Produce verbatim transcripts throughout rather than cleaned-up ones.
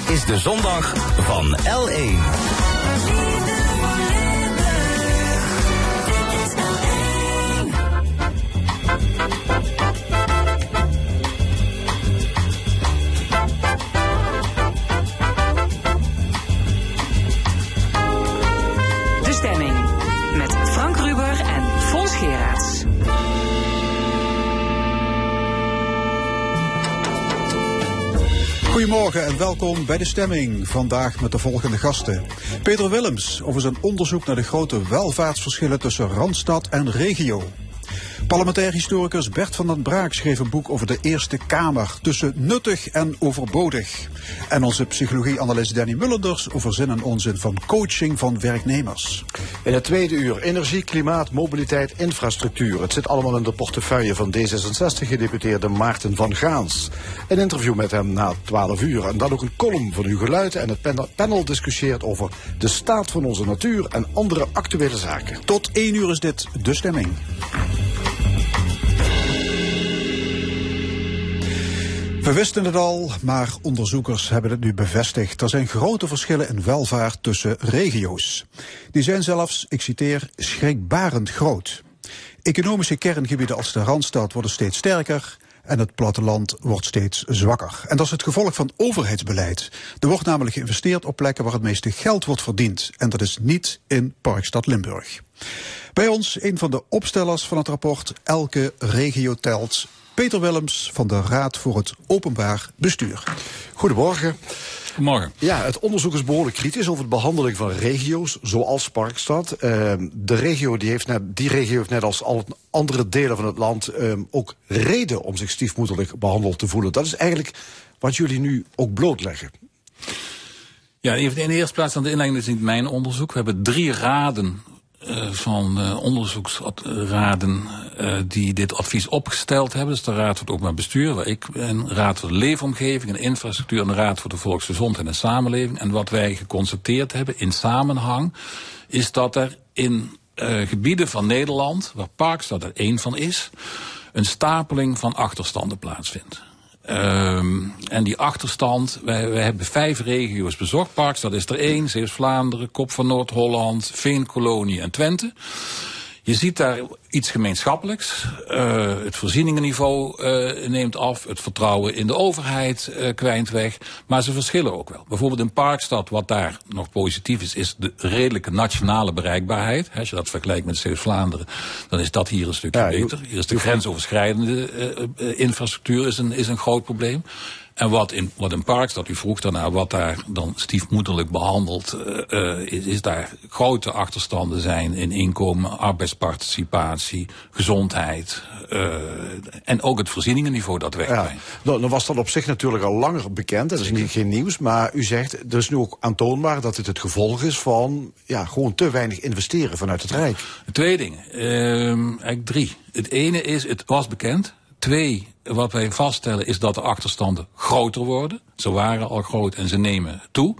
is de zondag van L één. De Stemming met Frank Ruber en Fons Geraerts. Goedemorgen en welkom bij De Stemming. Vandaag met de volgende gasten. Peter Willems over zijn onderzoek naar de grote welvaartsverschillen tussen Randstad en regio. Parlementair historicus Bert van den Braak schreef een boek over de Eerste Kamer, tussen nuttig en overbodig. En onze psychologie-analyst Danny Mullenders over zin en onzin van coaching van werknemers. In het tweede uur energie, klimaat, mobiliteit, infrastructuur. Het zit allemaal in de portefeuille van D zesenzestig-gedeputeerde Maarten van Gaans. Een interview met hem na twaalf uur. En dan ook een column van Hugo Luiten. En het panel, panel discussieert over de staat van onze natuur en andere actuele zaken. Tot één uur is dit De Stemming. We wisten het al, maar onderzoekers hebben het nu bevestigd. Er zijn grote verschillen in welvaart tussen regio's. Die zijn zelfs, ik citeer, schrikbarend groot. Economische kerngebieden als de Randstad worden steeds sterker en het platteland wordt steeds zwakker. En dat is het gevolg van overheidsbeleid. Er wordt namelijk geïnvesteerd op plekken waar het meeste geld wordt verdiend. En dat is niet in Parkstad Limburg. Bij ons een van de opstellers van het rapport Elke regio telt, Peter Willems van de Raad voor het Openbaar Bestuur. Goedemorgen. Goedemorgen. Ja, het onderzoek is behoorlijk kritisch over de behandeling van regio's, zoals Parkstad. Uh, de regio die heeft net, die regio heeft net als al andere delen van het land uh, ook reden om zich stiefmoederlijk behandeld te voelen. Dat is eigenlijk wat jullie nu ook blootleggen. Ja, in de eerste plaats aan de inleiding is niet mijn onderzoek. We hebben drie raden Uh, van uh, onderzoeksraden uh, die dit advies opgesteld hebben. Dus de Raad voor het Openbaar Bestuur, waar ik ben, Raad voor de Leefomgeving en Infrastructuur en de Raad voor de Volksgezondheid en Samenleving. En wat wij geconstateerd hebben in samenhang is dat er in uh, gebieden van Nederland, waar Parkstad er één van is, een stapeling van achterstanden plaatsvindt. Um, en die achterstand, wij, wij hebben vijf regio's bezocht. Parkstad is er één, Zeeuws-Vlaanderen, Kop van Noord-Holland, Veenkolonie en Twente. Je ziet daar iets gemeenschappelijks. Uh, het voorzieningenniveau uh, neemt af. Het vertrouwen in de overheid uh, kwijnt weg. Maar ze verschillen ook wel. Bijvoorbeeld in Parkstad, wat daar nog positief is, is de redelijke nationale bereikbaarheid. Als je dat vergelijkt met Zeeuws-Vlaanderen, dan is dat hier een stukje ja, beter. Hier is de grensoverschrijdende uh, uh, infrastructuur is een, is een groot probleem. En wat in, wat in Parkstad, u vroeg daarna, wat daar dan stiefmoederlijk behandeld uh, uh, is, is daar grote achterstanden zijn in inkomen, arbeidsparticipatie, gezondheid uh, en ook het voorzieningenniveau dat wegkwijnt. Ja, nou, dan was dat op zich natuurlijk al langer bekend, dat is niet, geen nieuws, maar u zegt, er is nu ook aantoonbaar dat dit het gevolg is van ja, gewoon te weinig investeren vanuit het Rijk. Twee dingen, uh, eigenlijk drie. Het ene is, het was bekend. Twee, wat wij vaststellen is dat de achterstanden groter worden. Ze waren al groot en ze nemen toe.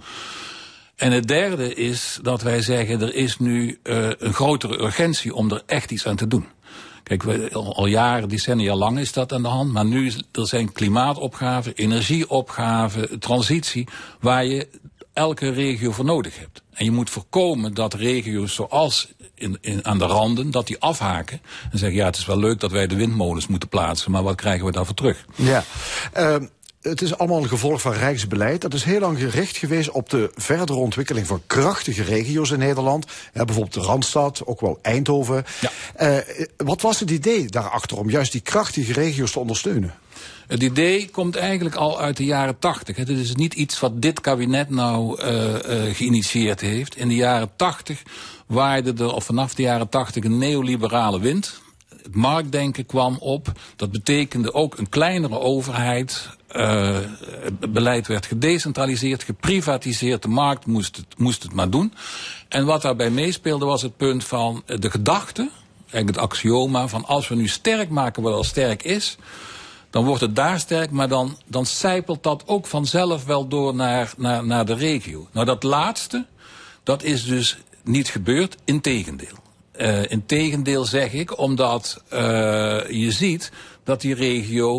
En het derde is dat wij zeggen, er is nu uh, een grotere urgentie om er echt iets aan te doen. Kijk, we, al, al jaren, decennia lang is dat aan de hand. Maar nu is, er zijn klimaatopgaven, energieopgaven, transitie, waar je elke regio voor nodig hebt. En je moet voorkomen dat regio's zoals in, in, aan de randen, dat die afhaken en zeggen, ja, het is wel leuk dat wij de windmolens moeten plaatsen, maar wat krijgen we daarvoor terug? Ja, uh, het is allemaal een gevolg van rijksbeleid. Dat is heel lang gericht geweest op de verdere ontwikkeling van krachtige regio's in Nederland. Ja, bijvoorbeeld de Randstad, ook wel Eindhoven. Ja. Uh, wat was het idee daarachter om juist die krachtige regio's te ondersteunen? Het idee komt eigenlijk al uit de jaren tachtig. Het is niet iets wat dit kabinet nou uh, uh, geïnitieerd heeft. In de jaren tachtig waaide er, of vanaf de jaren tachtig, een neoliberale wind. Het marktdenken kwam op. Dat betekende ook een kleinere overheid. Uh, het beleid werd gedecentraliseerd, geprivatiseerd. De markt moest het, moest het maar doen. En wat daarbij meespeelde was het punt van de gedachte, eigenlijk het axioma van als we nu sterk maken wat al sterk is, dan wordt het daar sterk, maar dan, dan sijpelt dat ook vanzelf wel door naar, naar, naar de regio. Nou, dat laatste, dat is dus niet gebeurd, integendeel. Uh, integendeel zeg ik, omdat uh, je ziet dat die regio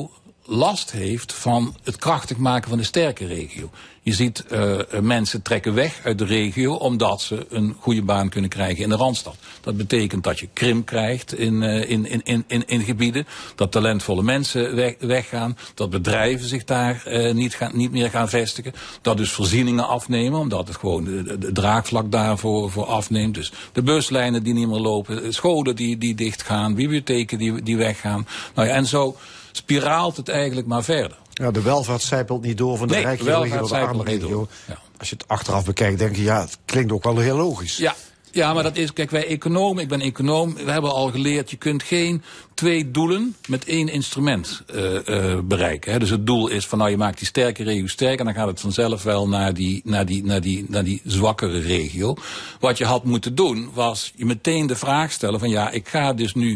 last heeft van het krachtig maken van de sterke regio. Je ziet uh, mensen trekken weg uit de regio omdat ze een goede baan kunnen krijgen in de Randstad. Dat betekent dat je krimp krijgt in, uh, in, in, in, in, in gebieden, dat talentvolle mensen weg, weggaan, dat bedrijven zich daar uh, niet, gaan, niet meer gaan vestigen, dat dus voorzieningen afnemen, omdat het gewoon de, de, de draagvlak daarvoor voor afneemt. Dus de buslijnen die niet meer lopen, scholen die, die dichtgaan, bibliotheken die, die weggaan. Nou ja, en zo spiraalt het eigenlijk maar verder. Ja, de welvaart zijpelt niet door van de nee, rijke regio naar de arme regio. Ja. Als je het achteraf bekijkt, denk je, ja, het klinkt ook wel heel logisch. Ja. Ja, maar dat is, kijk, wij economen, ik ben econoom, we hebben al geleerd, je kunt geen twee doelen met één instrument uh, uh, bereiken. Hè. Dus het doel is van, nou, je maakt die sterke regio sterker, dan gaat het vanzelf wel naar die, naar die, naar die, naar die zwakkere regio. Wat je had moeten doen, was je meteen de vraag stellen van, ja, ik ga dus nu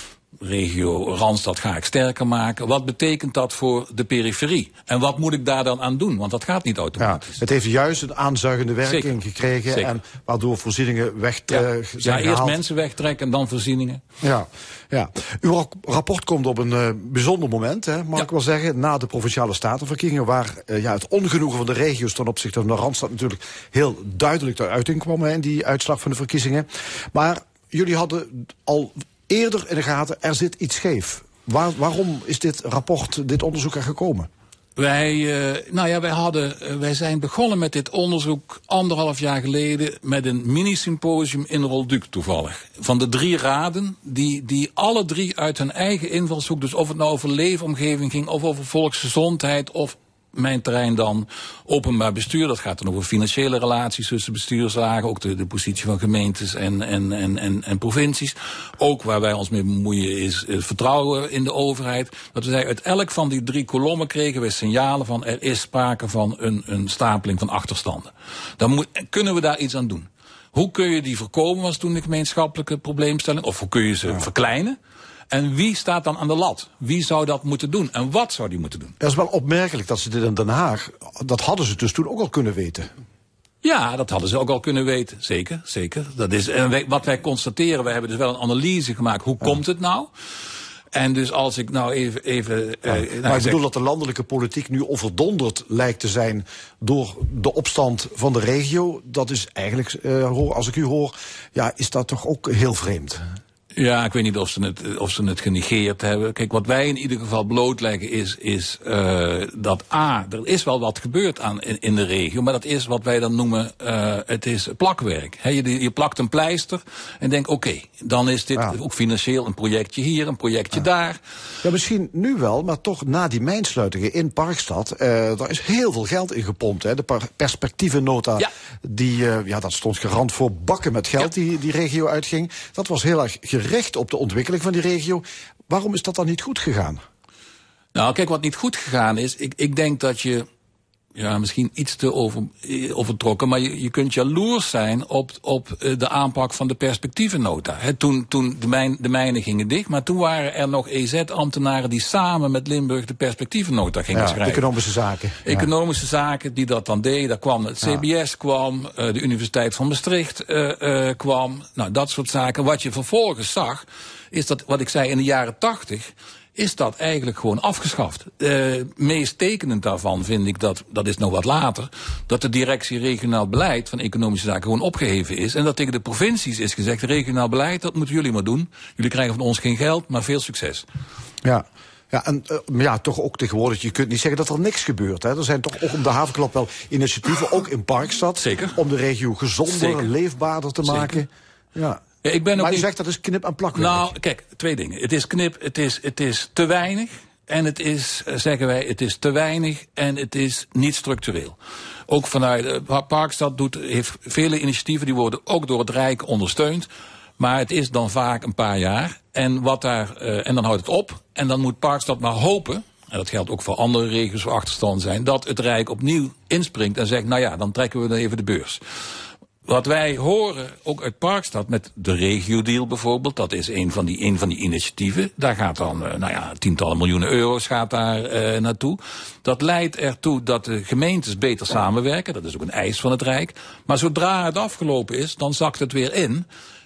regio Randstad ga ik sterker maken. Wat betekent dat voor de periferie? En wat moet ik daar dan aan doen? Want dat gaat niet automatisch. Ja, het heeft juist een aanzuigende werking Zeker. gekregen. Zeker. En waardoor voorzieningen weg ja. zijn Ja, gehaald. eerst mensen wegtrekken en dan voorzieningen. Ja, ja. Uw rapport komt op een uh, bijzonder moment, hè, mag ja. ik wel zeggen. Na de Provinciale Statenverkiezingen, waar uh, ja, het ongenoegen van de regio's ten opzichte van de Randstad natuurlijk heel duidelijk ter uiting kwam, hè, in die uitslag van de verkiezingen. Maar jullie hadden al eerder in de gaten, er zit iets scheef. Waar, waarom is dit rapport, dit onderzoek er gekomen? Wij, uh, nou ja, wij hadden, uh, wij zijn begonnen met dit onderzoek anderhalf jaar geleden met een mini-symposium in Rolduc toevallig. Van de drie raden, die, die alle drie uit hun eigen invalshoek, dus of het nou over leefomgeving ging, of over volksgezondheid, of mijn terrein dan openbaar bestuur. Dat gaat dan over financiële relaties tussen bestuurslagen. Ook de, de positie van gemeentes en, en, en, en, en provincies. Ook waar wij ons mee bemoeien is uh, vertrouwen in de overheid. Dat we zeggen, uit elk van die drie kolommen kregen we signalen van er is sprake van een, een stapeling van achterstanden. Dan moet, kunnen we daar iets aan doen. Hoe kun je die voorkomen, was toen de gemeenschappelijke probleemstelling. Of hoe kun je ze ja. verkleinen? En wie staat dan aan de lat? Wie zou dat moeten doen? En wat zou die moeten doen? Dat is wel opmerkelijk dat ze dit in Den Haag, dat hadden ze dus toen ook al kunnen weten. Ja, dat hadden ze ook al kunnen weten. Zeker, zeker. Dat is, en wij, wat wij constateren, we hebben dus wel een analyse gemaakt. Hoe ja. komt het nou? En dus als ik nou even... even ja, uh, nou, maar ik bedoel dat de landelijke politiek nu overdonderd lijkt te zijn door de opstand van de regio. Dat is eigenlijk, uh, als ik u hoor, ja, is dat toch ook heel vreemd. Ja, ik weet niet of ze het, of ze het genegeerd hebben. Kijk, wat wij in ieder geval blootleggen is, is uh, dat A, er is wel wat gebeurd aan, in, in de regio, maar dat is wat wij dan noemen, uh, het is plakwerk. He, je, je plakt een pleister en denkt, oké, okay, dan is dit ja. ook financieel een projectje hier, een projectje ja. daar. Ja, misschien nu wel, maar toch na die mijnsluitingen in Parkstad, uh, daar is heel veel geld in gepompt. Hè. De perspectievennota, ja. die, uh, ja, dat stond garant voor bakken met geld ja. die die regio uitging. Dat was heel erg recht op de ontwikkeling van die regio. Waarom is dat dan niet goed gegaan? Nou, kijk, wat niet goed gegaan is, ik, ik denk dat je, ja, misschien iets te over, overtrokken, maar je, je kunt jaloers zijn op, op de aanpak van de perspectievennota. He, toen toen de, mijn, de mijnen gingen dicht, maar toen waren er nog E Z-ambtenaren die samen met Limburg de perspectievennota gingen ja, schrijven. Economische zaken. Economische ja. zaken die dat dan deden. Daar kwam het C B S ja. kwam, uh, de Universiteit van Maastricht uh, uh, kwam. Nou, dat soort zaken. Wat je vervolgens zag, is dat, wat ik zei, in de jaren tachtig... is dat eigenlijk gewoon afgeschaft. Uh, meest tekenend daarvan vind ik, dat dat is nog wat later, dat de directie regionaal beleid van economische zaken gewoon opgeheven is. En dat tegen de provincies is gezegd, regionaal beleid, dat moeten jullie maar doen. Jullie krijgen van ons geen geld, maar veel succes. Ja. Ja, en uh, ja, toch ook tegenwoordig, je kunt niet zeggen dat er niks gebeurt. Hè. Er zijn toch ook om de havenklap wel initiatieven, ook in Parkstad. Zeker. Om de regio gezonder, Zeker. leefbaarder te Zeker. maken. Ja. Ja, ik ben ook maar je niet... zegt dat is knip en plakwerk. Nou, kijk, twee dingen. Het is knip, het is, het is te weinig. En het is, zeggen wij, het is te weinig en het is niet structureel. Ook vanuit uh, Parkstad doet, heeft vele initiatieven, die worden ook door het Rijk ondersteund. Maar het is dan vaak een paar jaar. En, wat daar, uh, en dan houdt het op. En dan moet Parkstad maar hopen, en dat geldt ook voor andere regio's waar achterstand zijn, dat het Rijk opnieuw inspringt en zegt, nou ja, dan trekken we dan even de beurs. Wat wij horen, ook uit Parkstad, met de regio-deal bijvoorbeeld, dat is een van die, een van die initiatieven. Daar gaat dan, uh, nou ja, tientallen miljoenen euro's gaat daar uh, naartoe. Dat leidt ertoe dat de gemeentes beter samenwerken. Dat is ook een eis van het Rijk. Maar zodra het afgelopen is, dan zakt het weer in.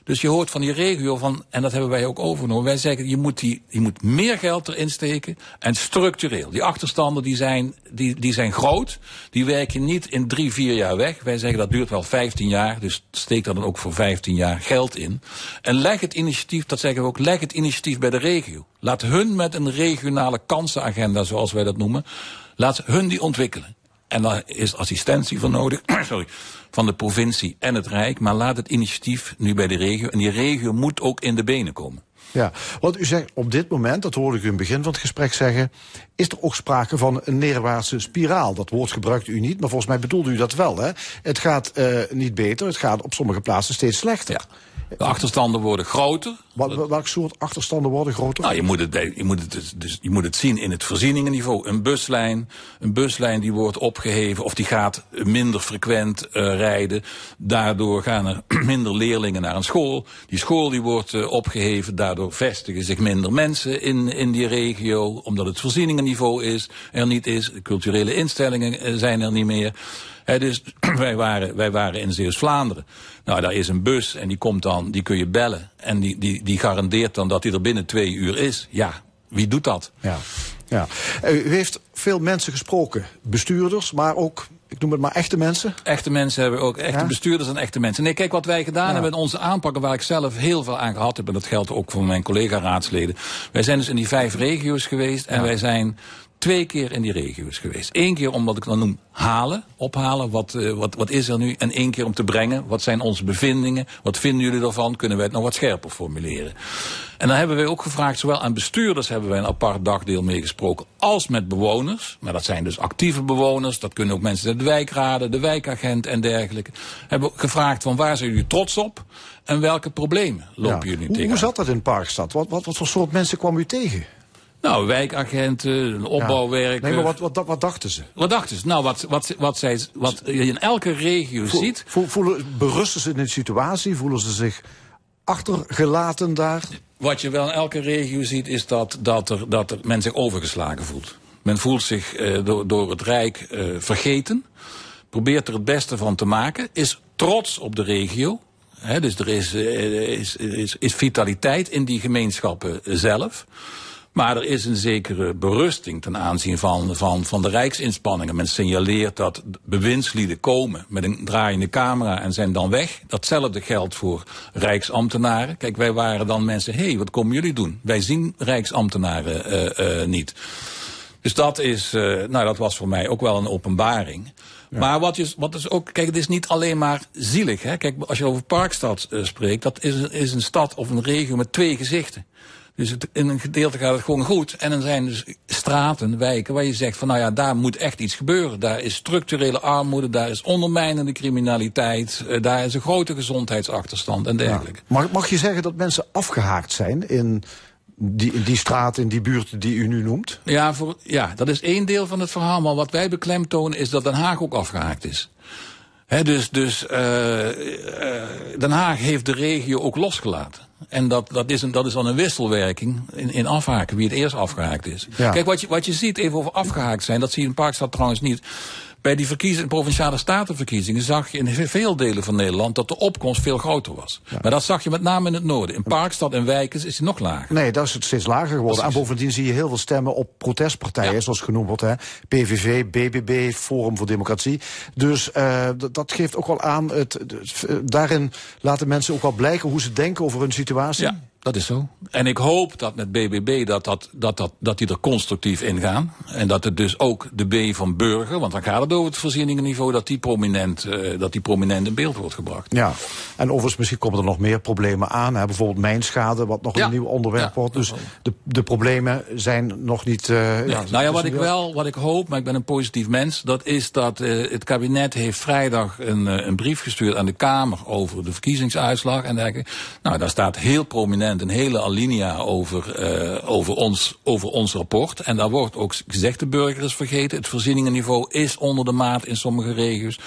Dus je hoort van die regio van, en dat hebben wij ook overgenomen. Wij zeggen, je moet, die, je moet meer geld erin steken en structureel. Die achterstanden die zijn, die, die zijn groot. Die werken niet in drie, vier jaar weg. Wij zeggen dat duurt wel vijftien jaar. Dus steek daar dan ook voor vijftien jaar geld in. En leg het initiatief, dat zeggen we ook, leg het initiatief bij de regio. Laat hun met een regionale kansenagenda, zoals wij dat noemen, laat hun die ontwikkelen. En daar is assistentie voor nodig, sorry, van de provincie en het Rijk. Maar laat het initiatief nu bij de regio. En die regio moet ook in de benen komen. Ja, want u zegt op dit moment, dat hoorde ik u in het begin van het gesprek zeggen, is er ook sprake van een neerwaartse spiraal. Dat woord gebruikt u niet, maar volgens mij bedoelde u dat wel. Hè? Het gaat uh, niet beter, het gaat op sommige plaatsen steeds slechter. Ja. De achterstanden worden groter. Wat, welk soort achterstanden worden groter? Nou, je moet het, je moet het, dus, dus, je moet het zien in het voorzieningenniveau. Een buslijn, een buslijn die wordt opgeheven of die gaat minder frequent uh, rijden. Daardoor gaan er minder leerlingen naar een school. Die school die wordt uh, opgeheven. Daardoor vestigen zich minder mensen in, in die regio. Omdat het voorzieningenniveau is, er niet is. De culturele instellingen uh, zijn er niet meer. He, dus wij waren, wij waren in Zeeuws-Vlaanderen. Nou, daar is een bus en die komt dan, die kun je bellen. En die, die, die garandeert dan dat hij er binnen twee uur is. Ja, wie doet dat? Ja, ja. U heeft veel mensen gesproken. Bestuurders, maar ook, ik noem het maar echte mensen. Echte mensen hebben ook, echte ja? bestuurders en echte mensen. Nee, kijk, wat wij gedaan ja. hebben in onze aanpakken, waar ik zelf heel veel aan gehad heb, en dat geldt ook voor mijn collega-raadsleden. Wij zijn dus in die vijf regio's geweest en ja. wij zijn twee keer in die regio's geweest. Eén keer om wat ik dan noem halen, ophalen, wat, uh, wat, wat is er nu? En één keer om te brengen, wat zijn onze bevindingen? Wat vinden jullie ervan? Kunnen wij het nog wat scherper formuleren? En dan hebben wij ook gevraagd, zowel aan bestuurders hebben wij een apart dagdeel meegesproken, als met bewoners. Maar dat zijn dus actieve bewoners, dat kunnen ook mensen uit de wijkraden, de wijkagent en dergelijke. Hebben gevraagd van waar zijn jullie trots op en welke problemen lopen ja. jullie hoe, tegen? Hoe zat dat in Parkstad? Wat, wat, wat voor soort mensen kwam u tegen? Nou, wijkagenten, opbouwwerken. Ja. Nee, maar wat, wat, wat dachten ze? Wat dachten ze? Nou, wat, wat, wat, zij, wat je in elke regio Voel, ziet. Voelen, berusten ze in de situatie? Voelen ze zich achtergelaten daar? Wat je wel in elke regio ziet, is dat, dat, er, dat er men zich overgeslagen voelt. Men voelt zich uh, door, door het Rijk uh, vergeten. Probeert er het beste van te maken. Is trots op de regio. He, dus er is, uh, is, is, is vitaliteit in die gemeenschappen zelf. Maar er is een zekere berusting ten aanzien van, van, van de rijksinspanningen. Men signaleert dat bewindslieden komen met een draaiende camera en zijn dan weg. Datzelfde geldt voor rijksambtenaren. Kijk, wij waren dan mensen, hé, hey, wat komen jullie doen? Wij zien rijksambtenaren uh, uh, niet. Dus dat is, uh, nou, dat was voor mij ook wel een openbaring. Ja. Maar wat is, wat is ook, kijk, het is niet alleen maar zielig. Hè? Kijk, als je over Parkstad uh, spreekt, dat is, is een stad of een regio met twee gezichten. Dus het, in een gedeelte gaat het gewoon goed. En dan zijn dus straten, wijken, waar je zegt van nou ja, daar moet echt iets gebeuren. Daar is structurele armoede, daar is ondermijnende criminaliteit, uh, daar is een grote gezondheidsachterstand en dergelijke. Ja. Mag, mag je zeggen dat mensen afgehaakt zijn in die, in die straat, in die buurt die u nu noemt? Ja, voor, ja, dat is één deel van het verhaal. Maar wat wij beklemtonen is dat Den Haag ook afgehaakt is. He, dus dus uh, uh, Den Haag heeft de regio ook losgelaten. En dat, dat, is, een, dat is dan een wisselwerking in, in afhaken, wie het eerst afgehaakt is. Ja. Kijk, wat je, wat je ziet, even over afgehaakt zijn, dat zie je in Parkstad trouwens niet. Bij die verkiezingen, provinciale statenverkiezingen zag je in veel delen van Nederland dat de opkomst veel groter was. Ja. Maar dat zag je met name in het noorden. In Parkstad en wijken is het nog lager. Nee, dat is het steeds lager geworden. Precies. En bovendien zie je heel veel stemmen op protestpartijen, ja. zoals genoemd wordt. Hè. P V V, B B B, Forum voor Democratie. Dus uh, dat geeft ook wel aan, het, het, daarin laten mensen ook wel blijken hoe ze denken over hun situatie. Ja. Dat is zo. En ik hoop dat met B B B dat, dat, dat, dat, dat die er constructief in gaan. En dat het dus ook de B van burger, want dan gaat het over het voorzieningenniveau, dat die prominent, uh, dat die prominent in beeld wordt gebracht. Ja, en overigens misschien komen er nog meer problemen aan. Hè? Bijvoorbeeld mijnschade, wat nog ja. een nieuw onderwerp ja, wordt. Dus de, de problemen zijn nog niet... Uh, nee. ja, nou ja, wat ik wel, wat ik hoop, maar ik ben een positief mens, dat is dat uh, het kabinet heeft vrijdag een, uh, een brief gestuurd aan de Kamer over de verkiezingsuitslag en dergelijke. Nou, daar staat heel prominent een hele alinea over, uh, over, ons, over ons rapport. En daar wordt ook gezegd, de burger is vergeten. Het voorzieningenniveau is onder de maat in sommige regio's.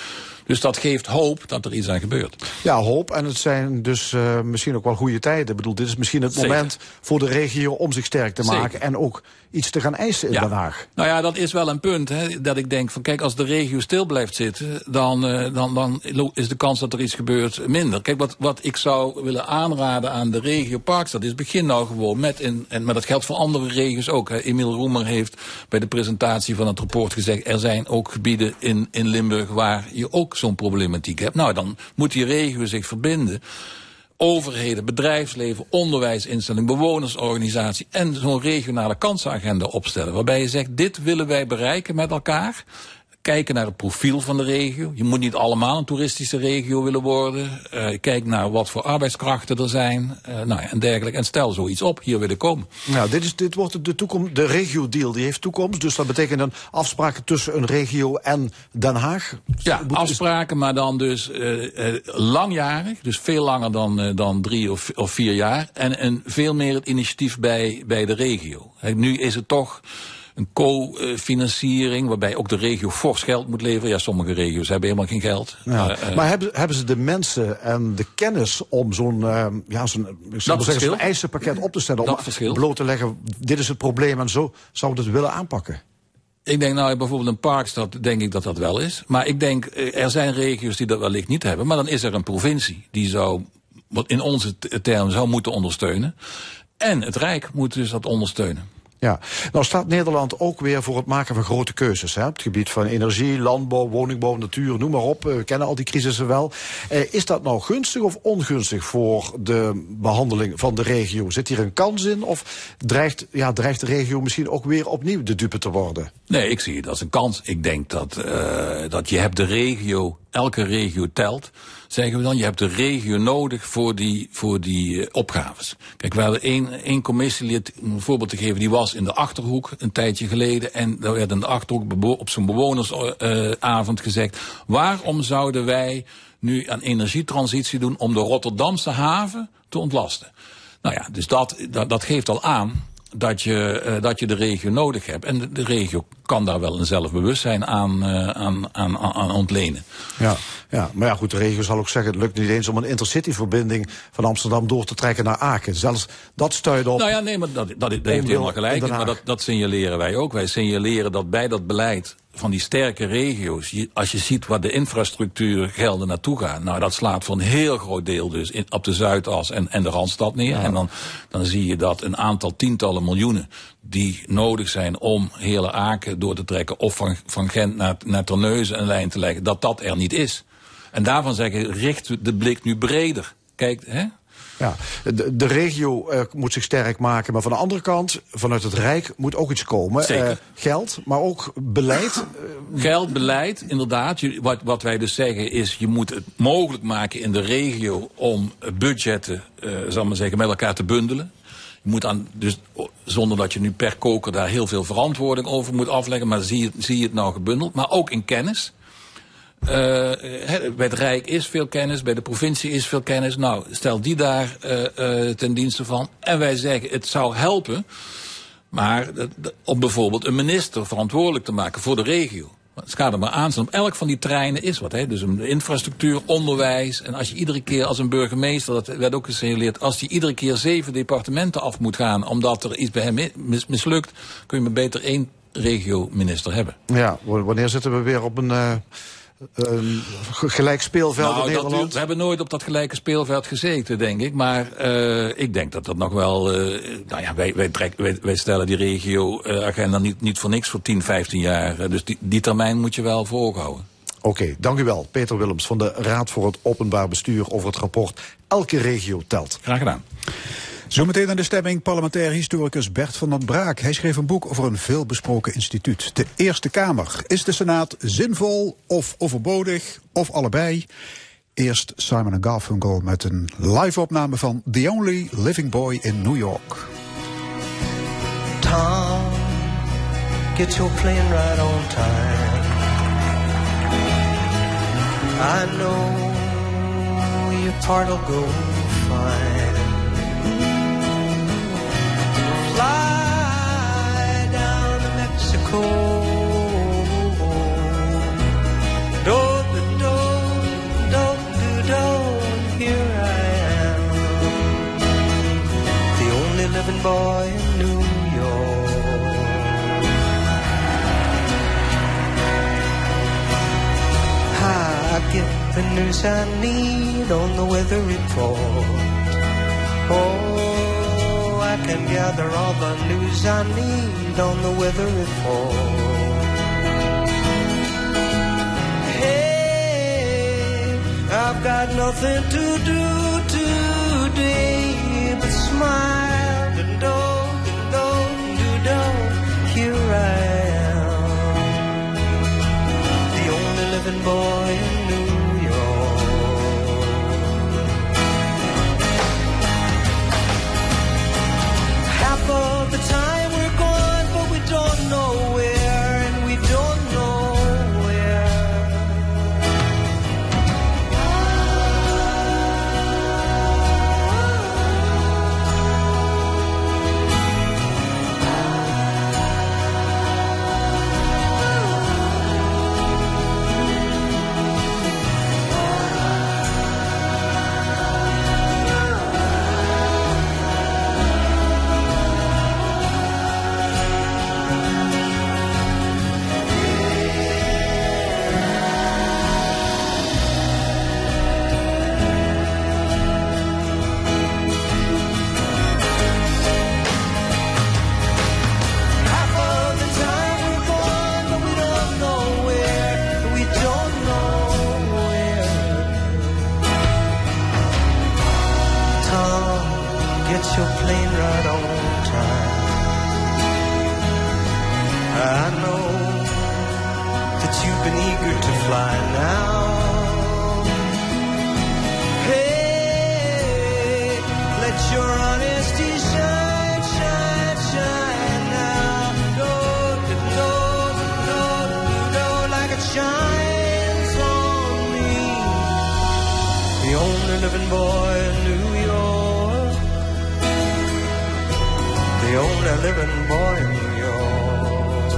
Dus dat geeft hoop dat er iets aan gebeurt. Ja, hoop. En het zijn dus uh, misschien ook wel goede tijden. Ik bedoel, dit is misschien het Zeker. moment voor de regio om zich sterk te maken. Zeker. En ook iets te gaan eisen in ja. Den Haag. Nou ja, dat is wel een punt. Hè, dat ik denk van kijk, als de regio stil blijft zitten, dan, uh, dan, dan is de kans dat er iets gebeurt minder. Kijk, wat, wat ik zou willen aanraden aan de regio Parkstad is begin nou gewoon met, in, en, maar dat geldt voor andere regio's ook. Hè. Emiel Roemer heeft bij de presentatie van het rapport gezegd, er zijn ook gebieden in, in Limburg waar je ook zo'n problematiek hebt. Nou, dan moet die regio zich verbinden. Overheden, bedrijfsleven, onderwijsinstelling, bewonersorganisatie en zo'n regionale kansenagenda opstellen. Waarbij je zegt, dit willen wij bereiken met elkaar. Kijken naar het profiel van de regio. Je moet niet allemaal een toeristische regio willen worden. Uh, kijk naar wat voor arbeidskrachten er zijn. Uh, nou ja, en dergelijke. En stel zoiets op. Hier willen komen. Nou, dit, is, dit wordt de toekomst. De regio-deal die heeft toekomst. Dus dat betekent een afspraken tussen een regio en Den Haag. Ja, afspraken, maar dan dus uh, uh, langjarig. Dus veel langer dan, uh, dan drie of, of vier jaar. En, en veel meer het initiatief bij, bij de regio. He, nu is het toch een co-financiering, waarbij ook de regio fors geld moet leveren. Ja, sommige regio's hebben helemaal geen geld. Ja, uh, maar hebben, hebben ze de mensen en de kennis om zo'n uh, ja, zo'n zo eisenpakket op te stellen, om verschil. bloot te leggen, dit is het probleem en zo zouden we het willen aanpakken? Ik denk nou bijvoorbeeld een Parkstad, denk ik dat dat wel is. Maar ik denk, er zijn regio's die dat wellicht niet hebben. Maar dan is er een provincie die zou, wat in onze termen zou moeten ondersteunen. En het Rijk moet dus dat ondersteunen. Ja, nou staat Nederland ook weer voor het maken van grote keuzes. Hè? Op het gebied van energie, landbouw, woningbouw, natuur, noem maar op. We kennen al die crisissen wel. Eh, is dat nou gunstig of ongunstig voor de behandeling van de regio? Zit hier een kans in of dreigt, ja, dreigt de regio misschien ook weer opnieuw de dupe te worden? Nee, ik zie het als een kans. Ik denk dat, uh, dat je hebt de regio, elke regio telt. Zeggen we dan, je hebt de regio nodig voor die, voor die uh, opgaves. Kijk, we hadden één, één commissielid, om een voorbeeld te geven, die was in de Achterhoek een tijdje geleden. En daar werd in de Achterhoek op zo'n bewonersavond uh, gezegd, waarom zouden wij nu aan energietransitie doen om de Rotterdamse haven te ontlasten? Nou ja, dus dat, dat, dat geeft al aan dat je, uh, dat je de regio nodig hebt. En de, de regio kan daar wel een zelfbewustzijn aan, uh, aan, aan, aan ontlenen. Ja, ja, maar ja goed, de regio zal ook zeggen, het lukt niet eens om een intercity-verbinding van Amsterdam door te trekken naar Aken. Zelfs dat stuit op. Nou ja, nee, maar dat, dat, dat heeft helemaal gelijk. Maar dat, dat signaleren wij ook. Wij signaleren dat bij dat beleid van die sterke regio's, je, als je ziet waar de infrastructuurgelden naartoe gaan, nou dat slaat voor een heel groot deel dus in, op de Zuidas en, en de Randstad neer. Ja. En dan, dan zie je dat een aantal tientallen miljoenen die nodig zijn om hele Aken door te trekken of van, van Gent naar, naar Terneuzen een lijn te leggen, dat dat er niet is. En daarvan zeggen, richt de blik nu breder. Kijk, hè? Ja, de, de regio uh, moet zich sterk maken, maar van de andere kant, vanuit het Rijk moet ook iets komen. Zeker. Uh, geld, maar ook beleid. Uh, Geld, beleid, inderdaad. Je, wat, wat wij dus zeggen is, je moet het mogelijk maken in de regio om budgetten, uh, zal maar zeggen, met elkaar te bundelen. Je moet aan, dus zonder dat je nu per koker daar heel veel verantwoording over moet afleggen, maar zie, zie je het nou gebundeld. Maar ook in kennis. Uh, bij het Rijk is veel kennis, bij de provincie is veel kennis. Nou, stel die daar uh, uh, ten dienste van. En wij zeggen, het zou helpen, maar uh, om bijvoorbeeld een minister verantwoordelijk te maken voor de regio. Het gaat er maar aan, op elk van die terreinen is wat. Hè? Dus een infrastructuur, onderwijs. En als je iedere keer als een burgemeester, dat werd ook gesignaleerd, als die iedere keer zeven departementen af moet gaan omdat er iets bij hem mis, mislukt, kun je maar beter één regio-minister hebben. Ja, wanneer zitten we weer op een Uh... Um, gelijk speelveld nou, in Nederland? Dat, we hebben nooit op dat gelijke speelveld gezeten, denk ik. Maar uh, ik denk dat dat nog wel Uh, nou ja, wij, wij, trek, wij, wij stellen die regio-agenda uh, niet, niet voor niks voor tien, vijftien jaar. Uh, dus die, die termijn moet je wel voor ogen houden. Oké, okay, dank u wel. Peter Willems van de Raad voor het Openbaar Bestuur over het rapport Elke regio telt. Graag gedaan. Zometeen aan de stemming parlementair historicus Bert van den Braak. Hij schreef een boek over een veelbesproken instituut. De Eerste Kamer. Is de Senaat zinvol of overbodig of allebei? Eerst Simon en Garfunkel met een live-opname van The Only Living Boy in New York. Tom, get your plane right on time. I know your part'll go fine. Fly down to Mexico, door to door. I'll get the news I need on the weather report. Oh, I can gather all the news I need on the weather report. Hey, I've got nothing to do today but smile and do, do, do, do. Here I am, the only living boy in New York. Half of the time we're gone, but we don't know where, and we don't know where. Get your plane right on time. I know that you've been eager to fly now. Hey, let your honesty shine, shine, shine now. Do, do, do, do, do, do, like it shines on me, the only living boy in New York. The only living boy in New York.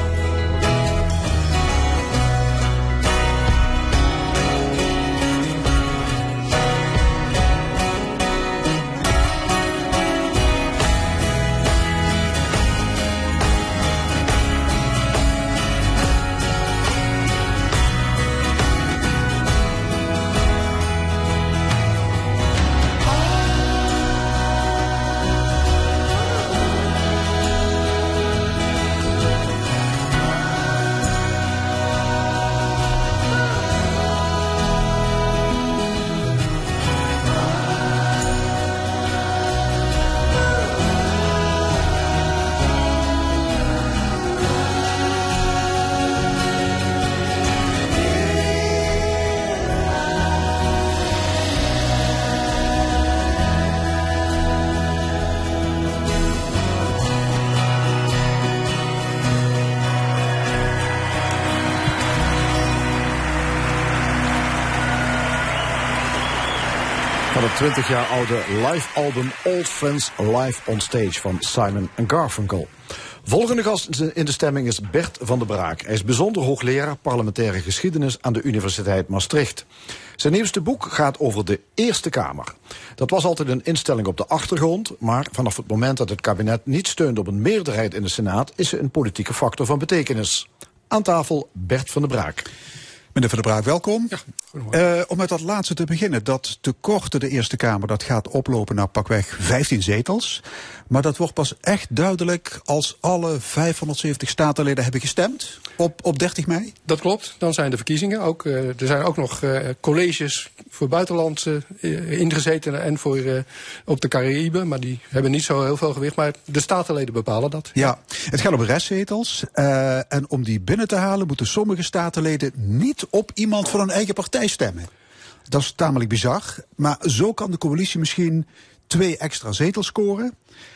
Van het twintig jaar oude live album Old Friends Live on Stage van Simon en Garfunkel. Volgende gast in de stemming is Bert van der Braak. Hij is bijzonder hoogleraar parlementaire geschiedenis aan de Universiteit Maastricht. Zijn nieuwste boek gaat over de Eerste Kamer. Dat was altijd een instelling op de achtergrond, maar vanaf het moment dat het kabinet niet steunde op een meerderheid in de Senaat, is ze een politieke factor van betekenis. Aan tafel Bert van der Braak. Meneer Van der Braak, welkom. Ja, uh, om met dat laatste te beginnen. Dat tekort in de Eerste Kamer dat gaat oplopen naar pakweg vijftien zetels. Maar dat wordt pas echt duidelijk als alle vijfhonderdzeventig statenleden hebben gestemd op, op dertig mei? Dat klopt. Dan zijn de verkiezingen. Ook, uh, er zijn ook nog uh, colleges voor buitenlandse uh, ingezetenen en voor uh, op de Caraïben. Maar die hebben niet zo heel veel gewicht. Maar de statenleden bepalen dat. Ja, het gaat om restzetels. Uh, en om die binnen te halen moeten sommige statenleden niet op iemand van hun eigen partij stemmen. Dat is tamelijk bizar. Maar zo kan de coalitie misschien twee extra zetels scoren.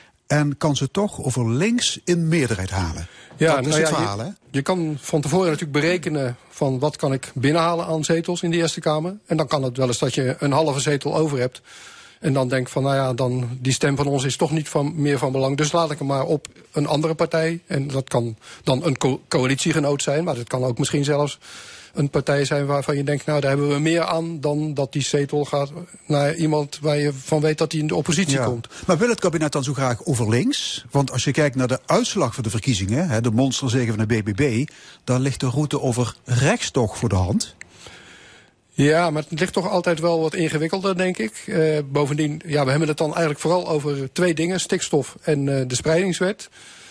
En kan ze toch over links in meerderheid halen. Ja, dat is nou het ja, verhaal, je, hè? Je kan van tevoren natuurlijk berekenen van wat kan ik binnenhalen aan zetels in de Eerste Kamer. En dan kan het wel eens dat je een halve zetel over hebt. En dan denk van, nou ja, dan, die stem van ons is toch niet van, meer van belang. Dus laat ik hem maar op een andere partij. En dat kan dan een co- coalitiegenoot zijn, maar dat kan ook misschien zelfs een partij zijn waarvan je denkt, nou, daar hebben we meer aan dan dat die zetel gaat naar iemand waar je van weet dat hij in de oppositie ja. komt. Maar wil het kabinet dan zo graag over links? Want als je kijkt naar de uitslag van de verkiezingen, hè, de monsterzege van de B B B, dan ligt de route over rechts toch voor de hand? Ja, maar het ligt toch altijd wel wat ingewikkelder, denk ik. Uh, bovendien, ja, we hebben het dan eigenlijk vooral over twee dingen. Stikstof en uh, de spreidingswet.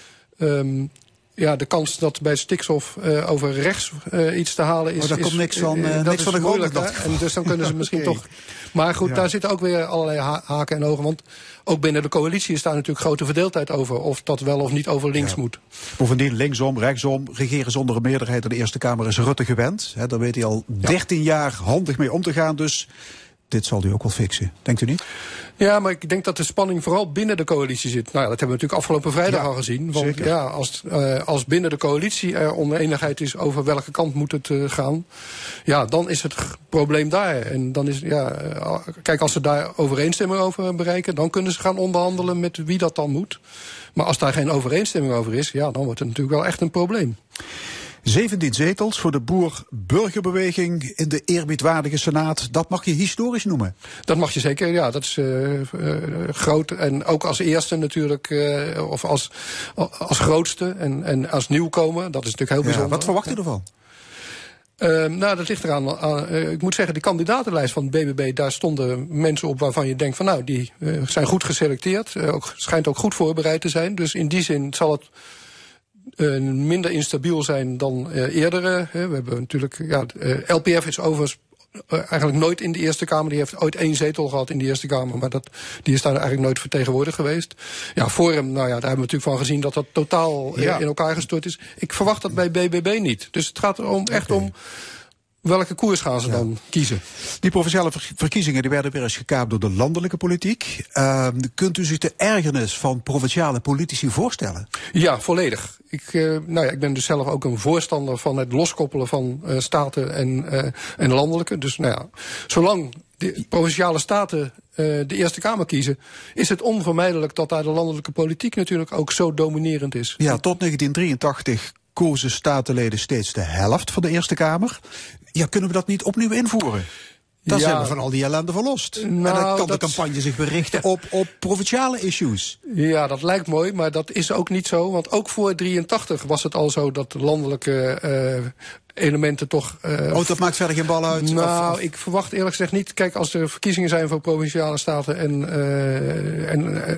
Um, Ja, de kans dat bij stikstof uh, over rechts uh, iets te halen is... Oh, daar is, komt niks van, uh, dat niks is van de moeilijk, grond. hè? En dus dan kunnen ze misschien okay. toch... Maar goed, ja. Daar zitten ook weer allerlei ha- haken en ogen. Want ook binnen de coalitie is daar natuurlijk grote verdeeldheid over... of dat wel of niet over links ja. moet. Bovendien, linksom, rechtsom, regeren zonder een meerderheid in de Eerste Kamer is Rutte gewend. He, daar weet hij al dertien ja. jaar handig mee om te gaan, dus... Dit zal u ook wel fixen, denkt u niet? Ja, maar ik denk dat de spanning vooral binnen de coalitie zit. Nou ja, dat hebben we natuurlijk afgelopen vrijdag ja, al gezien. Want zeker. ja, als, uh, als binnen de coalitie er oneenigheid is over welke kant moet het uh, gaan... ja, dan is het g- probleem daar. En dan is, ja, uh, kijk, als ze daar overeenstemming over bereiken... dan kunnen ze gaan onderhandelen met wie dat dan moet. Maar als daar geen overeenstemming over is... ja, dan wordt het natuurlijk wel echt een probleem. zeventien zetels voor de boer-burgerbeweging in de eerbiedwaardige Senaat. Dat mag je historisch noemen. Dat mag je zeker, ja. Dat is uh, uh, groot. En ook als eerste natuurlijk, uh, of als, als grootste en, en als nieuwkomer. Dat is natuurlijk heel bijzonder. Ja, wat verwacht u ervan? Uh, nou, dat ligt eraan. Uh, uh, ik moet zeggen, de kandidatenlijst van het B B B... daar stonden mensen op waarvan je denkt van... nou, die uh, zijn goed geselecteerd. Uh, ook, schijnt ook goed voorbereid te zijn. Dus in die zin zal het... Uh, minder instabiel zijn dan uh, eerdere. Hè. We hebben natuurlijk, ja, uh, L P F is overigens uh, eigenlijk nooit in de Eerste Kamer. Die heeft ooit één zetel gehad in de Eerste Kamer, maar dat, die is daar eigenlijk nooit vertegenwoordigd geweest. Ja, Forum, nou ja, daar hebben we natuurlijk van gezien dat dat totaal uh, ja. in elkaar gestort is. Ik verwacht dat bij B B B niet. Dus het gaat erom, echt okay. om... Welke koers gaan ze ja. dan kiezen? Die provinciale verkiezingen die werden weer eens gekaapt door de landelijke politiek. Uh, kunt u zich de ergernis van provinciale politici voorstellen? Ja, volledig. Ik, uh, nou ja, ik ben dus zelf ook een voorstander van het loskoppelen van uh, staten en, uh, en landelijke. Dus nou ja, zolang de provinciale staten uh, de Eerste Kamer kiezen... is het onvermijdelijk dat daar de landelijke politiek natuurlijk ook zo dominerend is. Ja, tot negentien drieëntachtig kozen statenleden steeds de helft van de Eerste Kamer. Ja, kunnen we dat niet opnieuw invoeren? Dan ja. zijn we van al die ellende verlost. Nou, en dan kan dat... de campagne zich berichten op, op provinciale issues. Ja, dat lijkt mooi, maar dat is ook niet zo. Want ook voor drieëntachtig was het al zo dat landelijke uh, elementen toch... Uh, oh, dat maakt verder geen bal uit? Nou, of, of... ik verwacht eerlijk gezegd niet... Kijk, als er verkiezingen zijn voor provinciale staten en... Uh, en uh,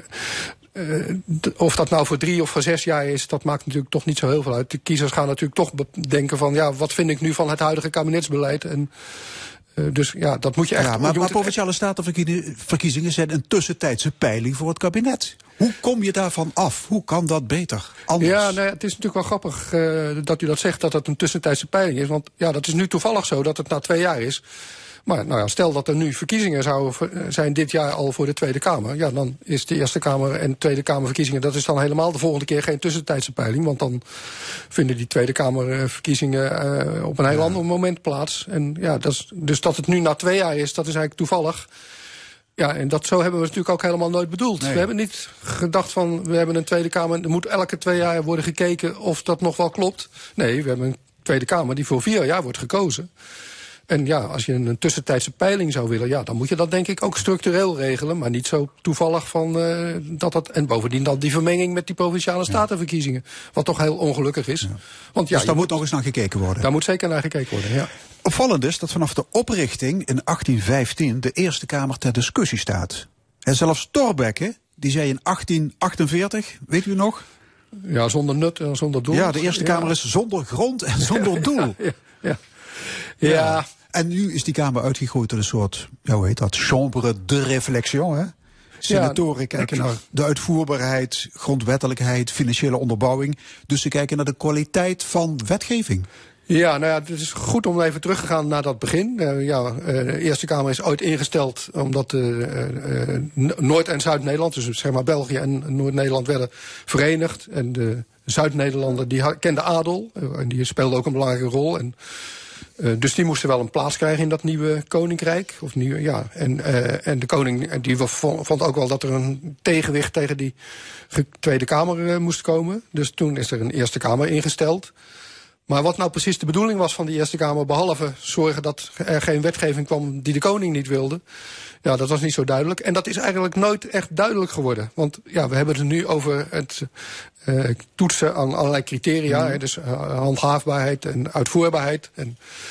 Uh, of dat nou voor drie of voor zes jaar is, dat maakt natuurlijk toch niet zo heel veel uit. De kiezers gaan natuurlijk toch denken van, ja, wat vind ik nu van het huidige kabinetsbeleid? En, uh, dus ja, dat moet je echt... Ja, maar, maar provinciale statenverkiezingen zijn een tussentijdse peiling voor het kabinet. Hoe kom je daarvan af? Hoe kan dat beter? Anders? Ja, nou ja, het is natuurlijk wel grappig uh, dat u dat zegt, dat het een tussentijdse peiling is. Want ja, dat is nu toevallig zo dat het na twee jaar is. Maar nou ja, stel dat er nu verkiezingen zouden zijn dit jaar al voor de Tweede Kamer. Ja, dan is de Eerste Kamer en Tweede Kamerverkiezingen... dat is dan helemaal de volgende keer geen tussentijdse peiling. Want dan vinden die Tweede Kamerverkiezingen uh, op een heel ja. ander moment plaats. En ja, dat is, dus dat het nu na twee jaar is, dat is eigenlijk toevallig. Ja, en dat zo hebben we natuurlijk ook helemaal nooit bedoeld. Nee. We hebben niet gedacht van, we hebben een Tweede Kamer... er moet elke twee jaar worden gekeken of dat nog wel klopt. Nee, we hebben een Tweede Kamer die voor vier jaar wordt gekozen. En ja, als je een tussentijdse peiling zou willen... ja, dan moet je dat denk ik ook structureel regelen... maar niet zo toevallig van uh, dat dat... en bovendien dan die vermenging met die provinciale statenverkiezingen... wat toch heel ongelukkig is. Ja. Want, ja, dus daar moet moet nog eens naar gekeken worden? Daar moet zeker naar gekeken worden, ja. Opvallend is dat vanaf de oprichting in achttien vijftien... de Eerste Kamer ter discussie staat. En zelfs Thorbecke, die zei in achttien achtenveertig, weet u nog? Ja, zonder nut en zonder doel. Ja, de Eerste Kamer ja. is zonder grond en zonder doel. ja, ja, ja. Ja. ja. En nu is die Kamer uitgegroeid tot een soort, ja, hoe heet dat, chambre de réflexion, hè? Senatoren ja. kijken naar de uitvoerbaarheid, grondwettelijkheid, financiële onderbouwing. Dus ze kijken naar de kwaliteit van wetgeving. Ja, nou ja, het is goed om even terug te gaan naar dat begin. Uh, ja, uh, de Eerste Kamer is ooit ingesteld omdat uh, uh, Noord- en Zuid-Nederland, dus zeg maar België en Noord-Nederland, werden verenigd. En de Zuid-Nederlanden, die kenden adel, uh, en die speelden ook een belangrijke rol. En Uh, dus die moesten wel een plaats krijgen in dat nieuwe koninkrijk. Of nieuwe, ja. en, uh, en de koning die vond ook wel dat er een tegenwicht tegen die Tweede Kamer uh, moest komen. Dus toen is er een Eerste Kamer ingesteld. Maar wat nou precies de bedoeling was van die Eerste Kamer, behalve zorgen dat er geen wetgeving kwam die de koning niet wilde, ja, dat was niet zo duidelijk. En dat is eigenlijk nooit echt duidelijk geworden. Want ja, we hebben het nu over het uh, toetsen aan allerlei criteria. Mm. Hè, dus uh, handhaafbaarheid en uitvoerbaarheid. En,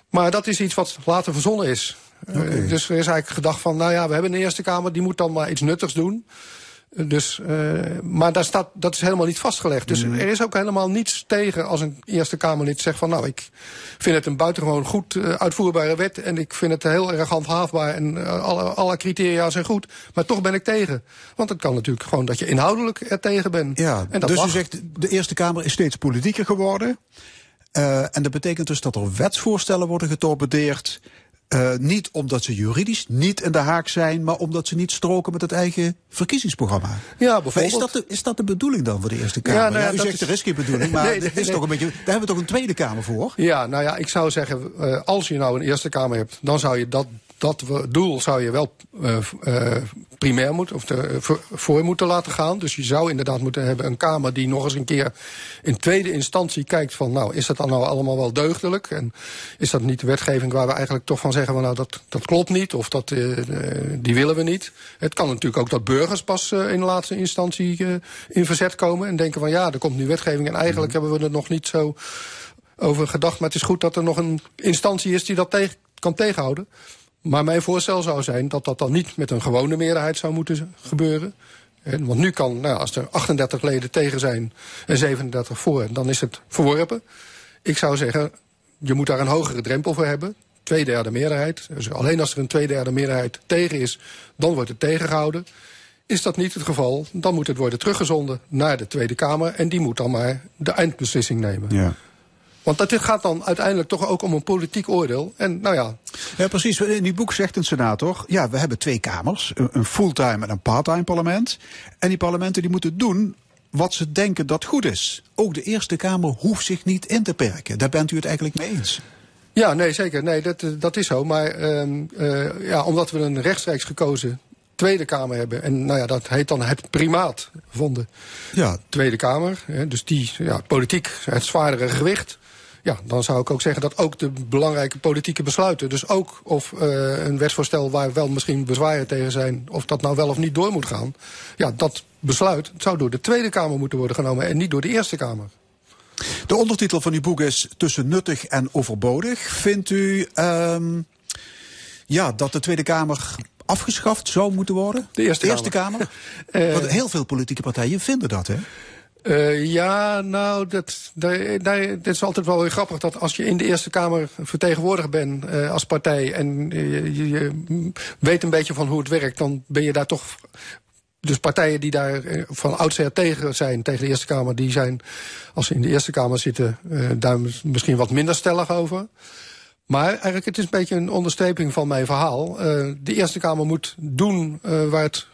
Maar dat is iets wat later verzonnen is. Okay. Uh, dus er is eigenlijk gedacht van, nou ja, we hebben een Eerste Kamer, die moet dan maar iets nuttigs doen. Dus, uh, maar daar staat, dat is helemaal niet vastgelegd. Dus mm. er is ook helemaal niets tegen als een Eerste Kamerlid zegt van, nou, ik vind het een buitengewoon goed uh, uitvoerbare wet en ik vind het heel erg handhaafbaar en uh, alle, alle criteria zijn goed, maar toch ben ik tegen. Want het kan natuurlijk gewoon dat je inhoudelijk er tegen bent. Ja, en dat dus mag. u zegt, de Eerste Kamer is steeds politieker geworden. Uh, en dat betekent dus dat er wetsvoorstellen worden getorpedeerd. Uh, niet omdat ze juridisch niet in de haak zijn, maar omdat ze niet stroken met het eigen verkiezingsprogramma. Ja, bijvoorbeeld. Maar is dat, de, is dat de bedoeling dan voor de Eerste Kamer? Ja, nou ja, ja, u zegt is... er is geen bedoeling, maar nee, nee, dit is nee. toch een beetje, daar hebben we toch een Tweede Kamer voor? Ja, nou ja, ik zou zeggen, uh, als je nou een Eerste Kamer hebt, dan zou je dat, dat doel zou je wel uh, uh, primair moeten, of de, voor, voor moeten laten gaan. Dus je zou inderdaad moeten hebben een Kamer die nog eens een keer in tweede instantie kijkt van, nou, is dat dan nou allemaal wel deugdelijk? En is dat niet de wetgeving waar we eigenlijk toch van zeggen, van, nou, dat, dat klopt niet, of dat, uh, die willen we niet. Het kan natuurlijk ook dat burgers pas uh, in de laatste instantie uh, in verzet komen en denken van, ja, er komt nu wetgeving en eigenlijk mm. hebben we er nog niet zo over gedacht, maar het is goed dat er nog een instantie is die dat tegen, kan tegenhouden. Maar mijn voorstel zou zijn dat dat dan niet met een gewone meerderheid zou moeten gebeuren. Want nu kan, nou, als er achtendertig leden tegen zijn en zevenendertig voor, dan is het verworpen. Ik zou zeggen, je moet daar een hogere drempel voor hebben. Tweederde meerderheid. Dus alleen als er een tweederde meerderheid tegen is, dan wordt het tegengehouden. Is dat niet het geval, dan moet het worden teruggezonden naar de Tweede Kamer. En die moet dan maar de eindbeslissing nemen. Ja. Want dat gaat dan uiteindelijk toch ook om een politiek oordeel. En nou ja. Ja, precies. In die boek zegt een senator, ja, we hebben twee kamers. Een fulltime en een parttime parlement. En die parlementen die moeten doen wat ze denken dat goed is. Ook de Eerste Kamer hoeft zich niet in te perken. Daar bent u het eigenlijk mee eens? Ja, nee, zeker. Nee, dat, dat is zo. Maar uh, uh, ja, omdat we een rechtstreeks gekozen Tweede Kamer hebben. En nou ja, dat heet dan het primaat van de ja. Tweede Kamer. Hè, dus die, ja, politiek, het zwaardere gewicht. Ja, dan zou ik ook zeggen dat ook de belangrijke politieke besluiten, dus ook of uh, een wetsvoorstel waar wel misschien bezwaren tegen zijn, of dat nou wel of niet door moet gaan, ja, dat besluit zou door de Tweede Kamer moeten worden genomen en niet door de Eerste Kamer. De ondertitel van uw boek is Tussen nuttig en overbodig. Vindt u um, ja, dat de Tweede Kamer afgeschaft zou moeten worden? De Eerste, de Eerste Kamer? Kamer? uh, Want heel veel politieke partijen vinden dat, hè? Uh, ja, nou, dat, dat, dat is altijd wel weer grappig dat als je in de Eerste Kamer vertegenwoordigd bent uh, als partij en uh, je, je weet een beetje van hoe het werkt, dan ben je daar toch. Dus partijen die daar van oudsher tegen zijn, tegen de Eerste Kamer, die zijn, als ze in de Eerste Kamer zitten, uh, daar misschien wat minder stellig over. Maar eigenlijk, het is een beetje een onderstreping van mijn verhaal. Uh, de Eerste Kamer moet doen uh, waar het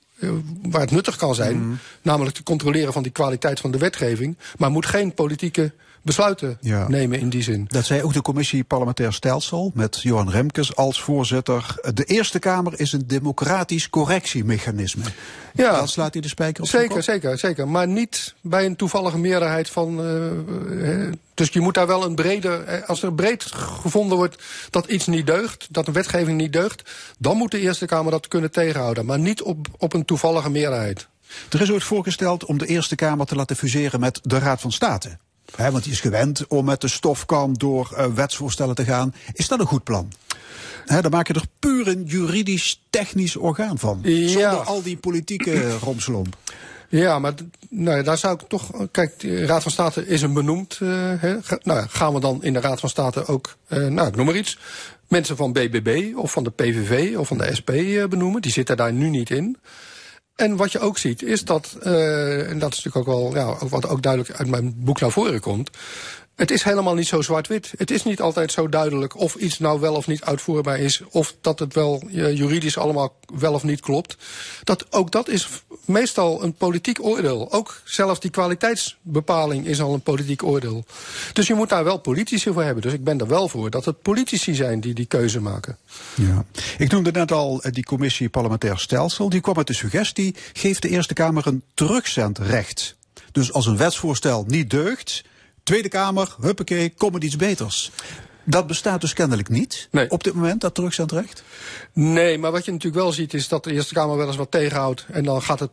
waar het nuttig kan zijn, mm. namelijk te controleren van die kwaliteit van de wetgeving, maar moet geen politieke besluiten ja. nemen in die zin. Dat zei ook de commissie Parlementair Stelsel, met Johan Remkes als voorzitter. De Eerste Kamer is een democratisch correctiemechanisme. Ja, dan slaat hij de spijker op zeker, zijn kop. Zeker, zeker. Maar niet bij een toevallige meerderheid van. Uh, uh, dus je moet daar wel een breder. Als er breed gevonden wordt dat iets niet deugt, dat een wetgeving niet deugt, dan moet de Eerste Kamer dat kunnen tegenhouden. Maar niet op, op een toevallige meerderheid. Er is ooit voorgesteld om de Eerste Kamer te laten fuseren met de Raad van State. He, want die is gewend om met de stofkam door uh, wetsvoorstellen te gaan. Is dat een goed plan? He, dan maak je er puur een juridisch-technisch orgaan van. Ja. Zonder al die politieke romslomp. Ja, maar nou, daar zou ik toch. Kijk, de Raad van State is een benoemd. Uh, he, ga, nou, gaan we dan in de Raad van State ook, uh, nou, ik noem maar iets, mensen van B B B of van de P V V of van de S P uh, benoemen? Die zitten daar nu niet in. En wat je ook ziet is dat, uh, en dat is natuurlijk ook wel, ja, wat ook duidelijk uit mijn boek naar voren komt. Het is helemaal niet zo zwart-wit. Het is niet altijd zo duidelijk of iets nou wel of niet uitvoerbaar is, of dat het wel uh, juridisch allemaal wel of niet klopt. Dat, ook dat is meestal een politiek oordeel. Ook zelfs die kwaliteitsbepaling is al een politiek oordeel. Dus je moet daar wel politici voor hebben. Dus ik ben er wel voor dat het politici zijn die die keuze maken. Ja. Ik noemde net al die commissie Parlementair Stelsel. Die kwam met de suggestie, geef de Eerste Kamer een terugzendrecht. Dus als een wetsvoorstel niet deugt, Tweede Kamer, huppakee, kom met iets beters. Dat bestaat dus kennelijk niet nee. op dit moment, dat terugzendrecht? Nee, maar wat je natuurlijk wel ziet is dat de Eerste Kamer wel eens wat tegenhoudt. En dan gaat het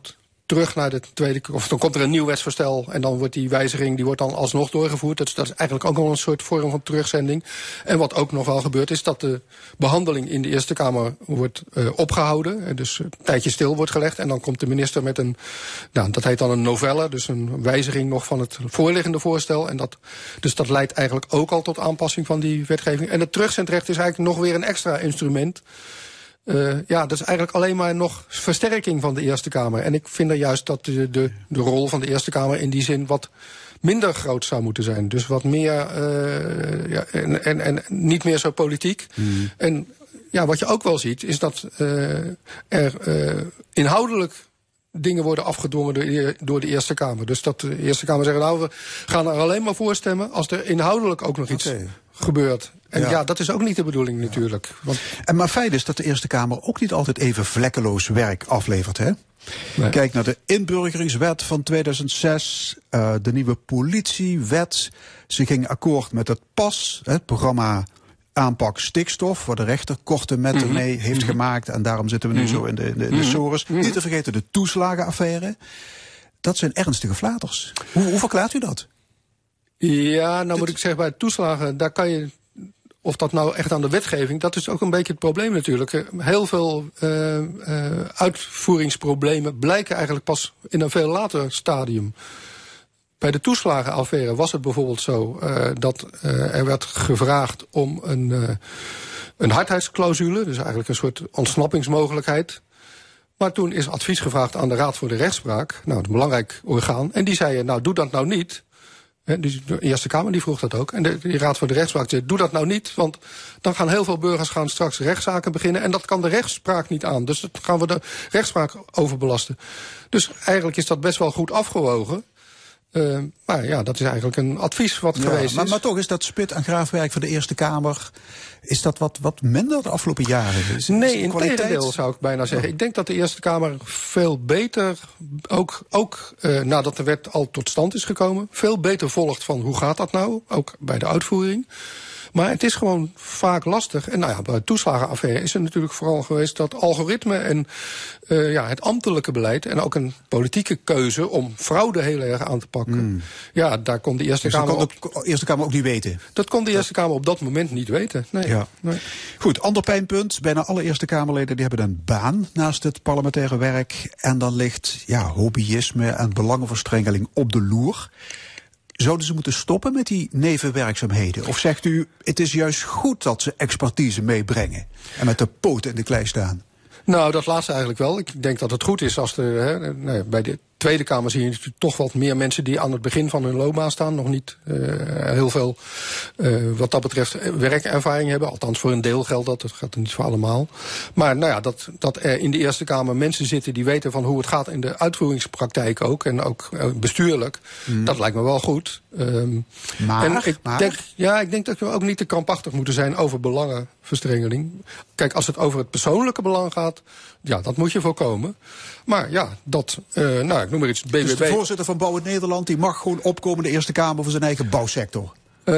terug naar de Tweede Kamer. Of dan komt er een nieuw wetsvoorstel en dan wordt die wijziging die wordt dan alsnog doorgevoerd. Dat is, dat is eigenlijk ook nog een soort vorm van terugzending. En wat ook nog wel gebeurt is dat de behandeling in de Eerste Kamer wordt uh, opgehouden. En dus een tijdje stil wordt gelegd. En dan komt de minister met een, nou, dat heet dan een novelle. Dus een wijziging nog van het voorliggende voorstel. En dat, dus dat leidt eigenlijk ook al tot aanpassing van die wetgeving. En het terugzendrecht is eigenlijk nog weer een extra instrument. Uh, ja, dat is eigenlijk alleen maar nog versterking van de Eerste Kamer. En ik vind er juist dat de, de, de rol van de Eerste Kamer in die zin wat minder groot zou moeten zijn. Dus wat meer, uh, ja, en, en, en niet meer zo politiek. Mm. En ja, wat je ook wel ziet, is dat uh, er uh, inhoudelijk dingen worden afgedwongen door de, door de Eerste Kamer. Dus dat de Eerste Kamer zegt, nou, we gaan er alleen maar voor stemmen als er inhoudelijk ook nog iets okay. gebeurt. En ja. ja, dat is ook niet de bedoeling natuurlijk. Want en maar feit is dat de Eerste Kamer ook niet altijd even vlekkeloos werk aflevert, hè? Nee. Kijk naar de inburgeringswet van tweeduizend zes, uh, de nieuwe politiewet. Ze ging akkoord met het P A S, het programma aanpak stikstof, waar de rechter korte metten mm-hmm. mee heeft mm-hmm. gemaakt. En daarom zitten we nu mm-hmm. zo in de, in de, in de sores. Mm-hmm. Niet te vergeten de toeslagenaffaire. Dat zijn ernstige flaters. Hoe, hoe verklaart u dat? Ja, nou Dit... moet ik zeggen, bij toeslagen, daar kan je, of dat nou echt aan de wetgeving, dat is ook een beetje het probleem natuurlijk. Heel veel uh, uh, uitvoeringsproblemen blijken eigenlijk pas in een veel later stadium. Bij de toeslagenaffaire was het bijvoorbeeld zo uh, dat uh, er werd gevraagd om een, uh, een hardheidsclausule, dus eigenlijk een soort ontsnappingsmogelijkheid. Maar toen is advies gevraagd aan de Raad voor de Rechtspraak, nou, een belangrijk orgaan, en die zei, nou, doe dat nou niet. He, dus de Eerste Kamer die vroeg dat ook. En de, de Raad voor de Rechtspraak zei, doe dat nou niet, want dan gaan heel veel burgers gaan straks rechtszaken beginnen en dat kan de rechtspraak niet aan. Dus dan gaan we de rechtspraak overbelasten. Dus eigenlijk is dat best wel goed afgewogen. Uh, maar ja, dat is eigenlijk een advies wat ja, geweest maar, is. Maar toch is dat spit- en graafwerk van de Eerste Kamer, is dat wat, wat minder de afgelopen jaren? Is, nee, is in tegendeel zou ik bijna zeggen. Oh. Ik denk dat de Eerste Kamer veel beter, ook, ook uh, nadat de wet al tot stand is gekomen, veel beter volgt van hoe gaat dat nou, ook bij de uitvoering. Maar het is gewoon vaak lastig. En nou ja, bij de toeslagenaffaire is er natuurlijk vooral geweest dat algoritme en uh, ja, het ambtelijke beleid en ook een politieke keuze om fraude heel erg aan te pakken. Mm. Ja, daar kon de Eerste dus Kamer kon de op, Eerste Kamer ook niet weten. Dat kon de Eerste Kamer op dat moment niet weten. Nee. Ja. nee. Goed, ander pijnpunt. Bijna alle Eerste Kamerleden die hebben een baan naast het parlementaire werk. En dan ligt ja, hobbyisme en belangenverstrengeling op de loer. Zouden ze moeten stoppen met die nevenwerkzaamheden? Of zegt u, het is juist goed dat ze expertise meebrengen en met de poten in de klei staan? Nou, dat laatste eigenlijk wel. Ik denk dat het goed is als er, hè, nou ja, bij de Tweede Kamer zie je natuurlijk toch wat meer mensen die aan het begin van hun loopbaan staan. Nog niet uh, heel veel, uh, wat dat betreft, werkervaring hebben. Althans, voor een deel geldt dat. Dat gaat niet voor allemaal. Maar nou ja, dat, dat er in de Eerste Kamer mensen zitten die weten van hoe het gaat in de uitvoeringspraktijk ook. En ook uh, bestuurlijk. Mm. Dat lijkt me wel goed. Um, maar, en ik maar... denk, ja, ik denk dat we ook niet te krampachtig moeten zijn over belangenverstrengeling. Kijk, als het over het persoonlijke belang gaat, ja, dat moet je voorkomen. Maar ja, dat, uh, nou, ik noem maar iets, B B B. Dus de voorzitter van Bouw het Nederland, die mag gewoon opkomen in de Eerste Kamer voor zijn eigen bouwsector?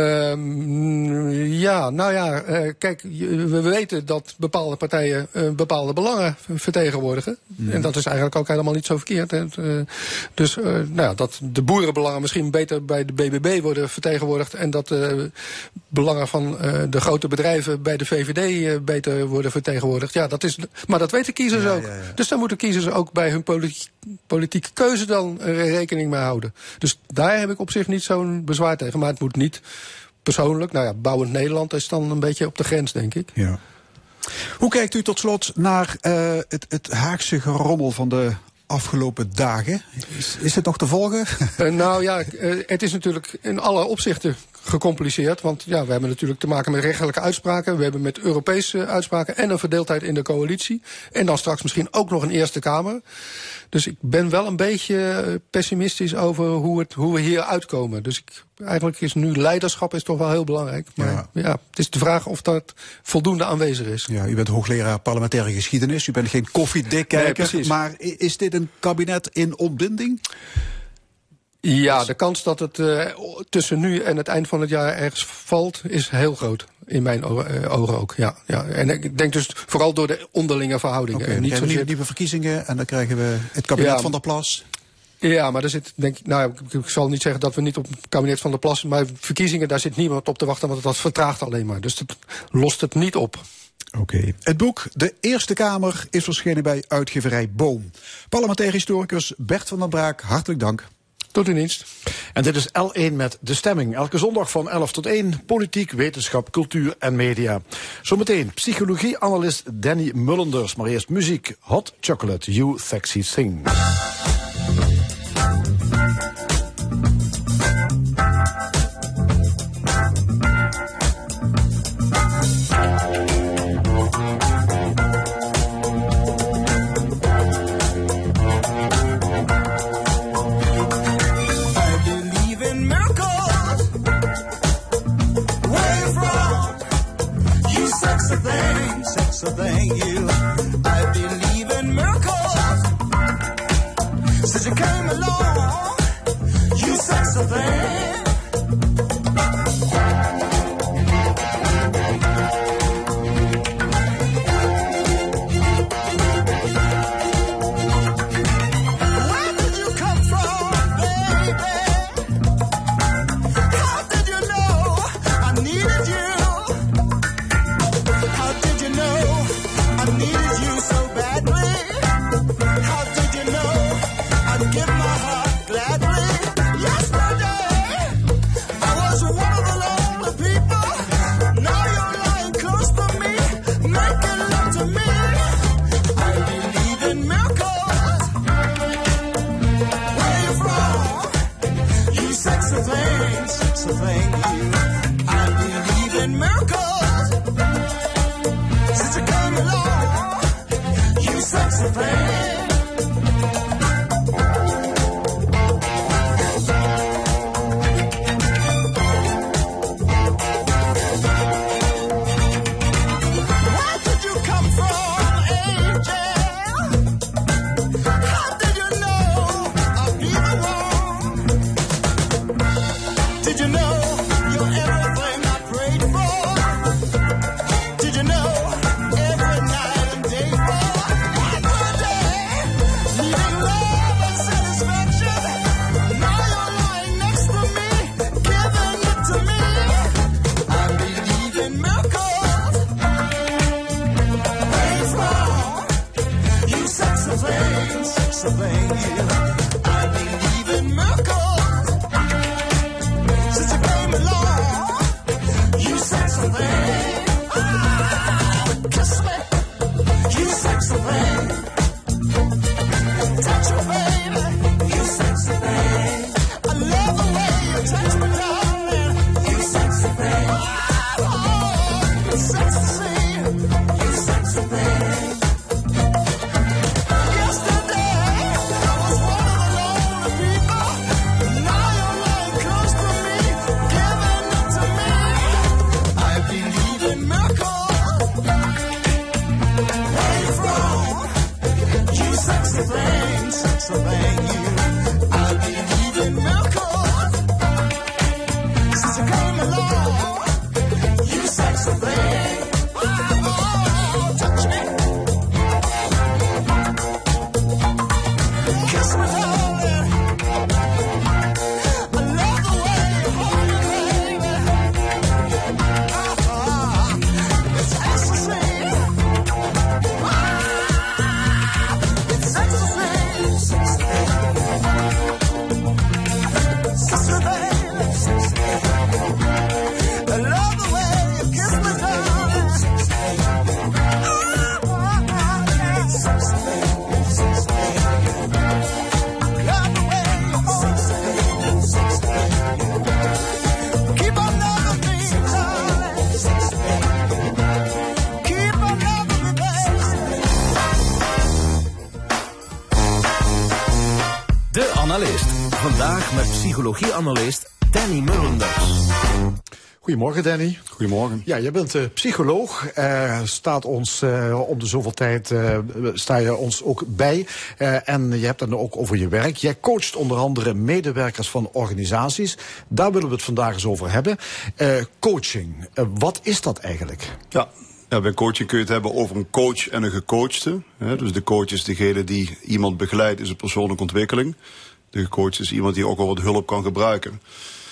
Um, ja, nou ja, uh, kijk, we weten dat bepaalde partijen uh, bepaalde belangen vertegenwoordigen. Mm. En dat is eigenlijk ook helemaal niet zo verkeerd. Hè. Uh, dus uh, nou ja, dat de boerenbelangen misschien beter bij de B B B worden vertegenwoordigd en dat de uh, belangen van uh, de grote bedrijven bij de V V D uh, beter worden vertegenwoordigd. Ja, dat is, maar dat weten kiezers ja, ook. Ja, ja. Dus daar moeten kiezers ook bij hun politi- politieke keuze dan uh, rekening mee houden. Dus daar heb ik op zich niet zo'n bezwaar tegen. Maar het moet niet persoonlijk, nou ja, Bouwend Nederland is dan een beetje op de grens, denk ik. Ja. Hoe kijkt u tot slot naar uh, het, het Haagse gerommel van de afgelopen dagen? Is, is het nog te volgen? Uh, nou ja, uh, het is natuurlijk in alle opzichten gecompliceerd. Want ja, we hebben natuurlijk te maken met rechtelijke uitspraken. We hebben met Europese uitspraken en een verdeeldheid in de coalitie. En dan straks misschien ook nog een Eerste Kamer. Dus ik ben wel een beetje pessimistisch over hoe, het, hoe we hier uitkomen. Dus ik, eigenlijk is nu leiderschap is toch wel heel belangrijk. Maar ja. ja, het is de vraag of dat voldoende aanwezig is. Ja, u bent hoogleraar parlementaire geschiedenis. U bent geen koffiedikkijker. Nee, maar is dit een kabinet in ontbinding? Ja, de kans dat het uh, tussen nu en het eind van het jaar ergens valt is heel groot. in mijn o- uh, ogen ook, ja, ja. En ik denk dus vooral door de onderlinge verhoudingen. Oké, en okay, niet nieuwe, zozeer... nieuwe verkiezingen en dan krijgen we het kabinet Ja, van der Plas. Ja, maar er zit, denk ik, nou, ik, ik zal niet zeggen dat we niet op het kabinet van der Plas, maar verkiezingen, daar zit niemand op te wachten, want dat vertraagt alleen maar. Dus dat lost het niet op. Oké. Okay. Het boek De Eerste Kamer is verschenen bij uitgeverij Boom. Parlementair historicus Bert van den Braak, hartelijk dank. Tot uw dienst. En dit is L één met De Stemming. Elke zondag van elf tot één. Politiek, wetenschap, cultuur en media. Zometeen psychologie-analyst Danny Mullenders. Maar eerst muziek. Hot Chocolate, You Sexy Thing. So thank you. I believe in miracles. Since you came along, you sexy thing. Where did you come from, baby? How did you know I needed you? I needed you so badly. How did you know I'd give my heart gladly? Yesterday, I was one of the lonely people. Now you're lying close to me, making love to me. I believe in miracles. Where you from? You sexy thing, sexy thing, you. I believe in miracles. Since you came along, you sexy thing. Where did you come from, angel? How did you know I'd be the one? Did you know you're everything I prayed for? Did you know every night and day for every day, needing love and satisfaction? Now you're lying next to me, giving it to me. I believe in miracles. Where you from? You sexy thing, sexy thing, you. I believe in miracles. Since you came along, you sexy thing. Kiss me, you sexy thing. Touch me, baby, you sexy thing. I love the way you touch me, darling. You sexy thing. Oh, you sexy, you sexy thing. Yesterday, I was one of the lonely people. Now you're lying close to me, giving it to me. I believe in miracles. Where you from? You sexy thing, sexy thing, you. I believe in miracles. Since you came along, you sexy thing. Oh, touch me. Kiss me, darling. I love the way you hold me, baby. Ah, it's ecstasy. It's ecstasy, sexy thing. Sexy baby, sexy thing. I love the way you kiss me, darling. Ah, sexy thing, sexy thing. Love the way you hold me, sexy thing. Keep on loving me, darling. Sexy thing. Keep on loving me, baby. De Analist. Vandaag met psychologie-analyst Danny Mullenders. Goedemorgen, Danny. Goedemorgen. Ja, je bent uh, psycholoog. Uh, staat ons uh, om de zoveel tijd uh, sta je ons ook bij. Uh, en je hebt het ook over je werk. Jij coacht onder andere medewerkers van organisaties. Daar willen we het vandaag eens over hebben. Uh, coaching, uh, wat is dat eigenlijk? Ja. Ja, bij coaching kun je het hebben over een coach en een gecoachte. Hè? Dus de coach is degene die iemand begeleidt in zijn persoonlijke ontwikkeling. De gecoachte is iemand die ook al wat hulp kan gebruiken.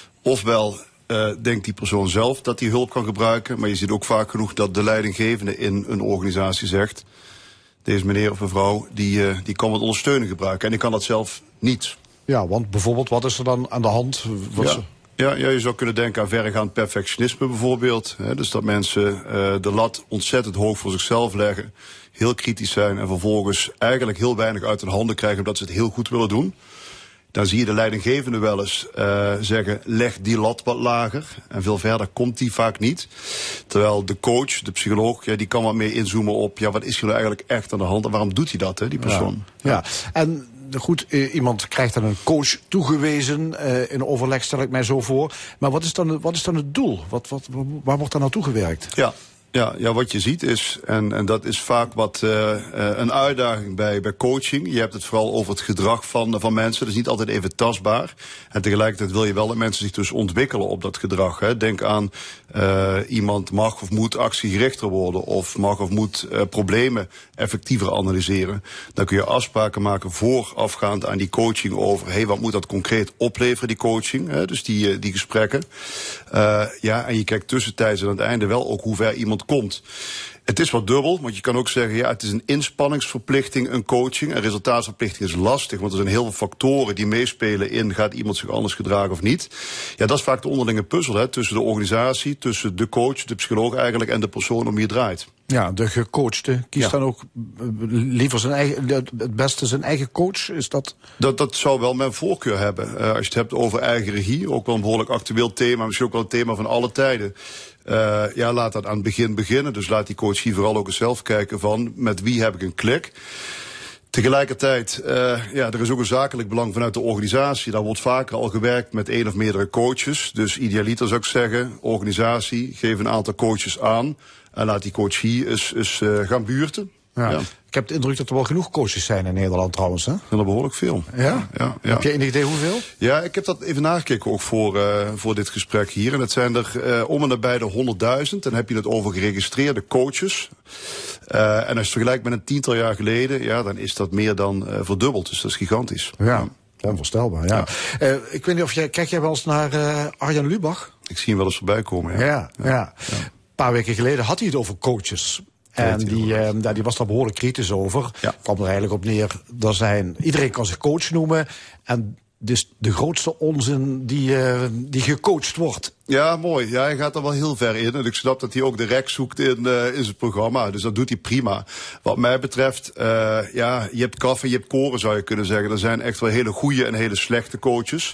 Ofwel uh, denkt die persoon zelf dat hij hulp kan gebruiken. Maar je ziet ook vaak genoeg dat de leidinggevende in een organisatie zegt: deze meneer of mevrouw, die, uh, die kan wat ondersteuning gebruiken. En die kan dat zelf niet. Ja, want bijvoorbeeld, wat is er dan aan de hand? Wat ja. Ze... Ja, ja, je zou kunnen denken aan verregaand perfectionisme bijvoorbeeld. Hè, dus dat mensen uh, de lat ontzettend hoog voor zichzelf leggen, heel kritisch zijn en vervolgens eigenlijk heel weinig uit hun handen krijgen omdat ze het heel goed willen doen. Dan zie je de leidinggevende wel eens uh, zeggen: leg die lat wat lager. En veel verder komt die vaak niet. Terwijl de coach, de psycholoog, ja, die kan wat meer inzoomen op: ja, wat is hier nou eigenlijk echt aan de hand en waarom doet hij dat, hè, die persoon? Ja, ja. En goed, uh, iemand krijgt dan een coach toegewezen. Uh, in overleg stel ik mij zo voor. Maar wat is dan, wat is dan het doel? Wat, wat, waar wordt dan naartoe gewerkt? Ja. Ja, ja, wat je ziet is, en, en dat is vaak wat uh, uh, een uitdaging bij, bij coaching. Je hebt het vooral over het gedrag van, van mensen. Dat is niet altijd even tastbaar. En tegelijkertijd wil je wel dat mensen zich dus ontwikkelen op dat gedrag. Hè. Denk aan uh, iemand mag of moet actiegerichter worden. Of mag of moet uh, problemen effectiever analyseren. Dan kun je afspraken maken voorafgaand aan die coaching over: hey, wat moet dat concreet opleveren, die coaching? Hè. Dus die, uh, die gesprekken. Uh, ja, en je kijkt tussentijds en aan het einde wel ook hoe ver iemand komt. Het is wat dubbel, want je kan ook zeggen: ja, het is een inspanningsverplichting, een coaching. En resultaatsverplichting is lastig, want er zijn heel veel factoren die meespelen in: gaat iemand zich anders gedragen of niet? Ja, dat is vaak de onderlinge puzzel, hè, tussen de organisatie, tussen de coach, de psycholoog eigenlijk, en de persoon om wie het draait. Ja, de gecoachte kiest ja. dan ook liever zijn eigen, het beste zijn eigen coach? Is dat... Dat, dat zou wel mijn voorkeur hebben. Uh, als je het hebt over eigen regie, ook wel een behoorlijk actueel thema, misschien ook wel een thema van alle tijden. Uh, ja, laat dat aan het begin beginnen. Dus laat die coach hier vooral ook eens zelf kijken van: met wie heb ik een klik? Tegelijkertijd, uh, ja, er is ook een zakelijk belang vanuit de organisatie. Daar wordt vaker al gewerkt met één of meerdere coaches. Dus idealiter zou ik zeggen: organisatie, geef een aantal coaches aan en laat die coach hier eens, eens uh, gaan buurten. Ja. Ja. Ik heb de indruk dat er wel genoeg coaches zijn in Nederland trouwens, hè? En er behoorlijk veel. Ja? Ja, ja, ja. Heb je enig idee hoeveel? Ja, ik heb dat even nagekeken ook voor, uh, voor dit gesprek hier. En dat zijn er uh, om en nabij de honderdduizend. Dan heb je het over geregistreerde coaches. Uh, en als je het vergelijkt met een tiental jaar geleden, ja, dan is dat meer dan uh, verdubbeld. Dus dat is gigantisch. Ja, ja. onvoorstelbaar, ja. ja. Uh, ik weet niet of jij, kijk jij wel eens naar uh, Arjan Lubach? Ik zie hem wel eens voorbij komen, ja. Ja, ja. ja. ja. Een paar weken geleden had hij het over coaches. En die, uh, ja, die was daar behoorlijk kritisch over. Ja. Kwam er eigenlijk op neer: er zijn, iedereen kan zich coach noemen. En dus de grootste onzin die, uh, die gecoacht wordt. Ja, mooi. Ja, hij gaat er wel heel ver in. En ik snap dat hij ook de rek zoekt in, uh, in zijn programma. Dus dat doet hij prima. Wat mij betreft, uh, ja, je hebt kaf en je hebt koren, zou je kunnen zeggen. Er zijn echt wel hele goede en hele slechte coaches.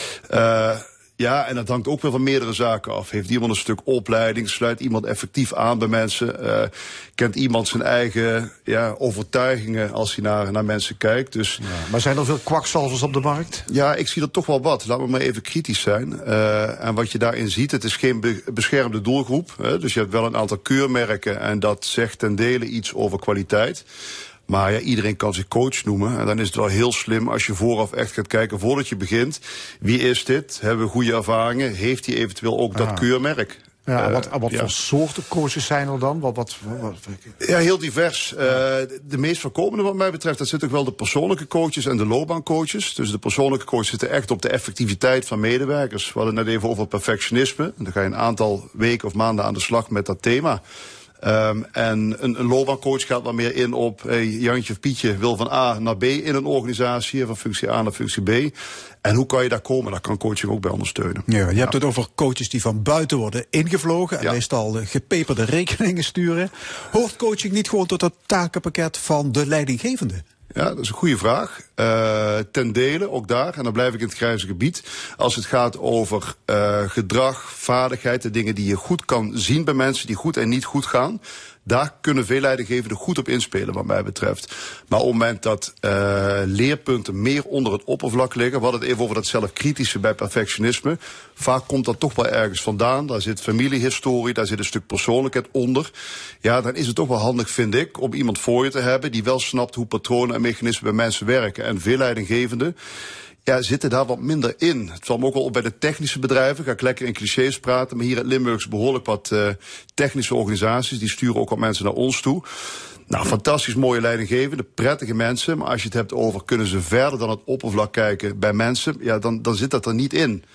Uh, Ja, en dat hangt ook weer van meerdere zaken af. Heeft iemand een stuk opleiding? Sluit iemand effectief aan bij mensen? Uh, kent iemand zijn eigen ja, overtuigingen als hij naar, naar mensen kijkt? Dus, ja, maar zijn er veel kwakzalvers op de markt? Ja, ik zie er toch wel wat. Laten we maar even kritisch zijn. Uh, en wat je daarin ziet, het is geen be- beschermde doelgroep. Hè? Dus je hebt wel een aantal keurmerken en dat zegt ten dele iets over kwaliteit. Maar ja, iedereen kan zich coach noemen. En dan is het wel heel slim als je vooraf echt gaat kijken, voordat je begint: wie is dit? Hebben we goede ervaringen? Heeft hij eventueel ook dat ah. keurmerk? Ja, uh, wat wat ja. voor soorten coaches zijn er dan? Wat, wat, wat, ja, heel divers. Uh, de meest voorkomende wat mij betreft, dat zit toch wel de persoonlijke coaches en de loopbaancoaches. Dus de persoonlijke coaches zitten echt op de effectiviteit van medewerkers. We hadden het net even over perfectionisme. En dan ga je een aantal weken of maanden aan de slag met dat thema. Um, en een, een loopbaancoach gaat wat meer in op hey, Jantje of Pietje wil van A naar B in een organisatie, van functie A naar functie B. En hoe kan je daar komen? Daar kan coaching ook bij ondersteunen. Ja, je hebt het over coaches die van buiten worden ingevlogen en ja. meestal gepeperde rekeningen sturen. Hoort coaching niet gewoon tot het takenpakket van de leidinggevende? Ja, dat is een goede vraag. uh, ten dele, ook daar, en dan blijf ik in het grijze gebied, als het gaat over uh, gedrag, vaardigheid, de dingen die je goed kan zien bij mensen die goed en niet goed gaan. Daar kunnen veel leidinggevenden goed op inspelen, wat mij betreft. Maar op het moment dat uh, leerpunten meer onder het oppervlak liggen, we hadden het even over dat zelfkritische bij perfectionisme. Vaak komt dat toch wel ergens vandaan. Daar zit familiehistorie, daar zit een stuk persoonlijkheid onder. Ja, dan is het toch wel handig, vind ik, om iemand voor je te hebben die wel snapt hoe patronen en mechanismen bij mensen werken. En veel leidinggevenden, ja, zitten daar wat minder in. Het valt me ook wel op bij de technische bedrijven. Ga ik lekker in clichés praten. Maar hier in Limburg is behoorlijk wat uh, technische organisaties. Die sturen ook wat mensen naar ons toe. Nou, fantastisch mooie leidinggevende, prettige mensen. Maar als je het hebt over kunnen ze verder dan het oppervlak kijken bij mensen, ja, dan, dan zit dat er niet in.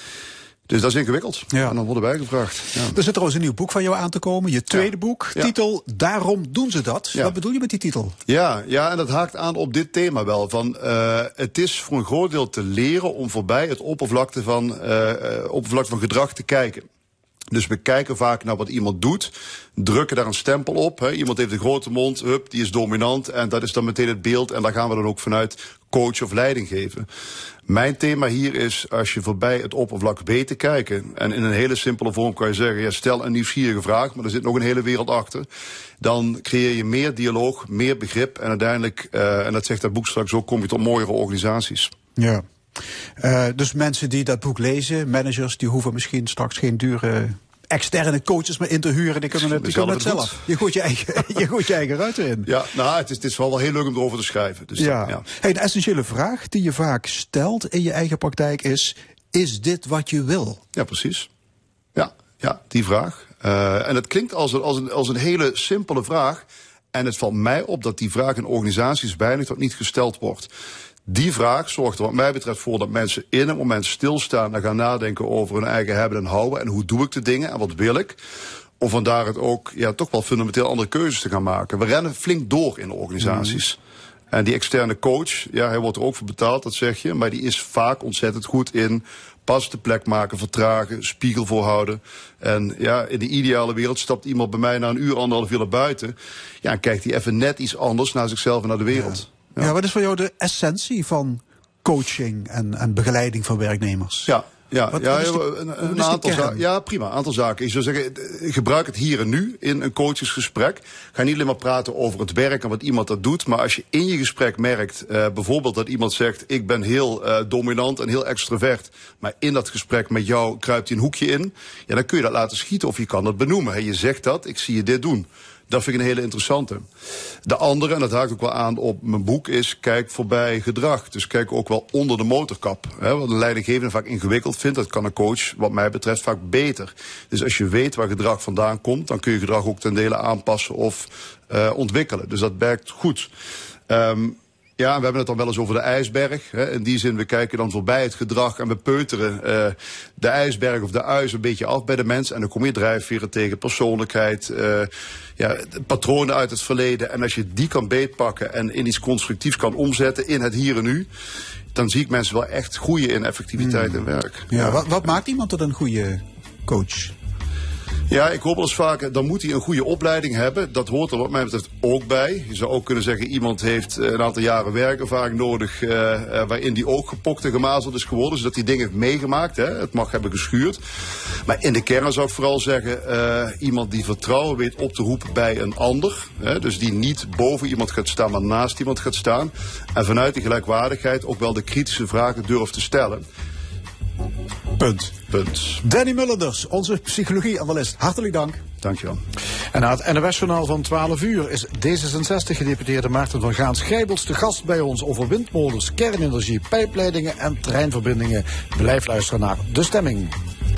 Dus dat is ingewikkeld. Ja. En dan worden wij gevraagd. Ja. Er zit trouwens een nieuw boek van jou aan te komen. Je tweede ja. boek. Ja. Titel Daarom doen ze dat. Ja. Wat bedoel je met die titel? Ja, ja, en dat haakt aan op dit thema wel. Van, uh, het is voor een groot deel te leren om voorbij het oppervlakte van, uh, oppervlakte van gedrag te kijken. Dus we kijken vaak naar wat iemand doet, drukken daar een stempel op. Hè. Iemand heeft een grote mond, hup, die is dominant. En dat is dan meteen het beeld. En daar gaan we dan ook vanuit coach of leiding geven. Mijn thema hier is, als je voorbij het oppervlak weet te kijken, en in een hele simpele vorm kan je zeggen, ja, stel een nieuwsgierige vraag, maar er zit nog een hele wereld achter. Dan creëer je meer dialoog, meer begrip. En uiteindelijk, uh, en dat zegt dat boek straks ook, kom je tot mooiere organisaties. Ja. Uh, dus mensen die dat boek lezen, managers, die hoeven misschien straks geen dure externe coaches meer in te huren. Die kunnen het, die kunnen het zelf. Je gooit je eigen, je gooit je eigen ruiter in. Ja, nou, het is, het is wel heel leuk om erover te schrijven. Dus ja. Dat, ja. Hey, de essentiële vraag die je vaak stelt in je eigen praktijk is, is dit wat je wil? Ja, precies. Ja, ja, die vraag. Uh, en het klinkt als een, als, een, als een hele simpele vraag. En het valt mij op dat die vraag in organisaties weinig tot niet gesteld wordt. Die vraag zorgt er wat mij betreft voor dat mensen in een moment stilstaan en gaan nadenken over hun eigen hebben en houden. En hoe doe ik de dingen en wat wil ik? Om vandaar het ook ja, toch wel fundamenteel andere keuzes te gaan maken. We rennen flink door in de organisaties. Mm. En die externe coach, ja, hij wordt er ook voor betaald, dat zeg je. Maar die is vaak ontzettend goed in pas de plek maken, vertragen, spiegel voorhouden. En ja, in de ideale wereld stapt iemand bij mij na een uur, anderhalf uur naar buiten. Ja, en kijkt hij even net iets anders naar zichzelf en naar de wereld. Ja. Ja. ja, wat is voor jou de essentie van coaching en, en begeleiding van werknemers? Ja, ja, wat, ja, wat is die, een, een aantal zaken. Ja, prima, een aantal zaken. Ik zou zeggen, gebruik het hier en nu in een coachesgesprek. Ga niet alleen maar praten over het werk en wat iemand dat doet. Maar als je in je gesprek merkt, uh, bijvoorbeeld dat iemand zegt, ik ben heel uh, dominant en heel extravert. Maar in dat gesprek met jou kruipt hij een hoekje in. Ja, dan kun je dat laten schieten of je kan dat benoemen. He, je zegt dat, ik zie je dit doen. Dat vind ik een hele interessante. De andere, en dat haakt ook wel aan op mijn boek, is kijk voorbij gedrag. Dus kijk ook wel onder de motorkap. Hè, wat een leidinggevende vaak ingewikkeld vindt, dat kan een coach wat mij betreft vaak beter. Dus als je weet waar gedrag vandaan komt, dan kun je gedrag ook ten dele aanpassen of uh, ontwikkelen. Dus dat werkt goed. Um, Ja, we hebben het dan wel eens over de ijsberg. Hè. In die zin, we kijken dan voorbij het gedrag en we peuteren uh, de ijsberg of de uis een beetje af bij de mens. En dan kom je drijfveren tegen, persoonlijkheid, uh, ja, patronen uit het verleden. En als je die kan beetpakken en in iets constructiefs kan omzetten in het hier en nu, dan zie ik mensen wel echt groeien in effectiviteit hmm. en werk. Ja, ja. Wat, wat maakt iemand tot een goede coach? Ja, ik hoor wel eens vaker, dan moet hij een goede opleiding hebben. Dat hoort er wat mij betreft ook bij. Je zou ook kunnen zeggen, iemand heeft een aantal jaren werkervaring nodig, uh, uh, waarin die ook gepokt en gemazeld is geworden. Zodat hij dingen heeft meegemaakt, hè. Het mag hebben geschuurd. Maar in de kern zou ik vooral zeggen, uh, iemand die vertrouwen weet op te roepen bij een ander. Hè. Dus die niet boven iemand gaat staan, maar naast iemand gaat staan. En vanuit die gelijkwaardigheid ook wel de kritische vragen durft te stellen. Punt. Punt. Danny Mullenders, onze psychologie-analyst. Hartelijk dank. Dankjewel. En na het N O S-journaal van twaalf uur is D zesenzestig-gedeputeerde Maarten van Gaans-Gijbels te gast bij ons over windmolens, kernenergie, pijpleidingen en treinverbindingen. Blijf luisteren naar De Stemming.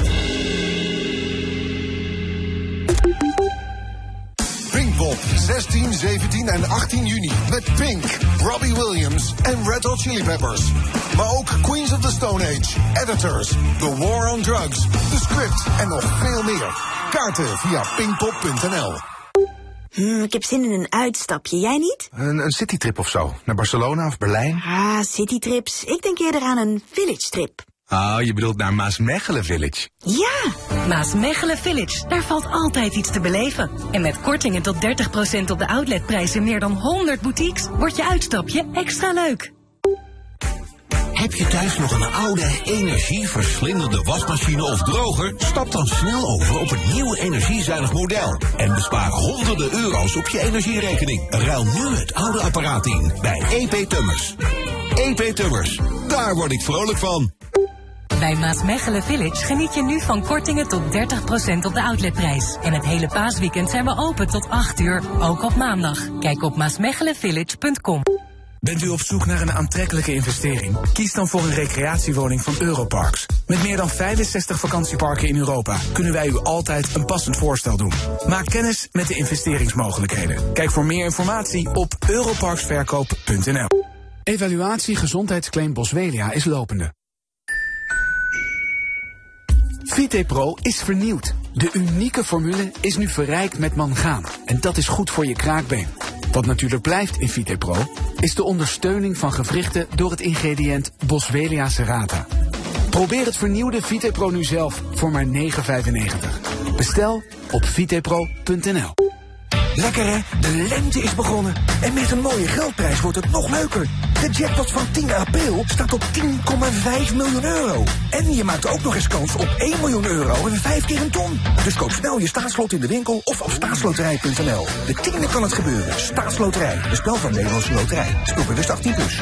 Pinkpop, zestien, zeventien en achttien juni. Met Pink, Robbie Williams en Red Hot Chili Peppers. Maar ook Queens of the Stone Age, Editors, The War on Drugs, The Script en nog veel meer. Kaarten via pinkpop punt n l. Hmm, ik heb zin in een uitstapje. Jij niet? Een, een citytrip of zo. Naar Barcelona of Berlijn. Ah, citytrips. Ik denk eerder aan een village trip. Oh, je bedoelt naar Maasmechelen Village. Ja! Maasmechelen Village. Daar valt altijd iets te beleven. En met kortingen tot dertig procent op de outletprijs in meer dan honderd boutiques wordt je uitstapje extra leuk. Heb je thuis nog een oude, energieverslindende wasmachine of droger? Stap dan snel over op het nieuwe energiezuinig model. En bespaar honderden euro's op je energierekening. Ruil nu het oude apparaat in bij E P Tummers. E P Tummers, daar word ik vrolijk van. Bij Maasmechelen Village geniet je nu van kortingen tot dertig procent op de outletprijs. En het hele paasweekend zijn we open tot acht uur, ook op maandag. Kijk op maasmechelenvillage punt com. Bent u op zoek naar een aantrekkelijke investering? Kies dan voor een recreatiewoning van Europarks. Met meer dan vijfenzestig vakantieparken in Europa kunnen wij u altijd een passend voorstel doen. Maak kennis met de investeringsmogelijkheden. Kijk voor meer informatie op europarksverkoop punt n l. Evaluatie gezondheidsclaim Boswellia is lopende. VitePro is vernieuwd. De unieke formule is nu verrijkt met mangaan. En dat is goed voor je kraakbeen. Wat natuurlijk blijft in VitePro is de ondersteuning van gewrichten door het ingrediënt Boswellia serrata. Probeer het vernieuwde VitePro nu zelf voor maar negen vijfennegentig. Bestel op vitepro punt n l. Lekker hè? De lente is begonnen. En met een mooie geldprijs wordt het nog leuker. De jackpot van tien april staat op tien komma vijf miljoen euro. En je maakt ook nog eens kans op één miljoen euro en vijf keer een ton. Dus koop snel je staatslot in de winkel of op staatsloterij punt n l. De tiende kan het gebeuren. Staatsloterij. De spel van Nederlandse Loterij. Speel bewust achttien plus.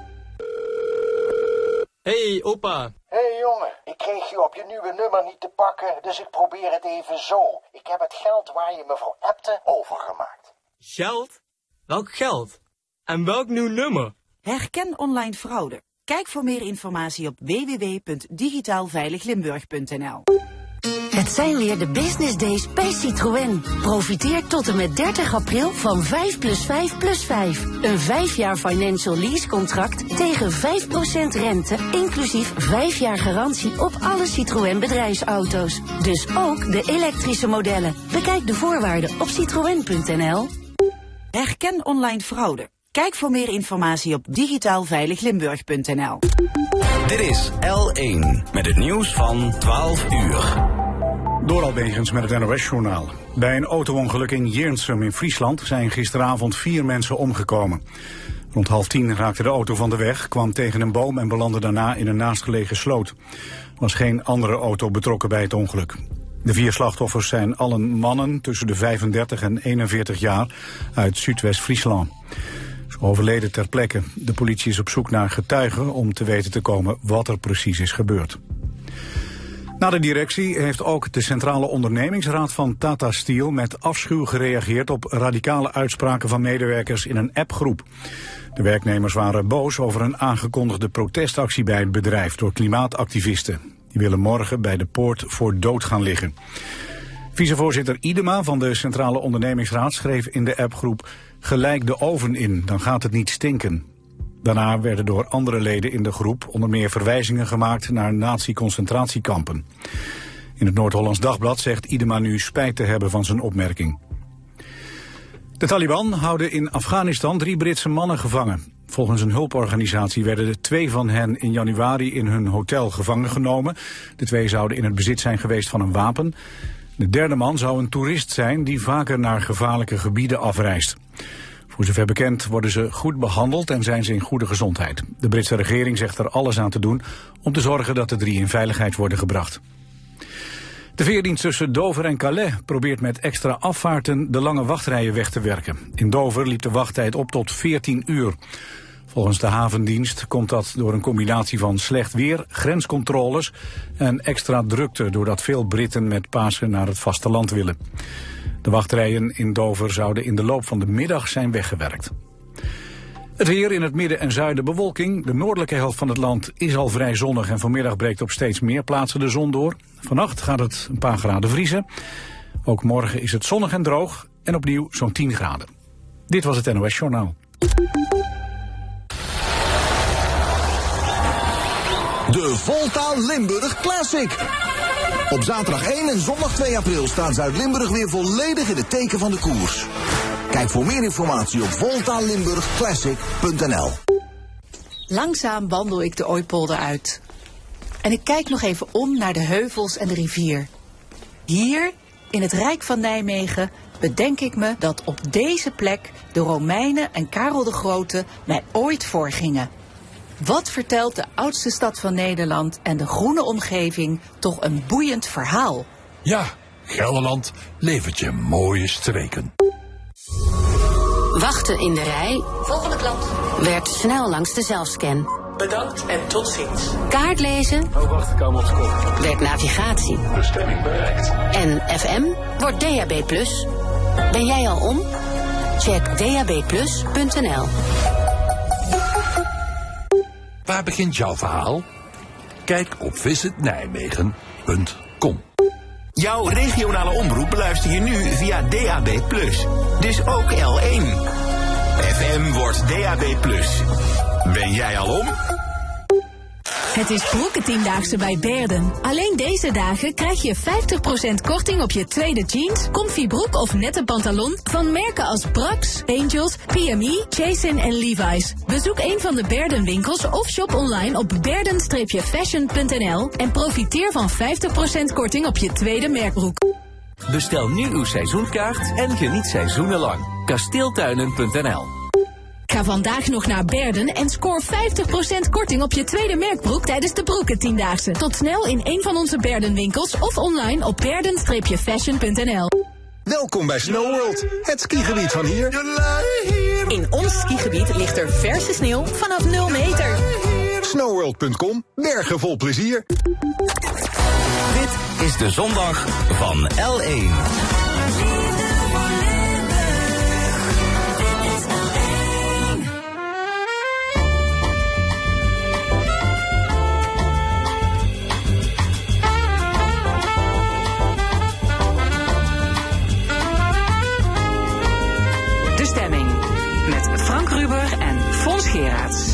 Hey, opa. Hey jongen, ik kreeg je op je nieuwe nummer niet te pakken, dus ik probeer het even zo. Ik heb het geld waar je me voor appte overgemaakt. Geld? Welk geld? En welk nieuw nummer? Herken online fraude. Kijk voor meer informatie op w w w punt digitaal veilig limburg punt n l. Het zijn weer de Business Days bij Citroën. Profiteer tot en met dertig april van vijf plus vijf plus vijf. Een vijf jaar financial lease contract tegen vijf procent rente, inclusief vijf jaar garantie op alle Citroën bedrijfsauto's. Dus ook de elektrische modellen. Bekijk de voorwaarden op citroën punt n l. Herken online fraude. Kijk voor meer informatie op digitaal veilig limburg punt n l. Dit is L één met het nieuws van twaalf uur. Door Albegens met het N O S-journaal. Bij een auto-ongeluk in Jeernsum in Friesland zijn gisteravond vier mensen omgekomen. Rond half tien raakte de auto van de weg, kwam tegen een boom en belandde daarna in een naastgelegen sloot. Er was geen andere auto betrokken bij het ongeluk. De vier slachtoffers zijn allen mannen tussen de vijfendertig en eenenveertig jaar uit Zuidwest-Friesland. Ze overleden ter plekke. De politie is op zoek naar getuigen om te weten te komen wat er precies is gebeurd. Na de directie heeft ook de Centrale Ondernemingsraad van Tata Steel met afschuw gereageerd op radicale uitspraken van medewerkers in een appgroep. De werknemers waren boos over een aangekondigde protestactie bij het bedrijf door klimaatactivisten. Die willen morgen bij de poort voor dood gaan liggen. Vicevoorzitter Idema van de Centrale Ondernemingsraad schreef in de appgroep: gelijk de oven in, dan gaat het niet stinken. Daarna werden door andere leden in de groep onder meer verwijzingen gemaakt naar nazi-concentratiekampen. In het Noord-Hollands Dagblad zegt Idema nu spijt te hebben van zijn opmerking. De Taliban houden in Afghanistan drie Britse mannen gevangen. Volgens een hulporganisatie werden er twee van hen in januari in hun hotel gevangen genomen. De twee zouden in het bezit zijn geweest van een wapen. De derde man zou een toerist zijn die vaker naar gevaarlijke gebieden afreist. Voor zover bekend worden ze goed behandeld en zijn ze in goede gezondheid. De Britse regering zegt er alles aan te doen om te zorgen dat de drie in veiligheid worden gebracht. De veerdienst tussen Dover en Calais probeert met extra afvaarten de lange wachtrijen weg te werken. In Dover liep de wachttijd op tot veertien uur. Volgens de havendienst komt dat door een combinatie van slecht weer, grenscontroles en extra drukte doordat veel Britten met Pasen naar het vasteland willen. De wachtrijen in Dover zouden in de loop van de middag zijn weggewerkt. Het weer in het midden en zuiden bewolking. De noordelijke helft van het land is al vrij zonnig en vanmiddag breekt op steeds meer plaatsen de zon door. Vannacht gaat het een paar graden vriezen. Ook morgen is het zonnig en droog en opnieuw zo'n tien graden. Dit was het N O S Journaal. De Volta Limburg Classic. Op zaterdag één en zondag twee april staat Zuid-Limburg weer volledig in het teken van de koers. Kijk voor meer informatie op volta limburg classic punt n l. Langzaam wandel ik de Ooipolder uit. En ik kijk nog even om naar de heuvels en de rivier. Hier, in het Rijk van Nijmegen, bedenk ik me dat op deze plek de Romeinen en Karel de Grote mij ooit voorgingen. Wat vertelt de oudste stad van Nederland en de groene omgeving toch een boeiend verhaal? Ja, Gelderland levert je mooie streken. Wachten in de rij. Volgende klant. Werd snel langs de zelfscan. Bedankt en tot ziens. Kaart lezen. Oh, wacht, ik kom op de kop. Werd navigatie. Bestemming bereikt. En F M wordt D A B plus. Ben jij al om? Check d a b plus punt n l. Waar begint jouw verhaal? Kijk op visit nijmegen punt com. Jouw regionale omroep beluister je nu via D A B plus. Dus ook L één. F M wordt D A B plus. Ben jij al om? Het is Broekentiendaagse bij Berden. Alleen deze dagen krijg je vijftig procent korting op je tweede jeans, comfy broek of nette pantalon van merken als Brax, Angels, P M E, Chasin en Levi's. Bezoek een van de Berden winkels of shop online op berden fashion punt n l en profiteer van vijftig procent korting op je tweede merkbroek. Bestel nu uw seizoenkaart en geniet seizoenenlang. kasteeltuinen punt n l. Ga vandaag nog naar Berden en scoor vijftig procent korting op je tweede merkbroek tijdens de Broekentiendaagse. Tot snel in een van onze Berden winkels of online op berden fashion punt n l. Welkom bij Snow World, het skigebied van hier. In ons skigebied ligt er verse sneeuw vanaf nul meter. snowworld punt com, bergen vol plezier. Dit is de zondag van L één. De Stemming met Frank Ruber en Fons Geraerts.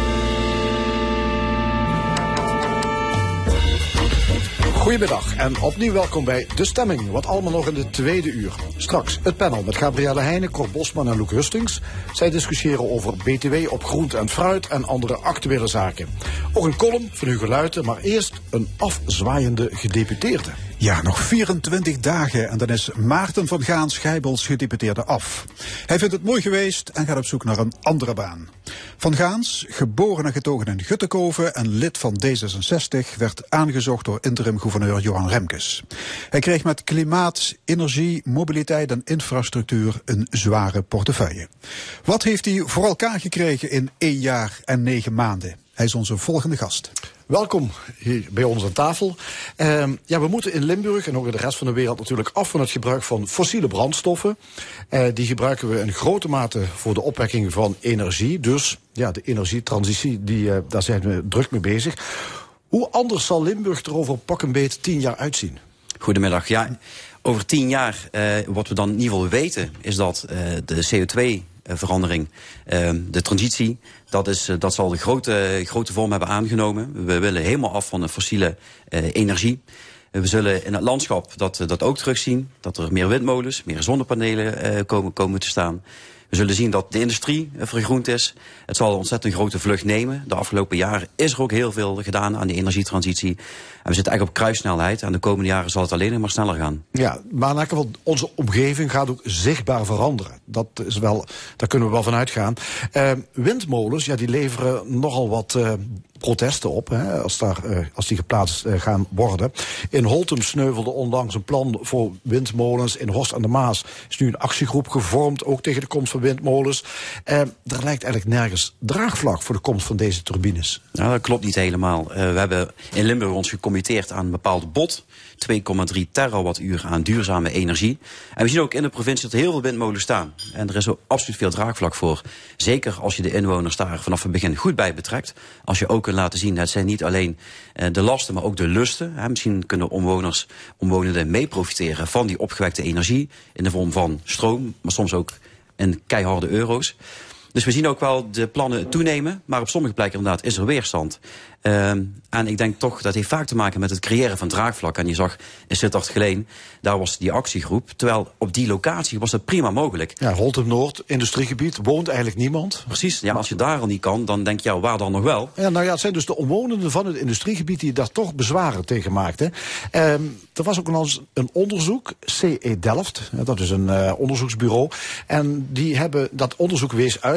Goedemiddag en opnieuw welkom bij De Stemming. Wat allemaal nog in de tweede uur. Straks het panel met Gabrielle Heijnen, Cor Bosman en Loek Hustings. Zij discussiëren over B T W op groente en fruit en andere actuele zaken. Ook een column van Hugo Luiten, maar eerst een afzwaaiende gedeputeerde. Ja, nog vierentwintig dagen en dan is Maarten van Gaans-Gijbels gedeputeerde af. Hij vindt het mooi geweest en gaat op zoek naar een andere baan. Van Gaans, geboren en getogen in Guttekoven en lid van D zesenzestig, werd aangezocht door interim-gouverneur Johan Remkes. Hij kreeg met klimaat, energie, mobiliteit en infrastructuur een zware portefeuille. Wat heeft hij voor elkaar gekregen in één jaar en negen maanden? Hij is onze volgende gast. Welkom hier bij ons aan tafel. Uh, ja, we moeten in Limburg en ook in de rest van de wereld natuurlijk af van het gebruik van fossiele brandstoffen. Uh, die gebruiken we in grote mate voor de opwekking van energie. Dus ja, de energietransitie, die, uh, daar zijn we druk mee bezig. Hoe anders zal Limburg er over pak een beet tien jaar uitzien? Goedemiddag. Ja, over tien jaar, uh, wat we dan in ieder geval weten, is dat uh, de C O twee verandering, uh, de transitie, dat, is, uh, dat zal de grote, grote vorm hebben aangenomen. We willen helemaal af van de fossiele uh, energie. Uh, we zullen in het landschap dat, uh, dat ook terugzien, dat er meer windmolens, meer zonnepanelen uh, komen, komen te staan. We zullen zien dat de industrie vergroend is. Het zal een ontzettend grote vlucht nemen. De afgelopen jaren is er ook heel veel gedaan aan die energietransitie. En we zitten eigenlijk op kruissnelheid. En de komende jaren zal het alleen nog maar sneller gaan. Ja, maar in elk geval, onze omgeving gaat ook zichtbaar veranderen. Dat is wel, daar kunnen we wel van uitgaan. Uh, windmolens, ja, die leveren nogal wat uh, protesten op, hè, als, daar, uh, als die geplaatst uh, gaan worden. In Holtum sneuvelde onlangs een plan voor windmolens. In Horst aan de Maas is nu een actiegroep gevormd, ook tegen de komst van windmolens. Uh, er lijkt eigenlijk nergens draagvlak voor de komst van deze turbines. Nou, dat klopt niet helemaal. Uh, we hebben in Limburg ons gecommitteerd aan een bepaald bod. twee komma drie terawattuur aan duurzame energie. En we zien ook in de provincie dat er heel veel windmolens staan. En er is ook absoluut veel draagvlak voor. Zeker als je de inwoners daar vanaf het begin goed bij betrekt. Als je ook kunt laten zien, het zijn niet alleen uh, de lasten, maar ook de lusten. Hè. Misschien kunnen omwoners, omwonenden mee profiteren van die opgewekte energie. In de vorm van stroom, maar soms ook in keiharde euro's. Dus we zien ook wel de plannen toenemen, maar op sommige plekken inderdaad is er weerstand. Uh, en ik denk toch, dat heeft vaak te maken met het creëren van draagvlak. En je zag in Sittard-Geleen, daar was die actiegroep. Terwijl op die locatie was dat prima mogelijk. Ja, Holtum Noord, industriegebied, woont eigenlijk niemand. Precies, ja, als je daar al niet kan, dan denk je, ja, waar dan nog wel? Ja, nou ja, het zijn dus de omwonenden van het industriegebied die daar toch bezwaren tegen maakten. Um, er was ook een, een onderzoek, C E Delft, dat is een uh, onderzoeksbureau. En die hebben dat onderzoek wees uit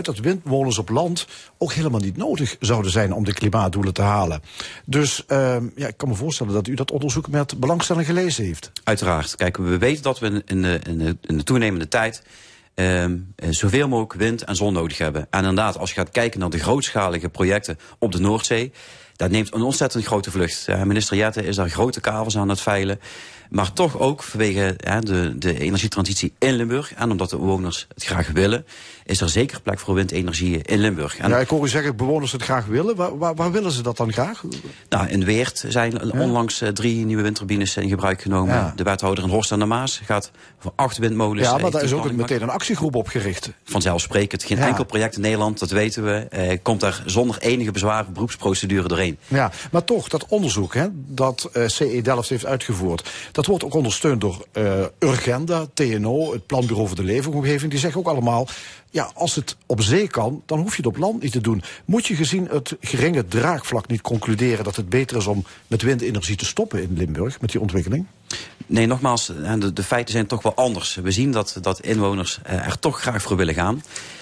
uit dat windmolens op land ook helemaal niet nodig zouden zijn om de klimaatdoelen te halen. Dus uh, ja, ik kan me voorstellen dat u dat onderzoek met belangstelling gelezen heeft. Uiteraard. Kijk, we weten dat we in de, in de, in de toenemende tijd Uh, zoveel mogelijk wind en zon nodig hebben. En inderdaad, als je gaat kijken naar de grootschalige projecten op de Noordzee, dat neemt een ontzettend grote vlucht. Uh, minister Jette is daar grote kavels aan het veilen. Maar toch ook vanwege uh, de, de energietransitie in Limburg, en omdat de bewoners het graag willen, is er zeker plek voor windenergie in Limburg. En ja, ik hoor u zeggen, bewoners het graag willen. Waar, waar, waar willen ze dat dan graag? Nou, in Weert zijn ja. onlangs uh, drie nieuwe windturbines in gebruik genomen. Ja. De wethouder in Horst aan de Maas gaat voor acht windmolens. Ja, maar daar is ook een, meteen een actiegroep opgericht. Vanzelfsprekend. Geen ja. enkel project in Nederland, dat weten we, uh, komt daar zonder enige bezwaar beroepsprocedure doorheen. Ja, maar toch, dat onderzoek hè, dat uh, C E Delft heeft uitgevoerd, dat wordt ook ondersteund door uh, Urgenda, T N O, het Planbureau voor de Leefomgeving. Die zeggen ook allemaal, ja, als het op zee kan, dan hoef je het op land niet te doen. Moet je gezien het geringe draagvlak niet concluderen dat het beter is om met windenergie te stoppen in Limburg, met die ontwikkeling? Nee, nogmaals, de, de feiten zijn toch wel anders. We zien dat, dat inwoners er toch graag voor willen gaan.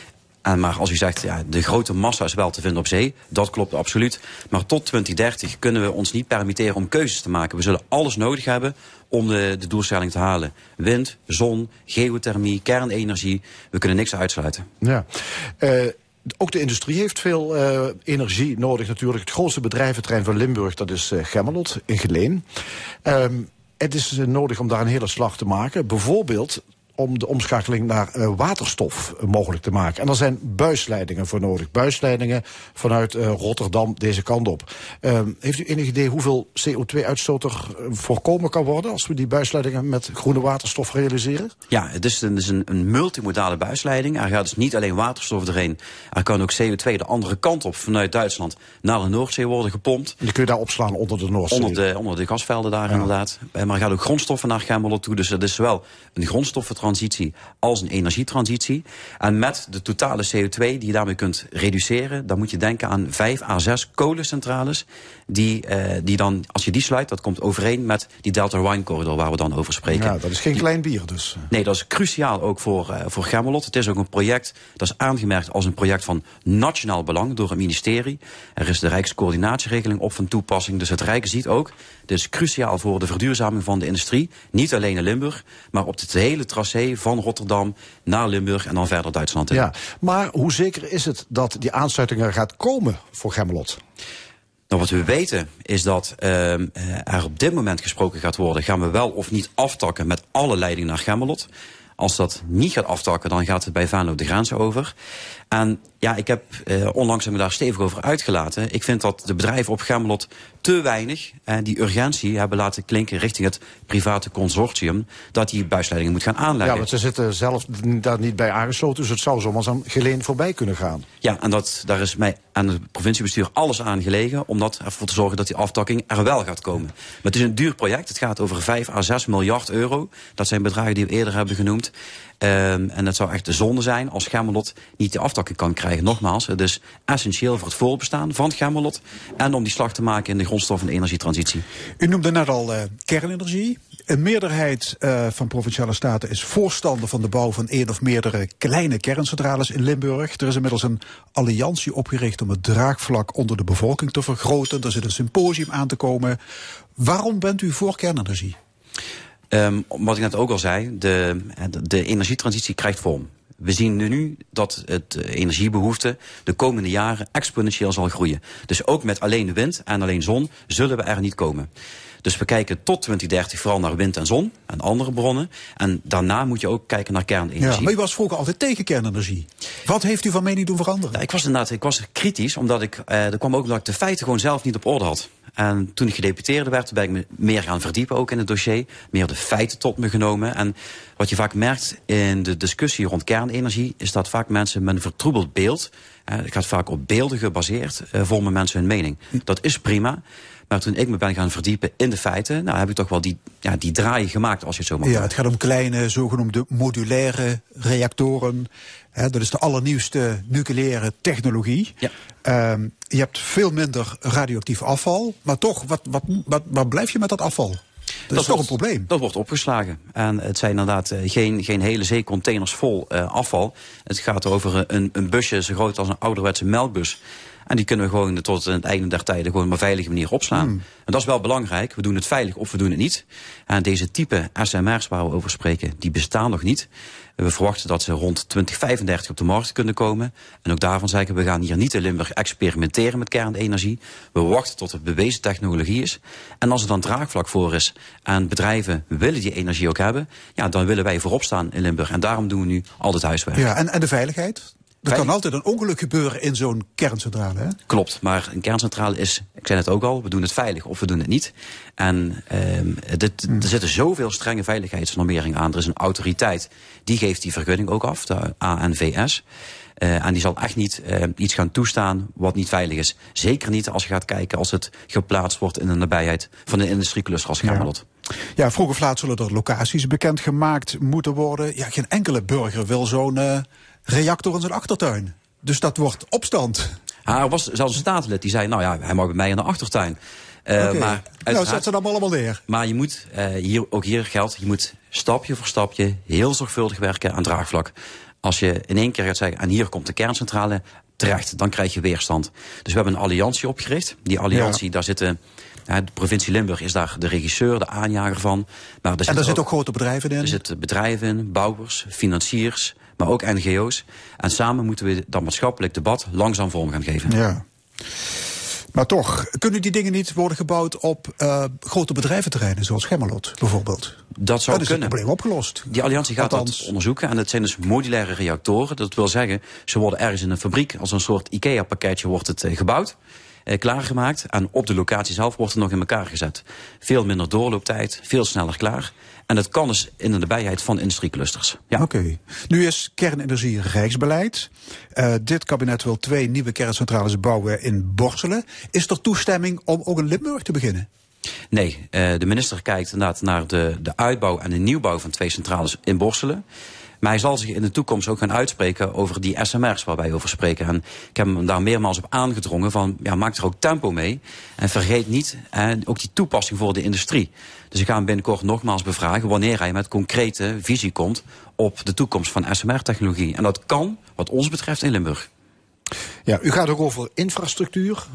En maar als u zegt, ja, de grote massa is wel te vinden op zee, dat klopt absoluut. Maar tot twintig dertig kunnen we ons niet permitteren om keuzes te maken. We zullen alles nodig hebben om de, de doelstelling te halen. Wind, zon, geothermie, kernenergie. We kunnen niks uitsluiten. Ja. Uh... Ook de industrie heeft veel uh, energie nodig natuurlijk. Het grootste bedrijventerrein van Limburg, dat is uh, Gemmelot in Geleen. Um, het is uh, nodig om daar een hele slag te maken. Bijvoorbeeld om de omschakeling naar uh, waterstof uh, mogelijk te maken. En er zijn buisleidingen voor nodig. Buisleidingen vanuit uh, Rotterdam deze kant op. Uh, heeft u enig idee hoeveel C O twee uitstoot er uh, voorkomen kan worden als we die buisleidingen met groene waterstof realiseren? Ja, het is, een, het is een, een multimodale buisleiding. Er gaat dus niet alleen waterstof erheen. Er kan ook C O twee de andere kant op vanuit Duitsland naar de Noordzee worden gepompt. En die kun je daar opslaan onder de Noordzee? Onder de, onder de gasvelden daar ja. inderdaad. Maar er gaat ook grondstoffen naar Gemmelot toe. Dus het is zowel een grondstoffen transitie als een energietransitie. En met de totale C O twee die je daarmee kunt reduceren, dan moet je denken aan vijf à zes kolencentrales die, uh, die dan, als je die sluit, dat komt overeen met die Delta Wine Corridor waar we dan over spreken. Ja, dat is geen die, klein bier dus. Nee, dat is cruciaal ook voor, uh, voor Gemmelot. Het is ook een project, dat is aangemerkt als een project van nationaal belang door het ministerie. Er is de Rijkscoördinatieregeling op van toepassing, dus het Rijk ziet ook, dit is cruciaal voor de verduurzaming van de industrie. Niet alleen in Limburg, maar op het hele tracé van Rotterdam naar Limburg en dan verder Duitsland in. Ja, maar hoe zeker is het dat die aansluiting er gaat komen voor Gemmelot? Nou, wat we weten is dat uh, er op dit moment gesproken gaat worden, gaan we wel of niet aftakken met alle leidingen naar Gemmelot. Als dat niet gaat aftakken, dan gaat het bij Venlo de grens over. En ja, ik heb uh, onlangs me daar stevig over uitgelaten. Ik vind dat de bedrijven op Gemmelot te weinig uh, die urgentie hebben laten klinken richting het private consortium dat die buisleidingen moet gaan aanleggen. Ja, want ze zitten zelf daar niet bij aangesloten, dus het zou zomaar aan Geleen voorbij kunnen gaan. Ja, en dat, daar is mij aan het provinciebestuur alles aan gelegen om dat ervoor te zorgen dat die aftakking er wel gaat komen. Maar het is een duur project. Het gaat over vijf à zes miljard euro. Dat zijn bedragen die we eerder hebben genoemd. Um, en het zou echt de zonde zijn als Gemmelot niet die aftakking kan krijgen. Nogmaals, het is essentieel voor het voortbestaan van Gemmelot en om die slag te maken in de grondstof- en energietransitie. U noemde net al uh, kernenergie. Een meerderheid uh, van Provinciale Staten is voorstander van de bouw van één of meerdere kleine kerncentrales in Limburg. Er is inmiddels een alliantie opgericht om het draagvlak onder de bevolking te vergroten. Er zit een symposium aan te komen. Waarom bent u voor kernenergie? Um, wat ik net ook al zei, de, de, de energietransitie krijgt vorm. We zien nu dat het energiebehoefte de komende jaren exponentieel zal groeien. Dus ook met alleen wind en alleen zon zullen we er niet komen. Dus we kijken tot twintig dertig vooral naar wind en zon en andere bronnen. En daarna moet je ook kijken naar kernenergie. Ja, maar u was vroeger altijd tegen kernenergie. Wat heeft u van mening doen veranderen? Ja, ik was inderdaad ik was kritisch, omdat ik, eh, er kwam ook omdat ik de feiten gewoon zelf niet op orde had. En toen ik gedeputeerde werd, ben ik me meer gaan verdiepen ook in het dossier. Meer de feiten tot me genomen. En wat je vaak merkt in de discussie rond kernenergie, is dat vaak mensen met een vertroebeld beeld, eh, het gaat vaak op beelden gebaseerd, eh, vormen mensen hun mening. Dat is prima. Maar toen ik me ben gaan verdiepen in de feiten, nou heb ik toch wel die, ja, die draai gemaakt, als je het zo mag Ja, doen. het gaat om kleine, zogenoemde modulaire reactoren. Hè, dat is de allernieuwste nucleaire technologie. Ja. Um, je hebt veel minder radioactief afval. Maar toch, wat, wat, wat, waar blijf je met dat afval? Dat is toch een probleem. Dat wordt opgeslagen. En het zijn inderdaad uh, geen, geen hele zeecontainers vol uh, afval. Het gaat over een, een busje zo groot als een ouderwetse melkbus. En die kunnen we gewoon tot het einde der tijden gewoon op een veilige manier opslaan. Hmm. En dat is wel belangrijk. We doen het veilig of we doen het niet. En deze type S M R's waar we over spreken, die bestaan nog niet. We verwachten dat ze rond twintig vijfendertig op de markt kunnen komen. En ook daarvan zeggen we gaan hier niet in Limburg experimenteren met kernenergie. We wachten tot het bewezen technologie is. En als er dan draagvlak voor is en bedrijven willen die energie ook hebben, ja, dan willen wij voorop staan in Limburg. En daarom doen we nu al het huiswerk. Ja, en, en de veiligheid? Er kan altijd een ongeluk gebeuren in zo'n kerncentrale, hè? Klopt, maar een kerncentrale is, ik zei het ook al, we doen het veilig of we doen het niet. En uh, dit, hmm. er zitten zoveel strenge veiligheidsnormeringen aan. Er is een autoriteit, die geeft die vergunning ook af, de A N V S. Uh, en die zal echt niet uh, iets gaan toestaan wat niet veilig is. Zeker niet als je gaat kijken als het geplaatst wordt in de nabijheid van een industriecluster als Gemmelot. Ja. Ja, vroeg of laat zullen er locaties bekendgemaakt moeten worden. Ja, geen enkele burger wil zo'n uh, reactor in zijn achtertuin. Dus dat wordt opstand. Ah, er was zelfs een staatslid die zei, nou ja, hij mag bij mij in de achtertuin. Uh, okay. Maar nou, zet ze dan allemaal neer. Maar je moet, uh, hier, ook hier geldt, je moet stapje voor stapje heel zorgvuldig werken aan draagvlak. Als je in één keer gaat zeggen, en hier komt de kerncentrale terecht, dan krijg je weerstand. Dus we hebben een alliantie opgericht. Die alliantie, ja. daar zitten, ja, de provincie Limburg is daar de regisseur, de aanjager van. Maar er en daar zitten ook, ook grote bedrijven in? Er zitten bedrijven in, bouwers, financiers, maar ook N G O's. En samen moeten we dat maatschappelijk debat langzaam vorm gaan geven. Ja. Maar toch, kunnen die dingen niet worden gebouwd op uh, grote bedrijventerreinen, zoals Gemmelot bijvoorbeeld? Dat zou dat kunnen. is het probleem opgelost. Die alliantie gaat Althans. dat onderzoeken. En het zijn dus modulaire reactoren. Dat wil zeggen, ze worden ergens in een fabriek als een soort IKEA-pakketje wordt het uh, gebouwd. Eh, klaargemaakt. En op de locatie zelf wordt het nog in elkaar gezet. Veel minder doorlooptijd, veel sneller klaar. En dat kan dus in de nabijheid van industrieclusters. Ja. Oké. Okay. Nu is kernenergie rijksbeleid. Uh, dit kabinet wil twee nieuwe kerncentrales bouwen in Borselen. Is er toestemming om ook in Limburg te beginnen? Nee, uh, de minister kijkt inderdaad naar de, de uitbouw en de nieuwbouw van twee centrales in Borselen. Maar hij zal zich in de toekomst ook gaan uitspreken over die S M R's waar wij over spreken. En ik heb hem daar meermaals op aangedrongen van, ja, maak er ook tempo mee. En vergeet niet, eh, ook die toepassing voor de industrie. Dus ik ga hem binnenkort nogmaals bevragen wanneer hij met concrete visie komt op de toekomst van S M R-technologie. En dat kan, wat ons betreft, in Limburg. Ja, u gaat ook over infrastructuur.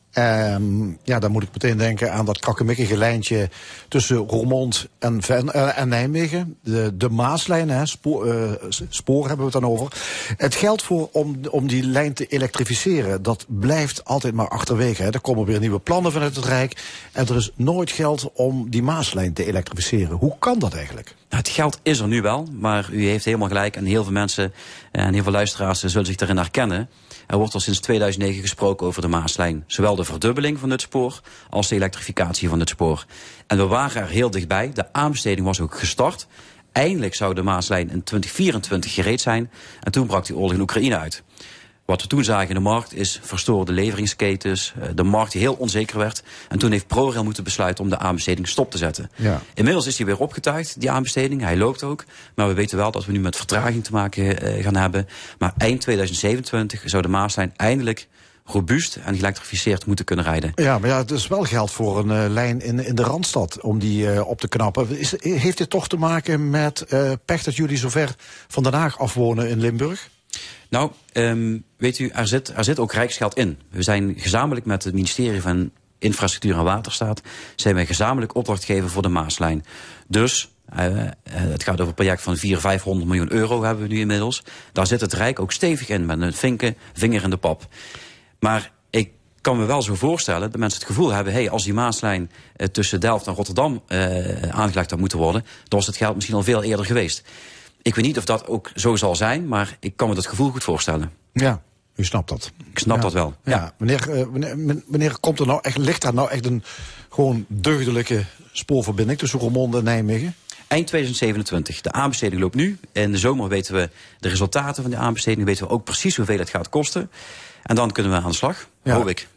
Um, ja, dan moet ik meteen denken aan dat krakkemikkige lijntje tussen Roermond en, Ven, uh, en Nijmegen. De, de Maaslijn, hè, spoor, uh, spoor hebben we het dan over. Het geld voor om, om die lijn te elektrificeren, dat blijft altijd maar achterwege. Hè. Er komen weer nieuwe plannen vanuit het Rijk. En er is nooit geld om die Maaslijn te elektrificeren. Hoe kan dat eigenlijk? Nou, het geld is er nu wel, maar u heeft helemaal gelijk. En heel veel mensen en heel veel luisteraars zullen zich daarin herkennen. Er wordt al sinds tweeduizend negen gesproken over de Maaslijn. Zowel de verdubbeling van het spoor als de elektrificatie van het spoor. En we waren er heel dichtbij. De aanbesteding was ook gestart. Eindelijk zou de Maaslijn in twintig vierentwintig gereed zijn. En toen brak die oorlog in Oekraïne uit. Wat we toen zagen in de markt is verstoorde leveringsketens. De markt die heel onzeker werd. En toen heeft ProRail moeten besluiten om de aanbesteding stop te zetten. Ja. Inmiddels is die weer opgetuigd, die aanbesteding. Hij loopt ook. Maar we weten wel dat we nu met vertraging te maken uh, gaan hebben. Maar eind tweeduizend zevenentwintig zou de Maaslijn eindelijk robuust en geëlektrificeerd moeten kunnen rijden. Ja, maar ja, het is wel geld voor een uh, lijn in, in de Randstad om die uh, op te knappen. Is, heeft dit toch te maken met uh, pech dat jullie zo ver van Den Haag afwonen in Limburg? Nou, um, weet u, er zit, er zit ook rijksgeld in. We zijn gezamenlijk met het ministerie van Infrastructuur en Waterstaat zijn wij gezamenlijk opdrachtgever voor de Maaslijn. Dus uh, uh, het gaat over een project van vierhonderd, vijfhonderd miljoen euro hebben we nu inmiddels. Daar zit het Rijk ook stevig in met een vinken, vinger in de pap. Maar ik kan me wel zo voorstellen dat mensen het gevoel hebben, hey, als die Maaslijn uh, tussen Delft en Rotterdam uh, aangelegd had moeten worden, dan was het geld misschien al veel eerder geweest. Ik weet niet of dat ook zo zal zijn, maar ik kan me dat gevoel goed voorstellen. Ja, u snapt dat. Ik snap ja. dat wel. Ja, ja. Wanneer, uh, wanneer, wanneer komt er nou echt, ligt daar nou echt een gewoon deugdelijke spoorverbinding tussen Roermond en Nijmegen? Eind tweeduizend zevenentwintig. De aanbesteding loopt nu. In de zomer weten we de resultaten van de aanbesteding. Weten we ook precies hoeveel het gaat kosten. En dan kunnen we aan de slag, ja. hoop ik.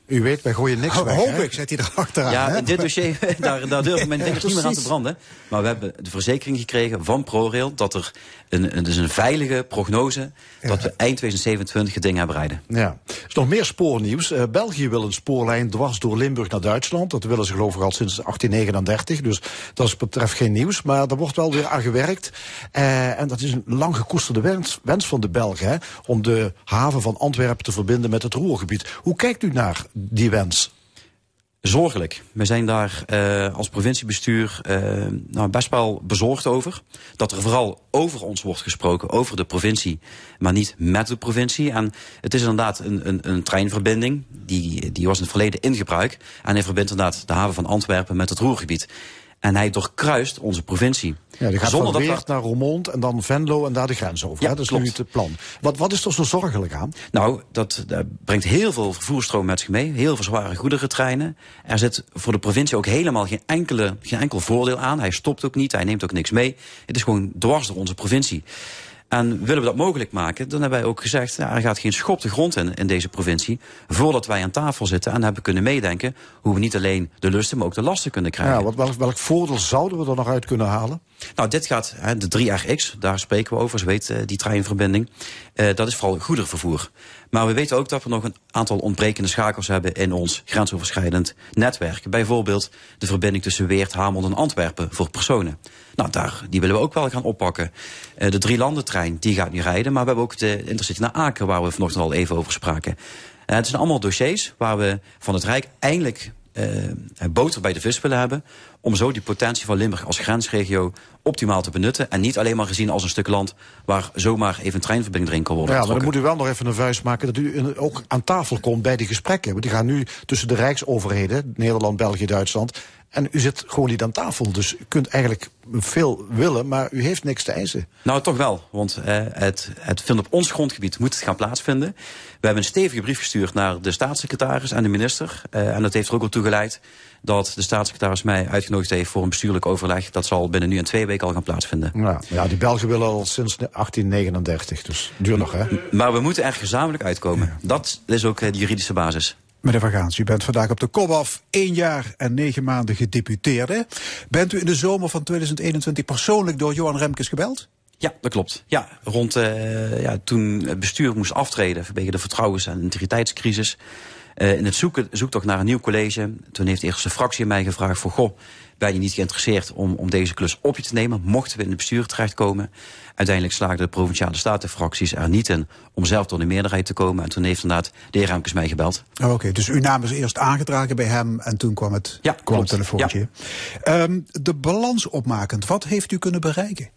U weet, wij gooien niks weg. Hoop ik, zet hij erachteraan. Ja, hè? in dit dossier, daar, daar durven mijn vingers niet meer aan te branden. Maar we hebben de verzekering gekregen van ProRail dat er een, een, dus een veilige prognose, ja. dat we eind twintig zevenentwintig het ding hebben rijden. Ja. Er is nog meer spoornieuws. Uh, België wil een spoorlijn dwars door Limburg naar Duitsland. Dat willen ze geloof ik al sinds achttien negenendertig. Dus dat is betreft geen nieuws. Maar er wordt wel weer aan gewerkt. Uh, en dat is een lang gekoesterde wens, wens van de Belgen. Hè, om de haven van Antwerpen te verbinden met het Ruhrgebied. Hoe kijkt u naar die wens? Zorgelijk. We zijn daar uh, als provinciebestuur uh, nou, best wel bezorgd over. Dat er vooral over ons wordt gesproken, over de provincie, maar niet met de provincie. En het is inderdaad een, een, een treinverbinding, die, die was in het verleden in gebruik. En hij verbindt inderdaad de haven van Antwerpen met het Ruhrgebied. En hij doorkruist onze provincie. Ja, die gaat Zonder van dat Weert naar Roermond en dan Venlo en daar de grens over. Ja, hè? Dat is klopt. nu het plan. Wat, wat is er zo zorgelijk aan? Nou, dat, dat brengt heel veel vervoerstroom met zich mee. Heel veel zware goederentreinen. Er zit voor de provincie ook helemaal geen, enkele, geen enkel voordeel aan. Hij stopt ook niet, hij neemt ook niks mee. Het is gewoon dwars door onze provincie. En willen we dat mogelijk maken, dan hebben wij ook gezegd, nou, er gaat geen schop de grond in, in deze provincie, voordat wij aan tafel zitten en hebben kunnen meedenken hoe we niet alleen de lusten, maar ook de lasten kunnen krijgen. Ja, wat, welk, welk voordeel zouden we er nog uit kunnen halen? Nou, dit gaat, hè, de drie R X, daar spreken we over, zo weet uh, die treinverbinding. Uh, dat is vooral goederenvervoer. Maar we weten ook dat we nog een aantal ontbrekende schakels hebben in ons grensoverschrijdend netwerk. Bijvoorbeeld de verbinding tussen Weert, Hamel en Antwerpen voor personen. Nou, daar, die willen we ook wel gaan oppakken. Uh, de drielandentrein, die gaat nu rijden. Maar we hebben ook de Intercity naar Aken, waar we vanochtend al even over spraken. Uh, het zijn allemaal dossiers waar we van het Rijk eindelijk uh, boter bij de vis willen hebben, om zo die potentie van Limburg als grensregio optimaal te benutten. En niet alleen maar gezien als een stuk land waar zomaar even een treinverbinding erin kan worden Ja, getrokken. maar dan moet u wel nog even een vuist maken dat u ook aan tafel komt bij die gesprekken. Want die gaan nu tussen de rijksoverheden, Nederland, België, Duitsland. En u zit gewoon niet aan tafel. Dus u kunt eigenlijk veel willen, maar u heeft niks te eisen. Nou, toch wel. Want uh, het, het vindt op ons grondgebied moet het gaan plaatsvinden. We hebben een stevige brief gestuurd naar de staatssecretaris en de minister. Uh, en dat heeft er ook al toe geleid dat de staatssecretaris mij uitgenodigd heeft voor een bestuurlijk overleg. Dat zal binnen nu en twee weken al gaan plaatsvinden. Ja, ja, die Belgen willen al sinds achttien negenendertig, dus duur nog, hè? Maar we moeten er gezamenlijk uitkomen. Ja. Dat is ook uh, de juridische basis. Meneer Van Gaans, u bent vandaag op de kop af één jaar en negen maanden gedeputeerde. Bent u in de zomer van tweeduizend eenentwintig persoonlijk door Johan Remkes gebeld? Ja, dat klopt. Ja, rond, uh, ja, toen het bestuur moest aftreden vanwege de vertrouwens- en integriteitscrisis. Uh, in het zoeken, zoektocht naar een nieuw college. Toen heeft eerst de fractie mij gevraagd voor, goh, ben je niet geïnteresseerd om, om deze klus op je te nemen? Mochten we in het bestuur terechtkomen. Uiteindelijk slaagden de Provinciale Statenfracties er niet in om zelf tot de meerderheid te komen. En toen heeft inderdaad de heer Remkes mij gebeld. Oh, Oké, okay. Dus uw naam is eerst aangedragen bij hem en toen kwam het, ja, kwam het telefoontje. Ja. Um, de balans opmakend, wat heeft u kunnen bereiken?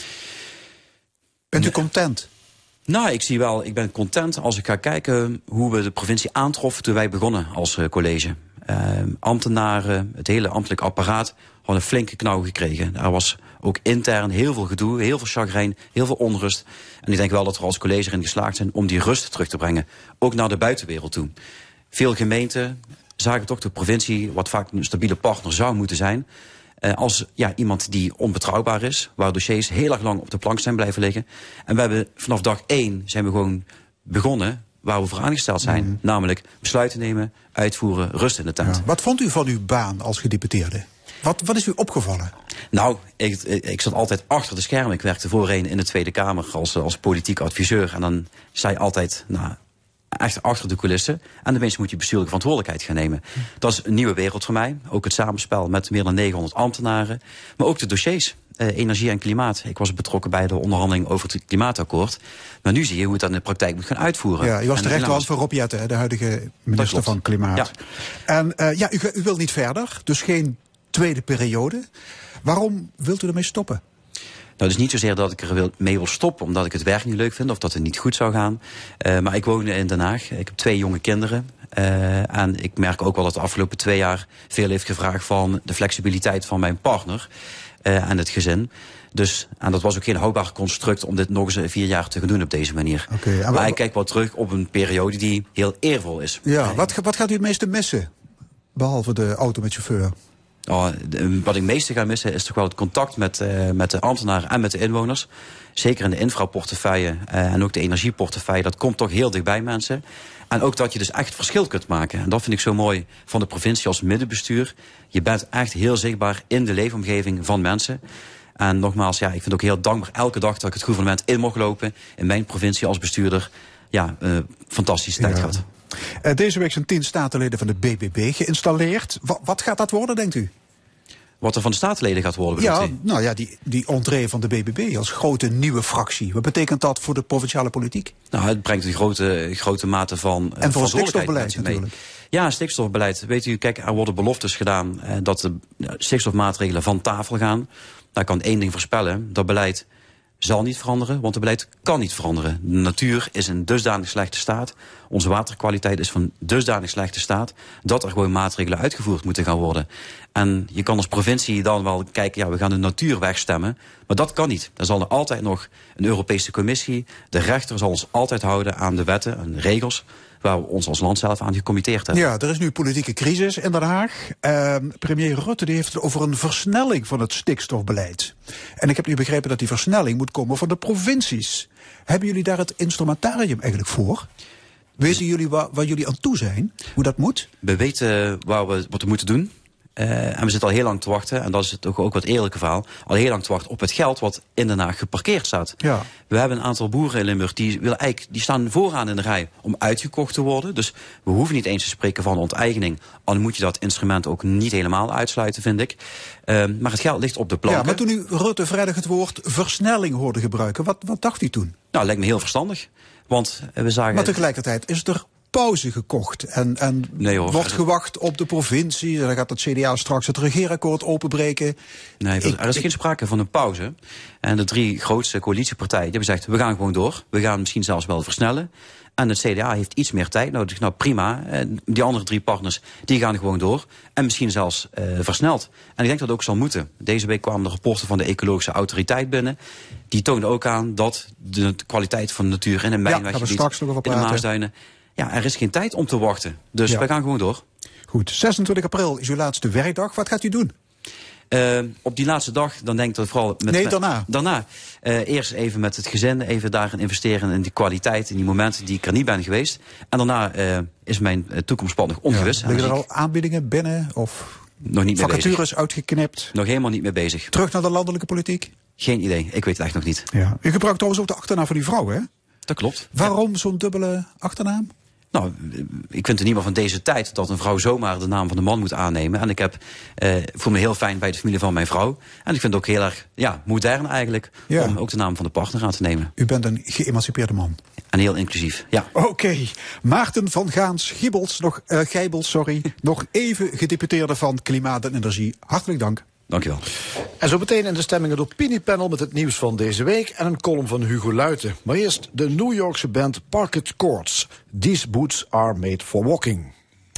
Bent u content? Nou, ik zie wel, ik ben content als ik ga kijken hoe we de provincie aantroffen toen wij begonnen als uh, college. Uh, ambtenaren, het hele ambtelijk apparaat hadden een flinke knauw gekregen. Er was ook intern heel veel gedoe, heel veel chagrijn, heel veel onrust. En ik denk wel dat we als college erin geslaagd zijn om die rust terug te brengen. Ook naar de buitenwereld toe. Veel gemeenten zagen toch de provincie, wat vaak een stabiele partner zou moeten zijn, Uh, als ja, iemand die onbetrouwbaar is, waar dossiers heel erg lang op de plank zijn blijven liggen. En we hebben vanaf dag één zijn we gewoon begonnen waar we voor aangesteld zijn. Mm. Namelijk besluiten nemen, uitvoeren, rust in de tent. Ja. Wat vond u van uw baan als gedeputeerde? Wat, wat is u opgevallen? Nou, ik, ik zat altijd achter de schermen. Ik werkte voorheen in de Tweede Kamer als, als politiek adviseur. En dan zei je altijd, nou, echt achter de coulissen. En de mensen moet je bestuurlijke verantwoordelijkheid gaan nemen. Dat is een nieuwe wereld voor mij. Ook het samenspel met meer dan negenhonderd ambtenaren. Maar ook de dossiers. Uh, energie en klimaat. Ik was betrokken bij de onderhandeling over het klimaatakkoord. Maar nu zie je hoe het dan in de praktijk moet gaan uitvoeren. Ja, u was de rechterhand van Rob Jetten, de huidige minister van Klimaat. Ja. En uh, ja, u, u wilt niet verder. Dus geen tweede periode. Waarom wilt u ermee stoppen? Nou, het is niet zozeer dat ik er mee wil stoppen omdat ik het werk niet leuk vind of dat het niet goed zou gaan. Uh, maar ik woon in Den Haag. Ik heb twee jonge kinderen. Uh, en ik merk ook wel dat de afgelopen twee jaar veel heeft gevraagd van de flexibiliteit van mijn partner uh, en het gezin. Dus, en dat was ook geen houdbaar construct om dit nog eens vier jaar te gaan doen op deze manier. Okay, maar wat, ik kijk wel terug op een periode die heel eervol is. Ja, wat, wat gaat u het meeste missen? Behalve de auto met chauffeur. Oh, de, wat ik het meeste ga missen is toch wel het contact met, uh, met de ambtenaren en met de inwoners. zeker in de infraportefeuille uh, en ook de energieportefeuille, dat komt toch heel dichtbij mensen. En ook dat je dus echt verschil kunt maken. En dat vind ik zo mooi van de provincie als middenbestuur. Je bent echt heel zichtbaar in de leefomgeving van mensen. En nogmaals, ja, ik vind het ook heel dankbaar elke dag dat ik het gouvernement in mocht lopen. In mijn provincie als bestuurder. Ja, uh, fantastische tijd ja. gehad. Uh, deze week zijn tien statenleden van de B B B geïnstalleerd. Wat, wat gaat dat worden, denkt u? Wat er van de statenleden gaat worden, ja, u? nou ja, die, die entree van de B B B als grote nieuwe fractie. Wat betekent dat voor de provinciale politiek? Nou, het brengt een grote, grote mate van uh, en voor het stikstofbeleid natuurlijk. Ja, stikstofbeleid. Weet u, kijk, er worden beloftes gedaan uh, dat de uh, stikstofmaatregelen van tafel gaan. Daar kan één ding voorspellen. Dat beleid zal niet veranderen, want het beleid kan niet veranderen. De natuur is in dusdanig slechte staat. Onze waterkwaliteit is van dusdanig slechte staat dat er gewoon maatregelen uitgevoerd moeten gaan worden. En je kan als provincie dan wel kijken, ja, we gaan de natuur wegstemmen. Maar dat kan niet. Er zal er altijd nog een Europese Commissie. De rechter zal ons altijd houden aan de wetten en regels waar we ons als land zelf aan gecommitteerd hebben. Ja, er is nu politieke crisis in Den Haag. Uh, premier Rutte die heeft het over een versnelling van het stikstofbeleid. En ik heb nu begrepen dat die versnelling moet komen van de provincies. Hebben jullie daar het instrumentarium eigenlijk voor? Weten jullie waar, waar jullie aan toe zijn? Hoe dat moet? We weten waar we, wat we moeten doen. Uh, en we zitten al heel lang te wachten, en dat is toch ook wat eerlijke verhaal, al heel lang te wachten op het geld wat in Den Haag geparkeerd staat. Ja. We hebben een aantal boeren in Limburg die, willen eigenlijk, die staan vooraan in de rij om uitgekocht te worden. Dus we hoeven niet eens te spreken van onteigening. Al moet je dat instrument ook niet helemaal uitsluiten, vind ik. Uh, maar het geld ligt op de planken. Ja, maar toen u Rutte vrijdag het woord versnelling hoorde gebruiken, wat, wat dacht u toen? Nou, lijkt me heel verstandig. Want we zagen... Maar tegelijkertijd is er pauze gekocht en, en nee, hoor, wordt gewacht op de provincie. Dan gaat het C D A straks het regeerakkoord openbreken. Nee, ik, er is ik, geen sprake van een pauze. En de drie grootste coalitiepartijen die hebben gezegd, we gaan gewoon door. We gaan misschien zelfs wel versnellen. En het C D A heeft iets meer tijd nodig. Nou prima, die andere drie partners die gaan gewoon door. En misschien zelfs uh, versneld. En ik denk dat het ook zal moeten. Deze week kwamen de rapporten van de Ecologische Autoriteit binnen. Die toonden ook aan dat de kwaliteit van de natuur in een mijnweggebied, ja, in de Maasduinen, ja, er is geen tijd om te wachten. Dus ja. we gaan gewoon door. Goed, zesentwintig april is uw laatste werkdag. Wat gaat u doen? Uh, op die laatste dag, dan denk ik dat vooral... Met, nee, met, daarna. Daarna. Uh, eerst even met het gezin, even daarin investeren in die kwaliteit, in die momenten die ik er niet ben geweest. En daarna uh, is mijn uh, toekomstpad nog ongewis. Ja, liggen er al aanbiedingen binnen of nog niet vacatures uitgeknipt? Nog helemaal niet mee bezig. Terug naar de landelijke politiek? Geen idee, ik weet het echt nog niet. Ja. U gebruikt trouwens ook de achternaam van uw vrouw, hè? Dat klopt. Waarom ja. zo'n dubbele achternaam? Nou, ik vind het niet meer van deze tijd dat een vrouw zomaar de naam van de man moet aannemen. En ik heb, uh, voel me heel fijn bij de familie van mijn vrouw. En ik vind het ook heel erg ja, modern eigenlijk ja. om ook de naam van de partner aan te nemen. U bent een geëmancipeerde man. En heel inclusief, ja. Oké. Okay. Maarten van Gaans-Gibbels, nog, uh, Gijbels, sorry, nog even gedeputeerde van Klimaat en Energie. Hartelijk dank. Dankjewel. En zo meteen in de stemming het opiniepanel met het nieuws van deze week en een column van Hugo Luiten. Maar eerst de New Yorkse band Parquet Courts. These boots are made for walking.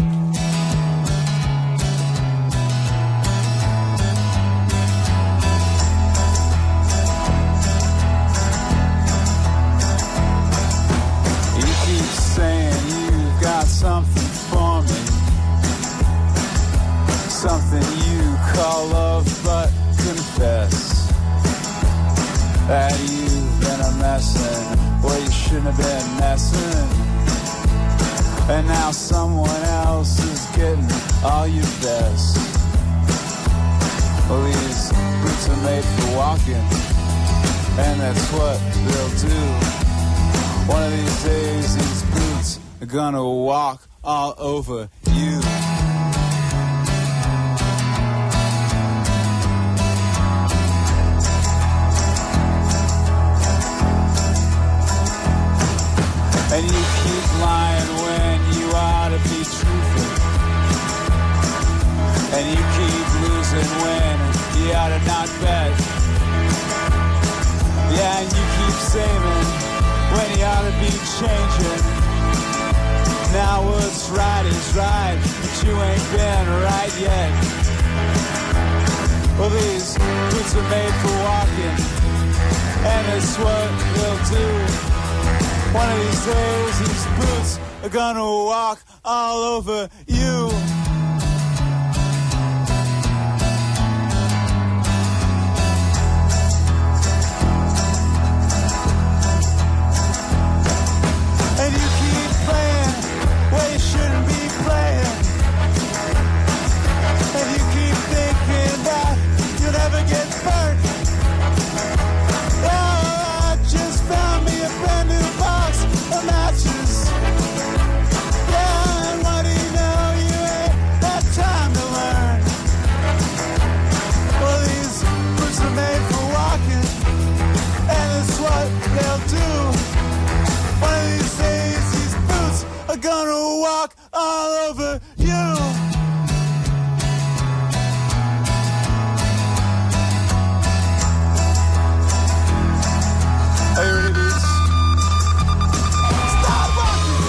You keep saying you've got something for me, something you call love, but confess that you've been a messin' where you shouldn't have been messing, and now someone else is getting all your best. Well, these boots are made for walking, and that's what they'll do. One of these days, these boots are gonna walk all over you. And you keep lying when you ought to be truthful. And you keep losing when you ought to not bet. Yeah, and you keep saving when you ought to be changing. Now what's right is right, but you ain't been right yet. Well, these boots are made for walking, and that's what they'll do. One of these days, these boots are gonna walk all over you. all over you. Are you ready, Beats? Stop rocking!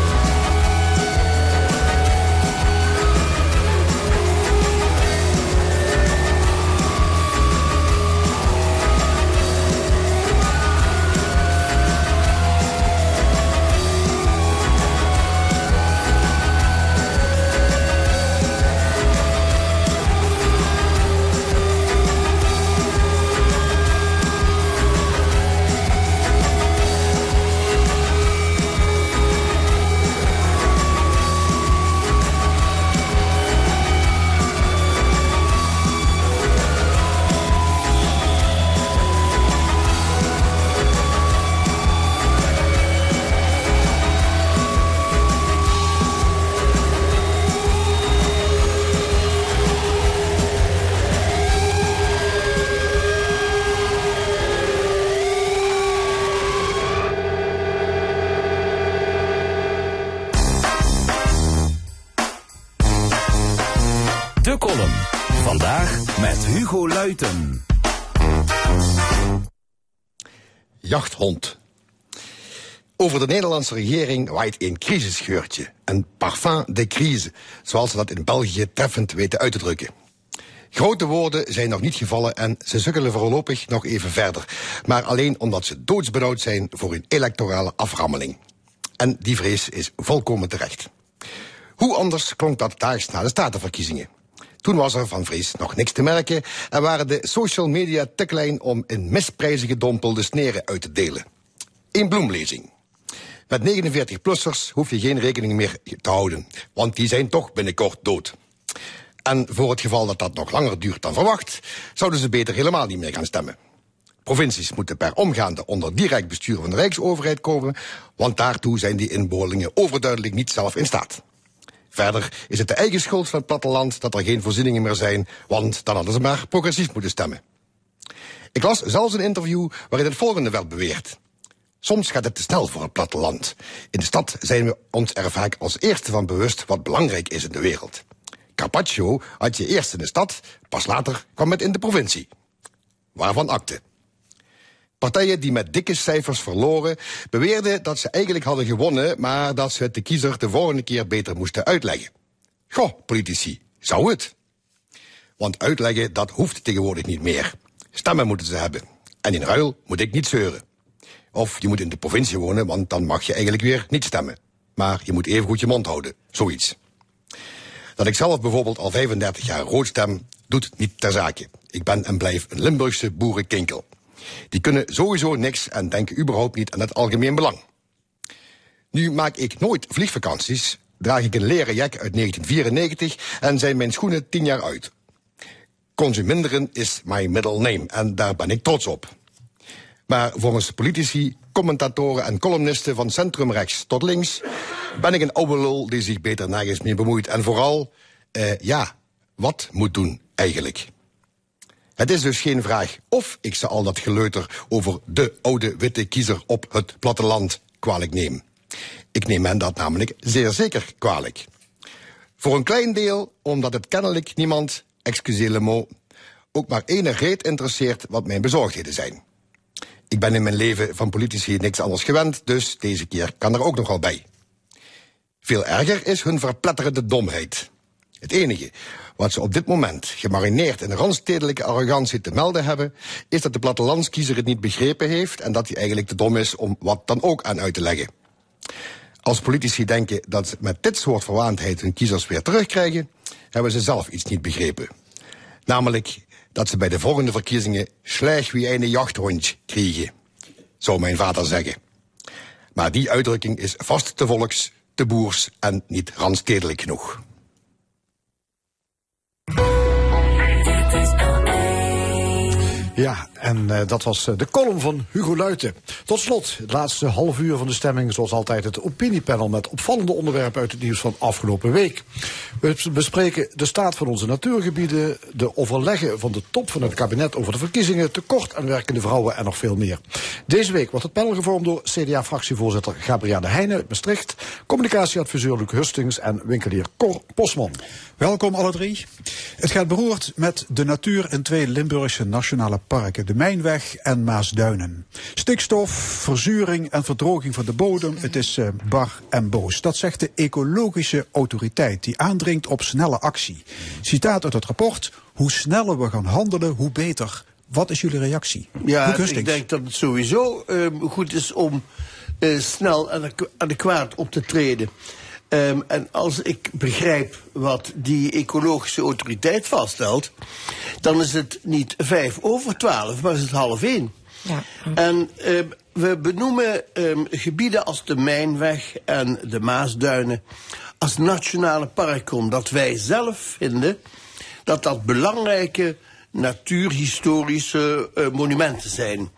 De column. Vandaag met Hugo Luiten. Jachthond. Over de Nederlandse regering waait een crisisgeurtje. Een parfum de crise, zoals ze dat in België treffend weten uit te drukken. Grote woorden zijn nog niet gevallen en ze sukkelen voorlopig nog even verder. Maar alleen omdat ze doodsbenauwd zijn voor een electorale aframmeling. En die vrees is volkomen terecht. Hoe anders klonk dat daags na de statenverkiezingen? Toen was er van vrees nog niks te merken en waren de social media te klein om in misprijzen gedompelde sneren uit te delen. Een bloemlezing. Met negenenveertig-plussers hoef je geen rekening meer te houden, want die zijn toch binnenkort dood. En voor het geval dat dat nog langer duurt dan verwacht, zouden ze beter helemaal niet meer gaan stemmen. Provincies moeten per omgaande onder direct bestuur van de Rijksoverheid komen, want daartoe zijn die inboorlingen overduidelijk niet zelf in staat. Verder is het de eigen schuld van het platteland dat er geen voorzieningen meer zijn, want dan hadden ze maar progressief moeten stemmen. Ik las zelfs een interview waarin het volgende werd beweerd. Soms gaat het te snel voor het platteland. In de stad zijn we ons er vaak als eerste van bewust wat belangrijk is in de wereld. Carpaccio had je eerst in de stad, pas later kwam het in de provincie. Waarvan akte. Partijen die met dikke cijfers verloren, beweerden dat ze eigenlijk hadden gewonnen, maar dat ze het de kiezer de volgende keer beter moesten uitleggen. Goh, politici, zou het? Want uitleggen, dat hoeft tegenwoordig niet meer. Stemmen moeten ze hebben. En in ruil moet ik niet zeuren. Of je moet in de provincie wonen, want dan mag je eigenlijk weer niet stemmen. Maar je moet even goed je mond houden, zoiets. Dat ik zelf bijvoorbeeld al vijfendertig jaar rood stem, doet niet ter zake. Ik ben en blijf een Limburgse boerenkinkel. Die kunnen sowieso niks en denken überhaupt niet aan het algemeen belang. Nu maak ik nooit vliegvakanties, draag ik een leren jack uit negentien vierennegentig en zijn mijn schoenen tien jaar uit. Consuminderen is my middle name en daar ben ik trots op. Maar volgens politici, commentatoren en columnisten van centrumrechts tot links ben ik een oude lul die zich beter nergens mee bemoeit. En vooral, uh, ja, wat moet doen eigenlijk? Het is dus geen vraag of ik ze al dat geleuter over de oude witte kiezer op het platteland kwalijk neem. Ik neem hen dat namelijk zeer zeker kwalijk. Voor een klein deel omdat het kennelijk niemand, excusez le mot, ook maar ene reet interesseert wat mijn bezorgdheden zijn. Ik ben in mijn leven van politici niks anders gewend, dus deze keer kan er ook nogal bij. Veel erger is hun verpletterende domheid. Het enige wat ze op dit moment, gemarineerd in randstedelijke arrogantie te melden hebben, is dat de plattelandskiezer het niet begrepen heeft en dat hij eigenlijk te dom is om wat dan ook aan uit te leggen. Als politici denken dat ze met dit soort verwaandheid hun kiezers weer terugkrijgen, hebben ze zelf iets niet begrepen. Namelijk dat ze bij de volgende verkiezingen slecht wie een jachthondje kriegen, zou mijn vader zeggen. Maar die uitdrukking is vast te volks, te boers en niet randstedelijk genoeg. Ja, En uh, dat was uh, de column van Hugo Luijten. Tot slot, het laatste half uur van de stemming, zoals altijd het opiniepanel met opvallende onderwerpen uit het nieuws van afgelopen week. We bespreken de staat van onze natuurgebieden, de overleggen van de top van het kabinet over de verkiezingen, tekort aan werkende vrouwen en nog veel meer. Deze week wordt het panel gevormd door C D A-fractievoorzitter Gabrielle Heijnen uit Maastricht, communicatieadviseur Luc Hustings en winkelier Cor Posman. Welkom alle drie. Het gaat beroerd met de natuur in twee Limburgse nationale parken, de Mijnweg en Maasduinen. Stikstof, verzuring en verdroging van de bodem, het is uh, bar en boos. Dat zegt de ecologische autoriteit die aandringt op snelle actie. Citaat uit het rapport: hoe sneller we gaan handelen, hoe beter. Wat is jullie reactie? Ja, ik denk dat het sowieso uh, goed is om uh, snel en adequaat op te treden. Um, en als ik begrijp wat die ecologische autoriteit vaststelt, dan is het niet vijf over twaalf, maar is het half één. Ja. En um, we benoemen um, gebieden als de Mijnweg en de Maasduinen als nationale parken, omdat wij zelf vinden dat dat belangrijke natuurhistorische uh, monumenten zijn.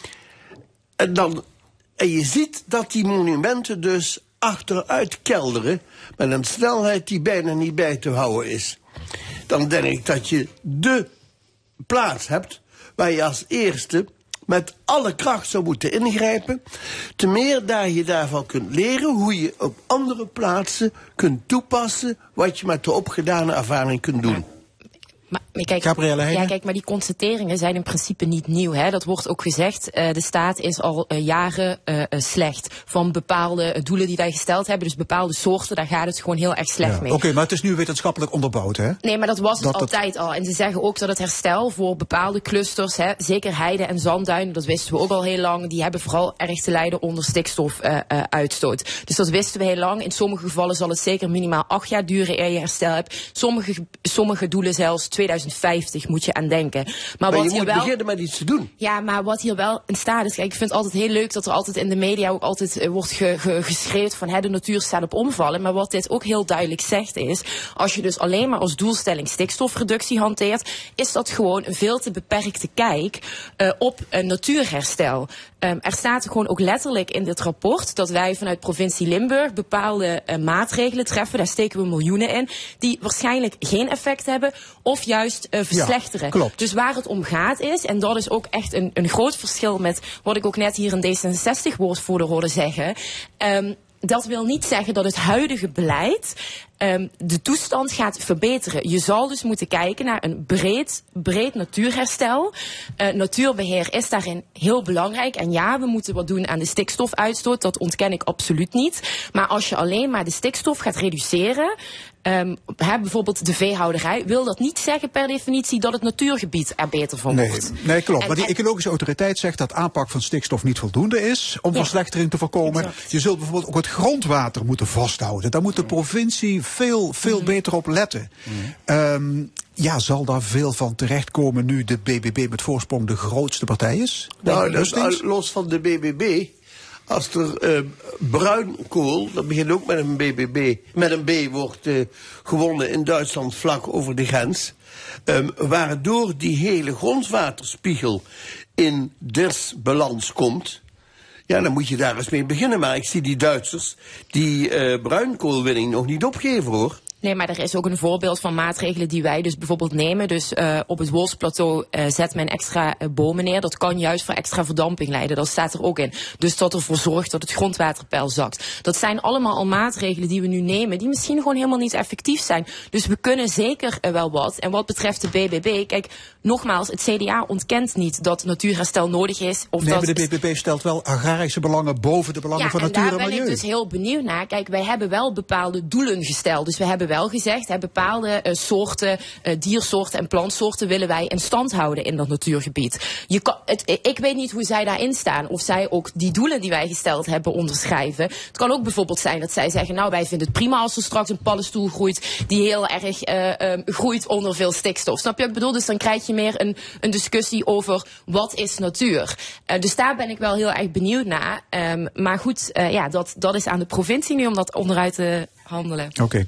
En, dan, en je ziet dat die monumenten dus achteruit kelderen met een snelheid die bijna niet bij te houden is. Dan denk ik dat je de plaats hebt waar je als eerste met alle kracht zou moeten ingrijpen. Te meer dat je daarvan kunt leren hoe je op andere plaatsen kunt toepassen wat je met de opgedane ervaring kunt doen. Maar, kijk, ja, kijk, maar die constateringen zijn in principe niet nieuw. Hè? Dat wordt ook gezegd. Uh, de staat is al uh, jaren uh, uh, slecht van bepaalde uh, doelen die wij gesteld hebben. Dus bepaalde soorten, daar gaat het gewoon heel erg slecht ja, mee. Oké, okay, maar het is nu wetenschappelijk onderbouwd, hè? Nee, maar dat was dat, het altijd dat... al. En ze zeggen ook dat het herstel voor bepaalde clusters, hè, zeker heide en zandduinen, dat wisten we ook al heel lang, die hebben vooral erg te lijden onder stikstofuitstoot. Uh, uh, dus dat wisten we heel lang. In sommige gevallen zal het zeker minimaal acht jaar duren eer je herstel hebt. Sommige, sommige doelen zelfs tweeduizend vijftig moet je aan denken. Maar, maar wat je hier moet wel, beginnen met iets te doen. Ja, maar wat hier wel in staat is, kijk, ik vind het altijd heel leuk dat er altijd in de media ook altijd uh, wordt ge, ge, geschreeuwd van hè, de natuur staat op omvallen. Maar wat dit ook heel duidelijk zegt is, als je dus alleen maar als doelstelling stikstofreductie hanteert, is dat gewoon een veel te beperkte kijk uh, op uh, natuurherstel. Um, er staat gewoon ook letterlijk in dit rapport dat wij vanuit provincie Limburg bepaalde uh, maatregelen treffen, daar steken we miljoenen in, die waarschijnlijk geen effect hebben of juist uh, verslechteren. Ja, dus waar het om gaat is, en dat is ook echt een, een groot verschil met wat ik ook net hier een D zesenzestig-woordvoerder hoorde zeggen, um, dat wil niet zeggen dat het huidige beleid um, de toestand gaat verbeteren. Je zal dus moeten kijken naar een breed, breed natuurherstel. Uh, natuurbeheer is daarin heel belangrijk. En ja, we moeten wat doen aan de stikstofuitstoot. Dat ontken ik absoluut niet. Maar als je alleen maar de stikstof gaat reduceren, Um, hè, bijvoorbeeld de veehouderij, wil dat niet zeggen per definitie dat het natuurgebied er beter van nee, wordt. Nee, klopt. En, maar die en, ecologische autoriteit zegt dat aanpak van stikstof niet voldoende is om ja, verslechtering te voorkomen. Exact. Je zult bijvoorbeeld ook het grondwater moeten vasthouden. Daar moet de provincie veel, veel mm-hmm. beter op letten. Mm-hmm. Um, ja, zal daar veel van terechtkomen nu de B B B met voorsprong de grootste partij is? Nou, dus, los van de B B B... Als er uh, bruinkool, dat begint ook met een B B B, met een B wordt uh, gewonnen in Duitsland vlak over de grens, um, waardoor die hele grondwaterspiegel in disbalans komt. Ja, dan moet je daar eens mee beginnen. Maar ik zie die Duitsers die uh, bruinkoolwinning nog niet opgeven, hoor. Nee, maar er is ook een voorbeeld van maatregelen die wij dus bijvoorbeeld nemen. Dus uh, op het Wolfsplateau uh, zet men extra uh, bomen neer. Dat kan juist voor extra verdamping leiden. Dat staat er ook in. Dus dat ervoor zorgt dat het grondwaterpeil zakt. Dat zijn allemaal al maatregelen die we nu nemen, die misschien gewoon helemaal niet effectief zijn. Dus we kunnen zeker uh, wel wat. En wat betreft de B B B, kijk, nogmaals, het C D A ontkent niet dat natuurherstel nodig is. Of nee, dat maar de B B B stelt wel agrarische belangen boven de belangen ja, van natuur en milieu. Ja, en daar ben ik dus heel benieuwd naar. Kijk, wij hebben wel bepaalde doelen gesteld. Dus we hebben wel gezegd, hè, bepaalde uh, soorten, uh, diersoorten en plantsoorten willen wij in stand houden in dat natuurgebied. Je kan, het, ik weet niet hoe zij daarin staan. Of zij ook die doelen die wij gesteld hebben onderschrijven. Het kan ook bijvoorbeeld zijn dat zij zeggen, nou, wij vinden het prima als er straks een paddenstoel groeit die heel erg uh, um, groeit onder veel stikstof. Snap je wat ik bedoel? Dus dan krijg je meer een, een discussie over wat is natuur. Uh, dus daar ben ik wel heel erg benieuwd naar. Um, maar goed, uh, ja, dat, dat is aan de provincie nu om dat onderuit te handelen. Oké, okay, Cor Posman.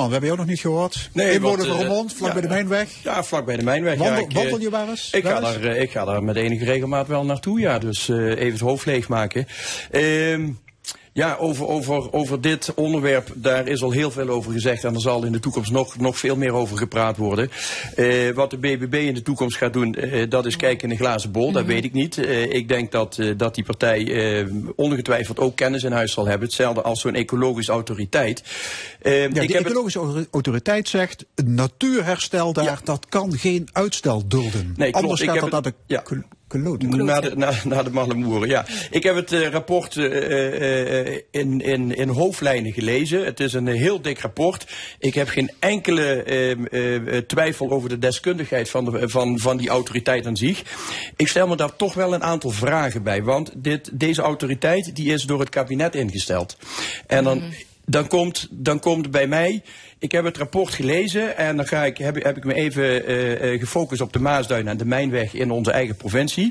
we hebben jou nog niet gehoord. Nee, Inwoner wat, van uh, Roermond, vlak ja, bij de Mijnweg. Ja, vlak bij de Mijnweg. Wandel, ja, ik, wandel je waar eens? Ik waar ga, eens? daar, ik ga daar met enige regelmaat wel naartoe, ja. Dus uh, even het hoofd leegmaken. Ehm... Ja, over, over, over dit onderwerp, daar is al heel veel over gezegd en er zal in de toekomst nog, nog veel meer over gepraat worden. Uh, wat de B B B in de toekomst gaat doen, uh, dat is kijken in een glazen bol, dat weet ik niet. Uh, ik denk dat, uh, dat die partij uh, ongetwijfeld ook kennis in huis zal hebben, hetzelfde als zo'n ecologische autoriteit. Uh, ja, ik de ecologische het... autoriteit zegt, natuurherstel daar, ja. dat kan geen uitstel dulden. Nee, klopt. Anders ik gaat heb dat het... naar de... Ja. Naar de, na, naar de malle moeren, ja. Ik heb het uh, rapport uh, uh, in, in, in hoofdlijnen gelezen. Het is een uh, heel dik rapport. Ik heb geen enkele uh, uh, twijfel over de deskundigheid van, de, van, van die autoriteit aan zich. Ik stel me daar toch wel een aantal vragen bij. Want dit, deze autoriteit die is door het kabinet ingesteld. En dan... Mm. Dan komt, dan komt bij mij, ik heb het rapport gelezen en dan ga ik, heb, heb ik me even uh, gefocust op de Maasduinen en de Mijnweg in onze eigen provincie.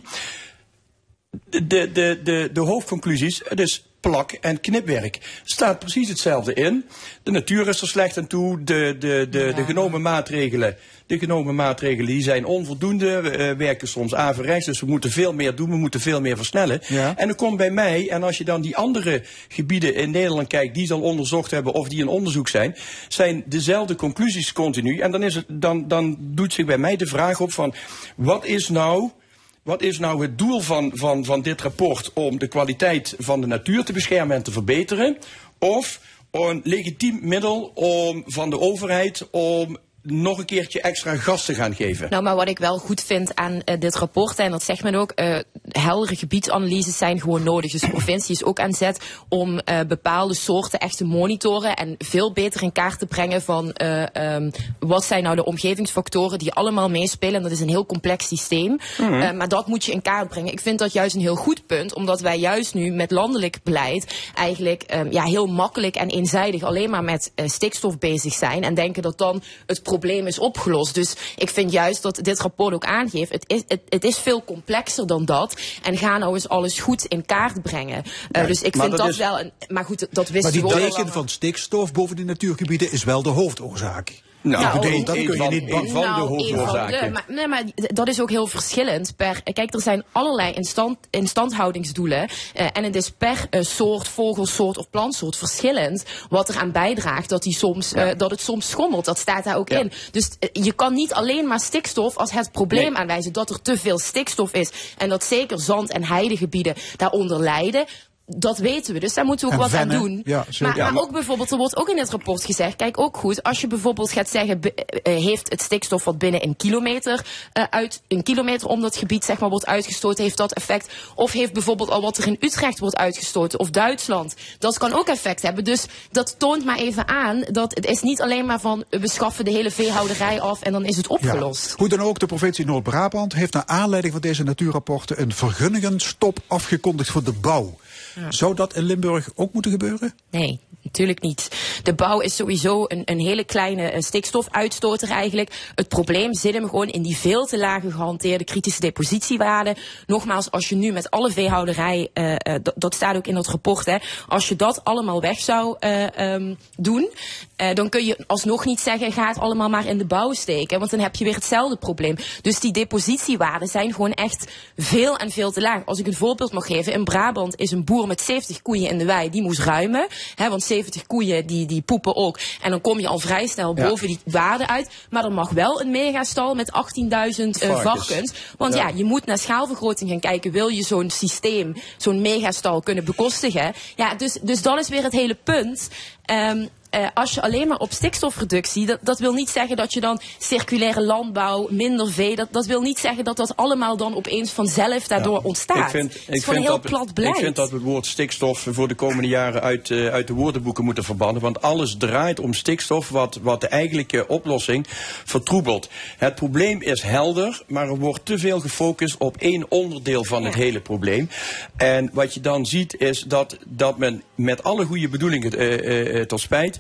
De, de, de, de, de hoofdconclusies, het is plak- en knipwerk. Er staat precies hetzelfde in. De natuur is er slecht aan toe, de, de, de, de genomen maatregelen... De genomen maatregelen die zijn onvoldoende. We uh, werken soms averechts, dus we moeten veel meer doen. We moeten veel meer versnellen. Ja. En dan komt bij mij, en als je dan die andere gebieden in Nederland kijkt... die ze al onderzocht hebben of die in onderzoek zijn... zijn dezelfde conclusies continu. En dan, is het, dan, dan doet zich bij mij de vraag op van... wat is nou... Wat is nou het doel van, van, van dit rapport om de kwaliteit van de natuur te beschermen en te verbeteren? Of een legitiem middel om, van de overheid om nog een keertje extra gas te gaan geven? Nou, maar wat ik wel goed vind aan uh, dit rapport, en dat zegt men ook, uh, heldere gebiedsanalyses zijn gewoon nodig. Dus de provincie is ook aan zet om uh, bepaalde soorten echt te monitoren en veel beter in kaart te brengen van uh, um, wat zijn nou de omgevingsfactoren die allemaal meespelen. En dat is een heel complex systeem. Mm-hmm. Uh, maar dat moet je in kaart brengen. Ik vind dat juist een heel goed punt, omdat wij juist nu met landelijk beleid eigenlijk um, ja, heel makkelijk en eenzijdig alleen maar met uh, stikstof bezig zijn en denken dat dan het probleem is opgelost. Dus ik vind juist dat dit rapport ook aangeeft, het is, het, het is veel complexer dan dat. En ga nou eens alles goed in kaart brengen. Uh, ja, dus ik vind dat, dat is... wel een... Maar goed, dat wisten we Maar wel. die deken van stikstof boven die natuurgebieden is wel de hoofdoorzaak. Nou, ja, bedoel, een, dat kun je niet van, van nou, de hoofdoorzaken. Van de, maar, nee, maar dat is ook heel verschillend. Per, kijk, er zijn allerlei instand, instandhoudingsdoelen. Uh, en het is per uh, soort, vogelsoort of plantsoort verschillend wat er aan bijdraagt dat, die soms, uh, ja. dat het soms schommelt. Dat staat daar ook ja. in. Dus uh, je kan niet alleen maar stikstof als het probleem nee. aanwijzen dat er te veel stikstof is. En dat zeker zand- en heidegebieden daaronder lijden. Dat weten we, dus daar moeten we ook en wat vennen. aan doen. Ja, maar, ja, maar ook bijvoorbeeld, er wordt ook in het rapport gezegd, kijk ook goed, als je bijvoorbeeld gaat zeggen, be, uh, heeft het stikstof wat binnen een kilometer uh, uit, een kilometer om dat gebied zeg maar wordt uitgestoten, heeft dat effect? Of heeft bijvoorbeeld al wat er in Utrecht wordt uitgestoten, of Duitsland, dat kan ook effect hebben. Dus dat toont maar even aan, dat het is niet alleen maar van, we schaffen de hele veehouderij af en dan is het opgelost. Ja. Hoe dan ook, de provincie Noord-Brabant heeft naar aanleiding van deze natuurrapporten een vergunningenstop afgekondigd voor de bouw. Ja. Zou dat in Limburg ook moeten gebeuren? Nee, natuurlijk niet. De bouw is sowieso een, een hele kleine uh, stikstofuitstoter eigenlijk. Het probleem zit hem gewoon in die veel te lage gehanteerde kritische depositiewaarden. Nogmaals, als je nu met alle veehouderij, uh, uh, d- dat staat ook in dat rapport, hè, als je dat allemaal weg zou uh, um, doen, uh, dan kun je alsnog niet zeggen, ga het allemaal maar in de bouw steken, want dan heb je weer hetzelfde probleem. Dus die depositiewaarden zijn gewoon echt veel en veel te laag. Als ik een voorbeeld mag geven, in Brabant is een boer met zeventig koeien in de wei, die moest ruimen. Hè, want zeventig koeien die, die poepen ook. En dan kom je al vrij snel boven ja. die waarde uit. Maar er mag wel een megastal met achttienduizend uh, varkens. Want ja. ja, je moet naar schaalvergroting gaan kijken. Wil je zo'n systeem, zo'n megastal kunnen bekostigen? Ja, dus, dus dat is weer het hele punt. Um, Uh, als je alleen maar op stikstofreductie, dat, dat wil niet zeggen dat je dan circulaire landbouw, minder vee, dat, dat wil niet zeggen dat dat allemaal dan opeens vanzelf daardoor ja. ontstaat. Ik vind, het is ik gewoon vind heel dat, plat beleid. Ik vind dat we het woord stikstof voor de komende jaren uit, uh, uit de woordenboeken moeten verbannen, want alles draait om stikstof wat, wat de eigenlijke oplossing vertroebelt. Het probleem is helder, maar er wordt te veel gefocust op één onderdeel van ja. het hele probleem. En wat je dan ziet is dat, dat men met alle goede bedoelingen uh, uh, tot spijt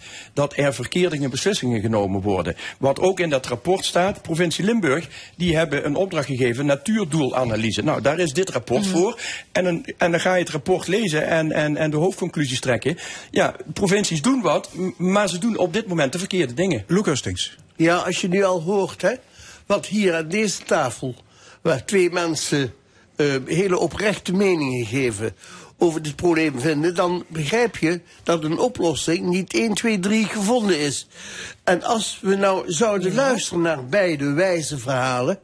dat er verkeerde beslissingen genomen worden. Wat ook in dat rapport staat, provincie Limburg, die hebben een opdracht gegeven, natuurdoelanalyse. Nou, daar is dit rapport mm-hmm. voor. En, een, en dan ga je het rapport lezen en, en, en de hoofdconclusies trekken. Ja, provincies doen wat, maar ze doen op dit moment de verkeerde dingen. Luc Hustings. Ja, als je nu al hoort, hè, wat hier aan deze tafel, waar twee mensen uh, hele oprechte meningen geven over dit probleem vinden, dan begrijp je dat een oplossing niet één, twee, drie gevonden is. En als we nou zouden ja. luisteren naar beide wijze verhalen,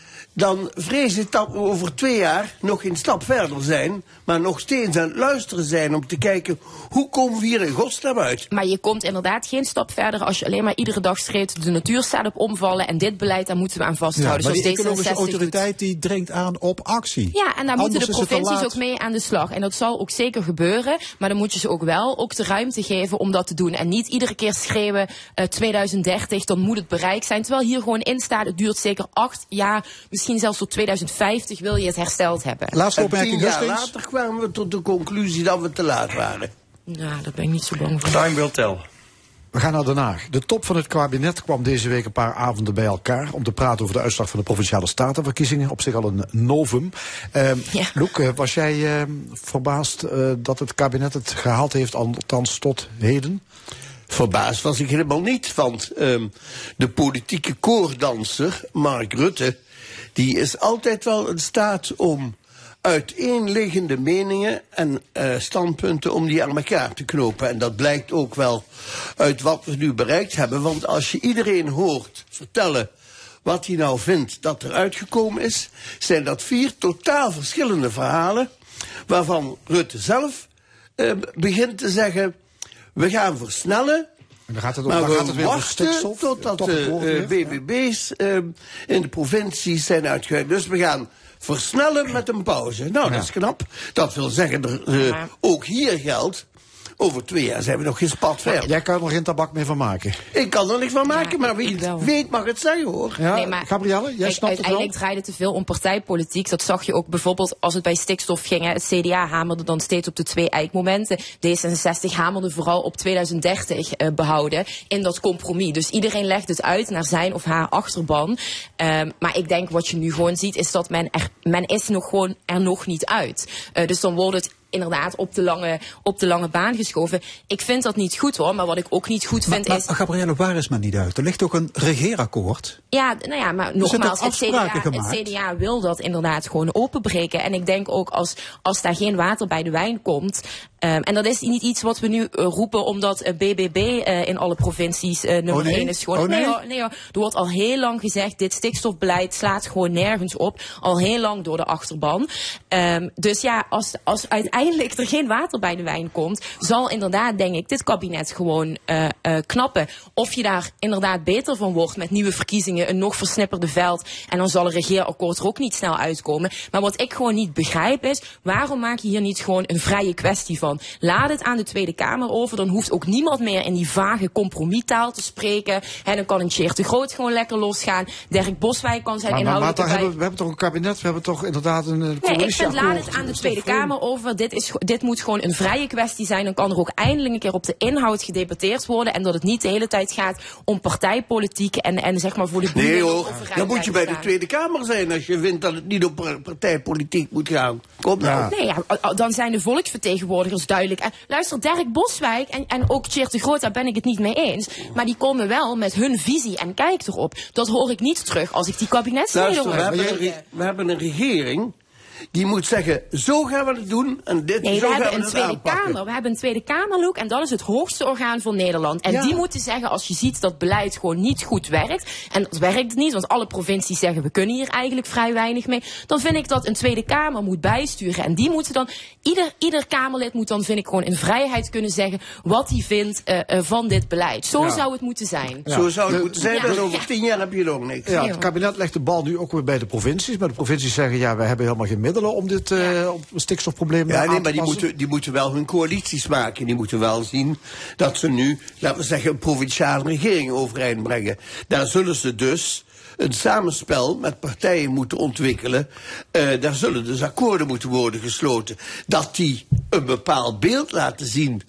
dan vrees ik dat we over twee jaar nog een stap verder zijn, maar nog steeds aan het luisteren zijn om te kijken, hoe komen we hier in godsnaam uit? Maar je komt inderdaad geen stap verder als je alleen maar iedere dag schreeuwt, de natuur staat op omvallen en dit beleid, daar moeten we aan vasthouden. Ja, maar zoals die ecologische autoriteit doet. die dringt aan op actie. Ja, en daar Anders moeten de provincies ook mee aan de slag. En dat zal ook zeker gebeuren, maar dan moet je ze ook wel ook de ruimte geven om dat te doen. En niet iedere keer schreeuwen, uh, tweeduizend dertig, dan moet het bereikt zijn. Terwijl hier gewoon in staat, het duurt zeker acht jaar, misschien zelfs tot tweeduizend vijftig wil je het hersteld hebben. Laatste opmerking, tien jaar later kwamen we tot de conclusie dat we te laat waren. Ja, daar ben ik niet zo bang voor. Time will tell. We gaan naar Den Haag. De top van het kabinet kwam deze week een paar avonden bij elkaar om te praten over de uitslag van de Provinciale Statenverkiezingen. Op zich al een novum. Uh, ja. Loek, uh, was jij uh, verbaasd uh, dat het kabinet het gehaald heeft, althans tot heden? Verbaasd was ik helemaal niet, want um, de politieke koordanser Mark Rutte, die is altijd wel in staat om uiteenliggende meningen en uh, standpunten om die aan elkaar te knopen. En dat blijkt ook wel uit wat we nu bereikt hebben. Want als je iedereen hoort vertellen wat hij nou vindt dat er uitgekomen is, zijn dat vier totaal verschillende verhalen, waarvan Rutte zelf uh, begint te zeggen, we gaan versnellen. En dan gaat het, maar dan we gaat het weer wachten stikstof, totdat de uh, B B B's uh, in de provincies zijn uitgewerkt. Dus we gaan versnellen met een pauze. Nou, ja. dat is knap. Dat wil zeggen, er, uh, ja. ook hier geldt, over twee jaar zijn we nog geen spat verder. Jij kan er nog geen tabak meer van maken. Ik kan er niks van maken, ja, maar wie het weet mag het zeggen, hoor. Ja, nee, maar Gabrielle, jij kijk, snapt het wel? uiteindelijk draaide te veel om partijpolitiek. Dat zag je ook bijvoorbeeld als het bij stikstof ging. Hè. Het C D A hamerde dan steeds op de twee eikmomenten. D zesenzestig hamerde vooral op tweeduizend dertig uh, behouden in dat compromis. Dus iedereen legt het uit naar zijn of haar achterban. Um, maar ik denk wat je nu gewoon ziet is dat men er, men is nog gewoon er nog niet uit. Uh, dus dan wordt het inderdaad op de lange, op de lange baan geschoven. Ik vind dat niet goed, hoor. Maar wat ik ook niet goed vind maar, is... Maar Gabrielle, waar is men niet uit? Er ligt ook een regeerakkoord. Ja, nou ja, maar nogmaals, het C, D A, het C D A wil dat inderdaad gewoon openbreken. En ik denk ook als, als daar geen water bij de wijn komt... Um, en dat is niet iets wat we nu uh, roepen omdat uh, B B B uh, in alle provincies uh, nummer oh nee? één is. Gewoon, oh nee? Nee, hoor, nee hoor. Er wordt al heel lang gezegd, dit stikstofbeleid slaat gewoon nergens op. Al heel lang door de achterban. Um, dus ja, als, als uiteindelijk er geen water bij de wijn komt, zal inderdaad, denk ik, dit kabinet gewoon uh, uh, knappen. Of je daar inderdaad beter van wordt met nieuwe verkiezingen, een nog versnipperde veld. En dan zal een regeerakkoord er ook niet snel uitkomen. Maar wat ik gewoon niet begrijp is, waarom maak je hier niet gewoon een vrije kwestie van? Laat het aan de Tweede Kamer over. Dan hoeft ook niemand meer in die vage compromistaal te spreken. En dan kan een Tjeerd de Groot gewoon lekker losgaan. Dirk Boswijk kan zijn maar, inhoudelijk... Maar, maar hebben, we hebben toch een kabinet? We hebben toch inderdaad een coalitieakkoord? Nee, ik vind laat het aan de Tweede Kamer over. Dit, is, dit moet gewoon een vrije kwestie zijn. Dan kan er ook eindelijk een keer op de inhoud gedebatteerd worden. En dat het niet de hele tijd gaat om partijpolitiek en, en zeg maar voor de boeren. Nee hoor, dan moet je bij de Tweede Kamer zijn als je vindt dat het niet op partijpolitiek moet gaan. Kom nou. Ja. Nee, ja, dan zijn de volksvertegenwoordigers duidelijk. En luister, Dirk Boswijk en, en ook Tjeerd de Groot, daar ben ik het niet mee eens. Maar die komen wel met hun visie en kijk erop. Dat hoor ik niet terug als ik die kabinetsleden hoor. We hebben, een, we hebben een regering die moet zeggen, zo gaan we het doen en dit nee, zo we gaan hebben we een Tweede Kamer. We hebben een Tweede Kamerlook en dat is het hoogste orgaan van Nederland. En ja. die moeten zeggen, als je ziet dat beleid gewoon niet goed werkt, en dat werkt niet, want alle provincies zeggen, we kunnen hier eigenlijk vrij weinig mee, dan vind ik dat een Tweede Kamer moet bijsturen. En die moeten dan, ieder, ieder Kamerlid moet dan, vind ik, gewoon in vrijheid kunnen zeggen wat hij vindt uh, uh, van dit beleid. Zo ja. zou het moeten zijn. Ja. Zo zou het de, moeten zijn, ja. dus over tien jaar heb je nog niks. Ja, het kabinet legt de bal nu ook weer bij de provincies, maar de provincies zeggen, ja, wij hebben helemaal geen middelen om dit uh, ja. stikstofprobleem ja, aan nee, te maar die passen. moeten, die moeten wel hun coalities maken. Die moeten wel zien dat ze nu, laten we zeggen, een provinciale regering overeind brengen. Daar zullen ze dus een samenspel met partijen moeten ontwikkelen. Uh, daar zullen dus akkoorden moeten worden gesloten. Dat die een bepaald beeld laten zien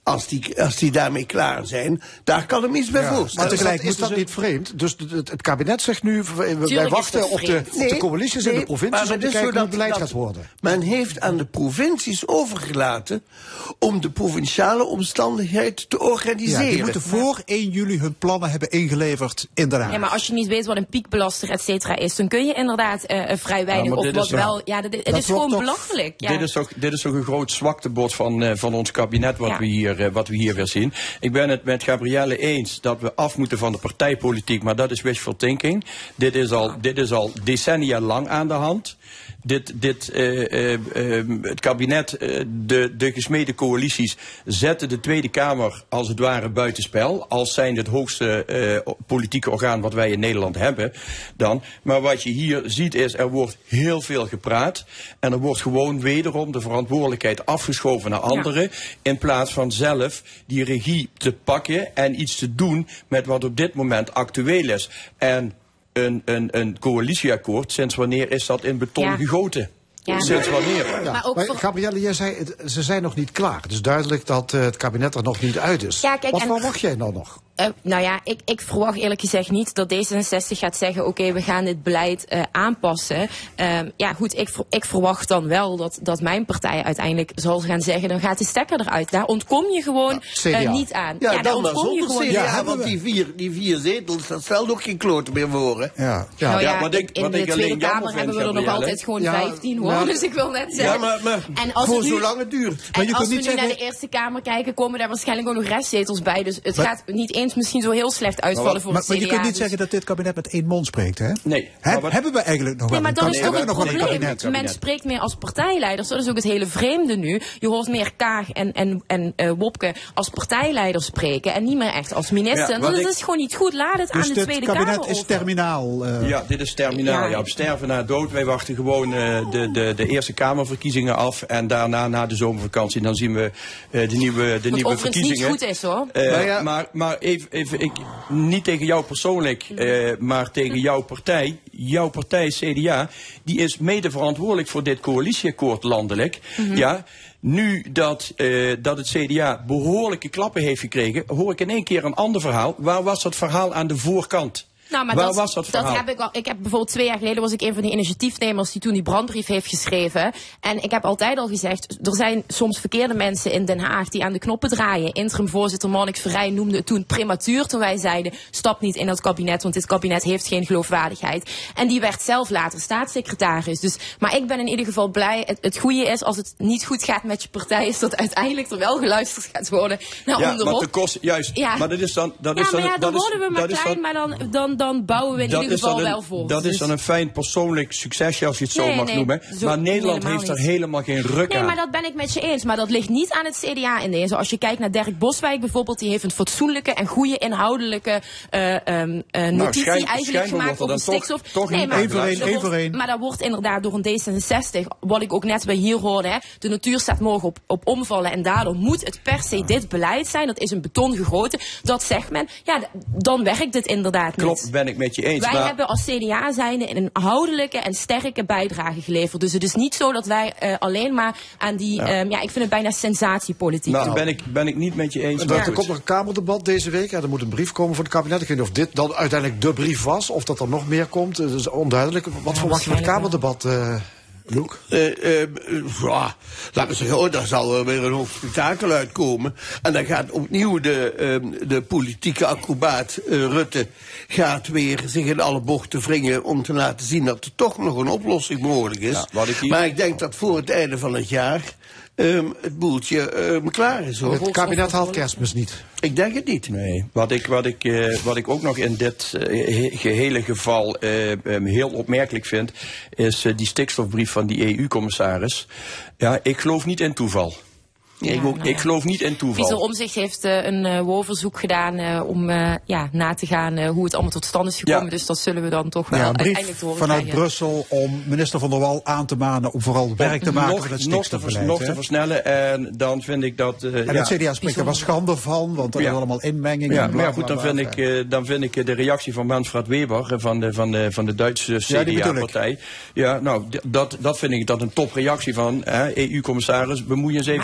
als die, als die daarmee klaar zijn, daar kan ik me iets bij Ja, voorstellen. maar is dat, is dat niet vreemd? Dus het, het kabinet zegt nu, wij Tuurlijk wachten op de, op de coalities in de provincies om te kijken hoe het beleid gaat worden. Men heeft aan de provincies overgelaten om de provinciale omstandigheid te organiseren. Ja, die moeten voor één juli hun plannen hebben ingeleverd in Den Haag. Ja, maar als je niet weet wat een piekbelaster et cetera is, dan kun je inderdaad uh, vrij weinig ja, of wat is, wel. Ja, dit, het is gewoon toch, belachelijk. Ja. Dit is toch, dit is toch een groot zwaktebod van, uh, van ons kabinet wat, ja. we hier, uh, wat we hier weer zien. Ik ben het met Gabrielle eens dat we af moeten van de partijpolitiek, maar dat is wishful thinking. Dit is al, dit is al decennia lang aan de hand. Dit, dit, uh, uh, uh, het kabinet, uh, de, de gesmede coalities zetten de Tweede Kamer als het ware buitenspel. Als zijn het hoogste uh, politieke orgaan wat wij in Nederland hebben dan. Maar wat je hier ziet is, er wordt heel veel gepraat. En er wordt gewoon wederom de verantwoordelijkheid afgeschoven naar anderen. Ja. In plaats van zelf die regie te pakken en iets te doen met wat op dit moment actueel is. En Een, een, een coalitieakkoord, sinds wanneer is dat in beton ja. gegoten? Ja. Sinds wanneer? Ja, maar ook maar, Gabrielle, jij zei, ze zijn nog niet klaar. Dus duidelijk dat uh, het kabinet er nog niet uit is. Ja, kijk, Wat en... verwacht jij nou nog? Uh, nou ja, ik, ik verwacht eerlijk gezegd niet dat D zesenzestig gaat zeggen, oké, okay, we gaan dit beleid uh, aanpassen. Uh, ja goed, ik, ik verwacht dan wel dat, dat mijn partij uiteindelijk zal gaan zeggen, dan gaat de stekker eruit. Daar ontkom je gewoon ja, uh, niet aan. Ja, ja dan daar ontkom je gewoon C D A, ja, want die vier, die vier zetels, dat stelt ook geen kloten meer voor, hè? Ja, ja. Nou ja, ja wat ik, in wat de ik Tweede Kamer hebben we er nog altijd gewoon ja, vijftien, hoor. Ja, dus ik wil net zeggen. Ja, maar, maar en als voor nu, zolang het duurt. En maar als we nu zeggen... naar de Eerste Kamer kijken, komen daar waarschijnlijk ook nog restzetels bij. Dus het maar, gaat niet eens misschien zo heel slecht uitvallen maar, voor maar, het C D A. Maar je kunt niet dus... zeggen dat dit kabinet met één mond spreekt, hè? Nee. He, wat... Hebben we eigenlijk nog nee, wel maar een dat is toch het probleem. Kabinet? Men spreekt meer als partijleiders. Dat is ook het hele vreemde nu. Je hoort meer Kaag en, en, en uh, Wopke als partijleider spreken en niet meer echt als minister. Ja, dat ik... is gewoon niet goed. Laat het dus aan de Tweede Kamer over. Dus dit kabinet is terminaal? Uh... Ja, dit is terminaal. Ja. Ja, op sterven na dood. Wij wachten gewoon uh, de, de, de Eerste Kamerverkiezingen af en daarna na de zomervakantie dan zien we uh, de nieuwe, de nieuwe verkiezingen. Wat overigens niet goed is, hoor. Uh, maar, ja. maar, maar even, even ik, niet tegen jou persoonlijk, uh, maar tegen jouw partij. Jouw partij, C D A, die is mede verantwoordelijk voor dit coalitieakkoord landelijk. Mm-hmm. Ja. Nu dat, uh, dat het C D A behoorlijke klappen heeft gekregen, hoor ik in één keer een ander verhaal. Waar was dat verhaal aan de voorkant? Nou, maar Waar dat, was dat, dat heb ik al. Ik heb bijvoorbeeld twee jaar geleden was ik een van die initiatiefnemers die toen die brandbrief heeft geschreven. En ik heb altijd al gezegd, er zijn soms verkeerde mensen in Den Haag die aan de knoppen draaien. Interim-voorzitter Marnix Verrij noemde het toen prematuur toen wij zeiden, stap niet in dat kabinet, want dit kabinet heeft geen geloofwaardigheid. En die werd zelf later staatssecretaris. Dus, maar ik ben in ieder geval blij. Het, het goede is, als het niet goed gaat met je partij, is dat uiteindelijk er wel geluisterd gaat worden naar ja, onderop. Maar de kost, juist. Ja. Maar dat is dan, dat ja, is dan, maar ja, dan dat worden is, we maar dat klein, is dan, maar dan, dan dan bouwen we in ieder geval een, wel voor. Dat dus. is dan een fijn persoonlijk succesje, als je het zo nee, mag nee, noemen. Zo, maar Nederland heeft daar helemaal geen ruk nee, aan. Nee, maar dat ben ik met je eens. Maar dat ligt niet aan het C D A in deze. Als je kijkt naar Dirk Boswijk bijvoorbeeld, die heeft een fatsoenlijke en goede inhoudelijke uh, um, uh, notitie nou, schijn, eigenlijk gemaakt over stikstof. Toch, toch nee, maar, één voor één, één voor één. Maar dat wordt inderdaad door een D zesenzestig, wat ik ook net bij hier hoorde, hè, de natuur staat morgen op, op omvallen en daardoor moet het per se dit beleid zijn. Dat is een beton gegoten. Dat zegt men. Ja, dan werkt het inderdaad niet. Klopt, ben ik met je eens. Wij maar... hebben als C D A zijnde een houdelijke en sterke bijdrage geleverd. Dus het is niet zo dat wij uh, alleen maar aan die, ja. Um, ja, ik vind het bijna sensatiepolitiek. Nou, ben ik, ben ik niet met je eens. En er komt nog een Kamerdebat deze week. Ja, er moet een brief komen voor het kabinet. Ik weet niet of dit dan uiteindelijk de brief was, of dat er nog meer komt. Dat is onduidelijk. Wat ja, verwacht je van het Kamerdebat, uh, Luc? Uh, uh, uh, ja, laten we zeggen, oh, daar zal er weer een hoop spektakel uitkomen. En dan gaat opnieuw de, uh, de politieke acrobaat uh, Rutte gaat weer zich in alle bochten wringen om te laten zien dat er toch nog een oplossing mogelijk is. Ja, ik hier... Maar ik denk dat voor het einde van het jaar Um, het boeltje um, klaar is, hoor. Het kabinet haalt Kerstmis niet. Ik denk het niet. Nee. Wat ik, wat ik, uh, wat ik ook nog in dit uh, gehele geval uh, um, heel opmerkelijk vind, is uh, die stikstofbrief van die E U-commissaris. Ja, ik geloof niet in toeval. Ja, ik, ook, nou ja. ik geloof niet in toeval. Pieter Omtzigt heeft uh, een uh, woorverzoek gedaan uh, om uh, ja, na te gaan uh, hoe het allemaal tot stand is gekomen. Ja. Dus dat zullen we dan toch wel ja, uiteindelijk te horen vanuit krijgen. Brussel om minister Van der Wal aan te manen om vooral werk te maken nog, van het nog stikstofbeleid. Nog te, nog te versnellen en dan vind ik dat... Uh, en ja, het C D A spreekt er wel schande van, want er ja. zijn allemaal inmengingen. Ja, en bla, maar goed, dan vind, ik, uh, dan vind ik de reactie van Manfred Weber van de, van de, van de Duitse C D A-partij. Ja, nou, dat, dat vind ik dat een topreactie van, hè, E U-commissaris, bemoei eens even ja, met je eigen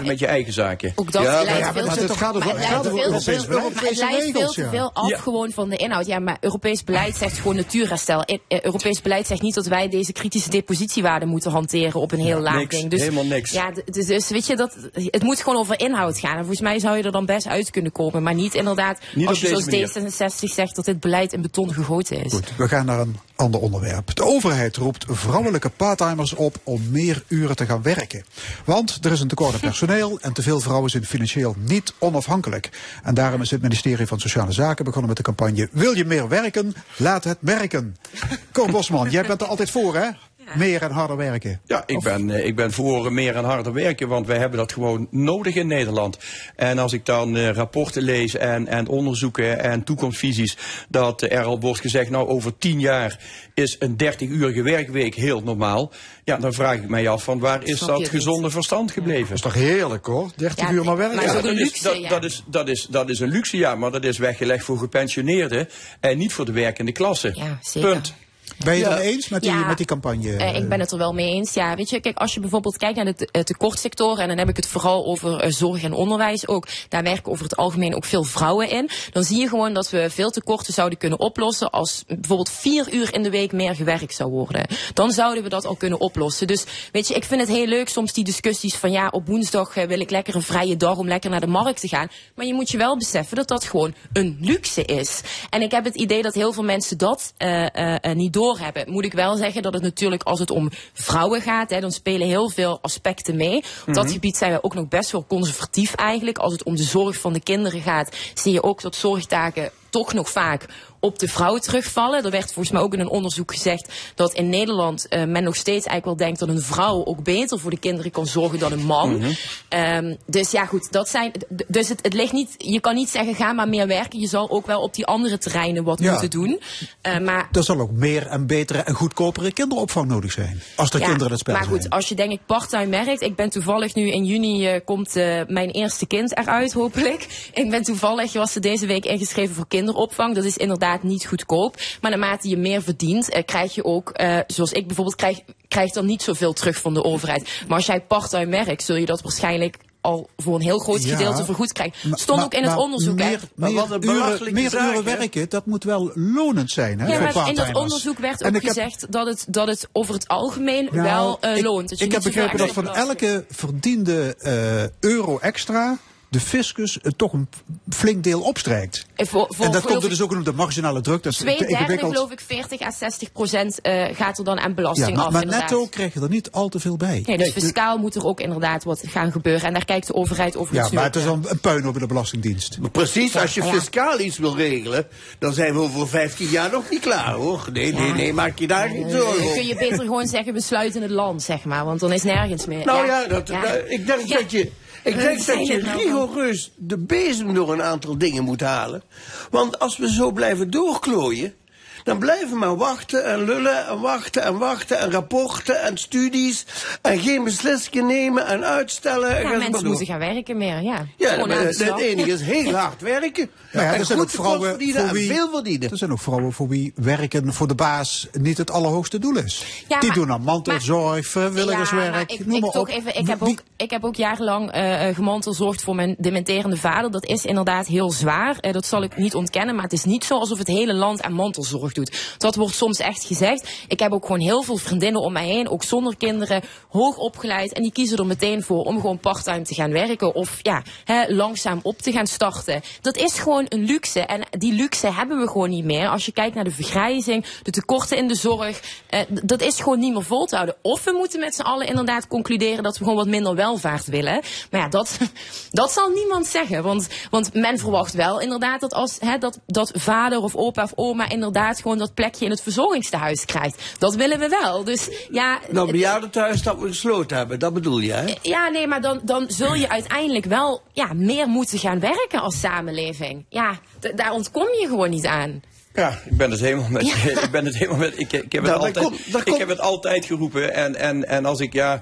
eigen zaken. Ook dat ja, leidt maar, veel maar te het toch- gaat maar over het leidt veel te Europees veel- beleid. maar het leidt veel te veel af Ja. gewoon van de inhoud. Ja, maar Europees beleid zegt gewoon natuurherstel. E- eh, Europees beleid zegt niet dat wij deze kritische depositiewaarde moeten hanteren op een heel laag niks, ding. Dus, helemaal niks. Ja, d- dus, dus weet je, dat, het moet gewoon over inhoud gaan. En volgens mij zou je er dan best uit kunnen komen. Maar niet inderdaad, Niet als op je deze zoals manier. D zesenzestig zegt dat dit beleid in beton gegoten is. Goed, we gaan naar een ander onderwerp. De overheid roept vrouwelijke parttimers op om meer uren te gaan werken. Want er is een tekort aan personeel en te veel vrouwen zijn financieel niet onafhankelijk. En daarom is het ministerie van Sociale Zaken begonnen met de campagne Wil je meer werken? Laat het merken. Cor Bosman, jij bent er altijd voor, hè? Meer en harder werken. Ja, ik ben, eh, ik ben voor meer en harder werken, want wij hebben dat gewoon nodig in Nederland. En als ik dan uh, rapporten lees en, en onderzoeken en toekomstvisies, dat uh, er al wordt gezegd, nou over tien jaar is een dertig-urige werkweek heel normaal. Ja, dan vraag ik mij af van waar is Snap dat je gezonde verstand gebleven? Dat is toch heerlijk hoor, dertig Ja, uur maar werken. maar Ja, is ook dat, een is, luxe, dat, ja. dat, is, dat, is, dat is een luxe, ja, maar dat is weggelegd voor gepensioneerden en niet voor de werkende klasse. Ja, zeker. Punt. Ben je Ja. het er eens met die, Ja. met die campagne? Uh, ik ben het er wel mee eens. Ja, weet je, kijk, als je bijvoorbeeld kijkt naar de te- uh, tekortsectoren, en dan heb ik het vooral over uh, zorg en onderwijs ook, daar werken over het algemeen ook veel vrouwen in, dan zie je gewoon dat we veel tekorten zouden kunnen oplossen als bijvoorbeeld vier uur in de week meer gewerkt zou worden. Dan zouden we dat al kunnen oplossen. Dus weet je, ik vind het heel leuk soms die discussies van ja, op woensdag uh, wil ik lekker een vrije dag om lekker naar de markt te gaan. Maar je moet je wel beseffen dat dat gewoon een luxe is. En ik heb het idee dat heel veel mensen dat uh, uh, uh, niet doorhebben. Moet ik wel zeggen dat het natuurlijk als het om vrouwen gaat, hè, dan spelen heel veel aspecten mee. Op dat Mhm. gebied zijn we ook nog best wel conservatief eigenlijk. Als het om de zorg van de kinderen gaat, zie je ook dat zorgtaken toch nog vaak op de vrouw terugvallen. Er werd volgens mij ook in een onderzoek gezegd dat in Nederland uh, men nog steeds eigenlijk wel denkt dat een vrouw ook beter voor de kinderen kan zorgen dan een man. Mhm. Um, dus ja goed, dat zijn, d- dus het, het ligt niet, je kan niet zeggen ga maar meer werken. Je zal ook wel op die andere terreinen wat Ja. moeten doen. Uh, maar Er zal ook meer en betere en goedkopere kinderopvang nodig zijn. Als er Ja, kinderen in het spel maar goed, zijn. als je denk ik parttime werkt. Ik ben toevallig nu in juni uh, komt uh, mijn eerste kind eruit, hopelijk. Ik ben toevallig, je was er deze week ingeschreven voor kinderopvang. Dat is inderdaad niet goedkoop. Maar naarmate je meer verdient, uh, krijg je ook, uh, zoals ik bijvoorbeeld, krijg, krijg dan niet zoveel terug van de overheid. Maar als jij parttime werkt, zul je dat waarschijnlijk al voor een heel groot Ja, gedeelte vergoed krijgen. Maar- Stond maar- ook in het maar onderzoek. hè. Meer, meer, uren, meer uren werken, dat moet wel lonend zijn, hè? Ja, voor maar in dat parttimers. onderzoek werd En ook ik heb- gezegd dat het, dat het over het algemeen Nou, wel uh, ik, loont. Dat je ik niet heb zoveel begrepen dat extra van belasting- elke verdiende uh, euro extra de fiscus uh, toch een flink deel opstrijkt. En voor- voor- en dat voor- komt door de zogenoemde marginale druk. Dat is Twee te derde, ingewikkeld. geloof ik, veertig à zestig procent uh, gaat er dan aan belasting Ja, maar, af. maar inderdaad. netto krijg je er niet al te veel bij. Nee, dus Kijk, fiscaal moet er ook inderdaad wat gaan gebeuren. En daar kijkt de overheid over. Ja, maar het is dan een puin over de Belastingdienst. Maar precies, als je Ja. fiscaal iets wil regelen, dan zijn we over vijftien jaar nog niet klaar, hoor. Nee, nee, nee, maak je daar niet zorgen Dan om. kun je beter gewoon zeggen, we sluiten het land, zeg maar. Want dan is nergens meer. Nou ja, dat, Ja. dat- ik denk Ja. dat je, ik Wat denk zijn dat je het nou rigoureus de bezem door een aantal dingen moet halen. Want als we zo blijven doorklooien, dan blijven we maar wachten en lullen en wachten en wachten en rapporten en studies en geen beslissingen nemen en uitstellen. En Ja, ga zo maar mensen door. moeten gaan werken meer, ja. Ja, Gewoon maar aan de het slag. enige is heel hard werken. Maar ja, en er zijn goed ook vrouwen verdienen voor en wie, veel verdienen. er zijn ook vrouwen voor wie werken voor de baas niet het allerhoogste doel is. Ja, Die maar- doen aan mantelzorg, vrijwilligerswerk, Ja, maar ik, noem ik maar toch op. even, ik, heb Wie- ook, ik heb ook jarenlang uh, gemantelzorgd voor mijn dementerende vader. Dat is inderdaad heel zwaar. Uh, dat zal ik niet ontkennen. Maar het is niet zo alsof het hele land aan mantelzorg doet. Dat wordt soms echt gezegd. Ik heb ook gewoon heel veel vriendinnen om mij heen, ook zonder kinderen, hoog opgeleid. En die kiezen er meteen voor om gewoon parttime te gaan werken. Of ja, hè, langzaam op te gaan starten. Dat is gewoon een luxe. En die luxe hebben we gewoon niet meer. Als je kijkt naar de vergrijzing, de tekorten in de zorg. Uh, dat is gewoon niet meer vol te houden. Of we moeten met z'n allen inderdaad concluderen dat we gewoon wat minder welvaart willen. Maar ja, dat, dat zal niemand zeggen. Want, want men verwacht wel inderdaad dat als hè, dat, dat vader of opa of oma inderdaad gewoon dat plekje in het verzorgingstehuis krijgt. Dat willen we wel. Dus ja. Nou, bejaardentehuis dat we gesloten hebben, dat bedoel je, hè? Ja, nee, maar dan, dan zul je uiteindelijk wel ja, meer moeten gaan werken als samenleving. Ja, d- daar ontkom je gewoon niet aan. Ja, ik ben het helemaal met je. Ik ben het helemaal met. Ik, ik heb het Nou, daar altijd. komt- daar ik komt- heb het altijd geroepen. En, en, en als ik ja.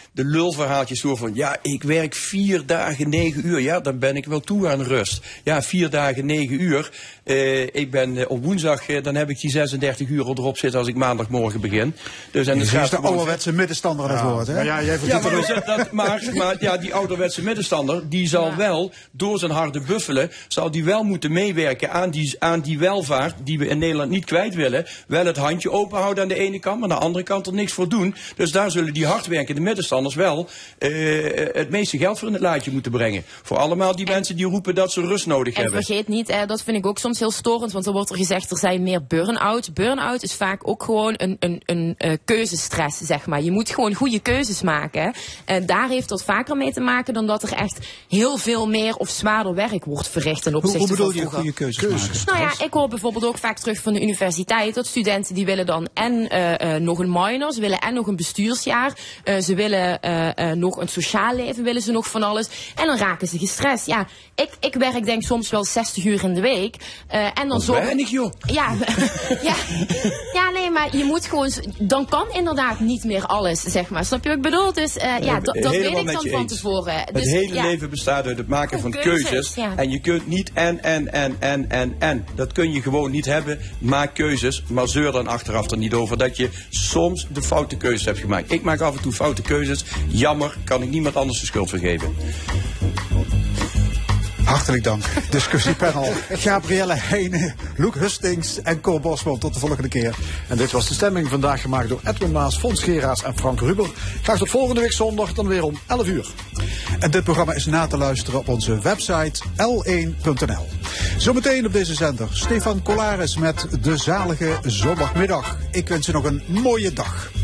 de lulverhaaltjes door van... ja, ik werk vier dagen, negen uur. Ja, dan ben ik wel toe aan rust. Ja, vier dagen, negen uur. Uh, ik ben uh, op woensdag, uh, dan heb ik die zesendertig uur erop zitten als ik maandagmorgen begin. Dus en je het is de ouderwetse middenstander aan het woord, hè? Maar ja, jij ja, maar, dat, dat, maar, maar ja, die ouderwetse middenstander, die zal ja. wel door zijn harde buffelen, zal die wel moeten meewerken aan die, aan die welvaart die we in Nederland niet kwijt willen. Wel het handje openhouden aan de ene kant, maar aan de andere kant er niks voor doen. Dus daar zullen die hardwerkende middenstanders wel uh, het meeste geld voor in het laadje moeten brengen. Voor allemaal die en, mensen die roepen dat ze rust nodig en hebben. En vergeet niet, eh, dat vind ik ook soms heel storend, want er wordt er gezegd er zijn meer burn-out. Burn-out is vaak ook gewoon een, een, een uh, keuzestress, zeg maar. Je moet gewoon goede keuzes maken. En daar heeft dat vaker mee te maken dan dat er echt heel veel meer of zwaarder werk wordt verricht ten opzichte hoe, hoe bedoel van je goede keuzes, keuzes maken? Nou ja, ik hoor bijvoorbeeld ook vaak terug van de universiteit dat studenten die willen dan en uh, uh, nog een minor, ze willen en nog een bestuursjaar, uh, ze willen uh, uh, nog een sociaal leven, willen ze nog van alles. En dan raken ze gestrest. Ja, ik, ik werk denk soms wel zestig uur in de week. Uh, en dan zorg... weinig, joh. Ja, ja, ja, nee, maar je moet gewoon... Dan kan inderdaad niet meer alles, zeg maar. Snap je wat ik bedoel? Dus uh, ja, dat, dat weet ik dan van eens. tevoren. Dus, het hele ja. leven bestaat uit het maken van keuzes. keuzes. Ja. En je kunt niet en, en, en, en, en, en. Dat kun je gewoon niet hebben. Maak keuzes, maar zeur dan achteraf er niet over dat je soms de foute keuzes hebt gemaakt. Ik maak af en toe foute keuzes. Jammer, kan ik niemand anders de schuld vergeven. Hartelijk dank. Discussiepanel. Gabrielle Heijnen, Loek Hustings en Cor Bosman. Tot de volgende keer. En dit was de stemming vandaag gemaakt door Edwin Maas, Fons Geraerts en Frank Ruber. Graag tot volgende week zondag, dan weer om elf uur. En dit programma is na te luisteren op onze website L één punt N L. Zometeen op deze zender Stefan Collaris met De Zalige Zondagmiddag. Ik wens je nog een mooie dag.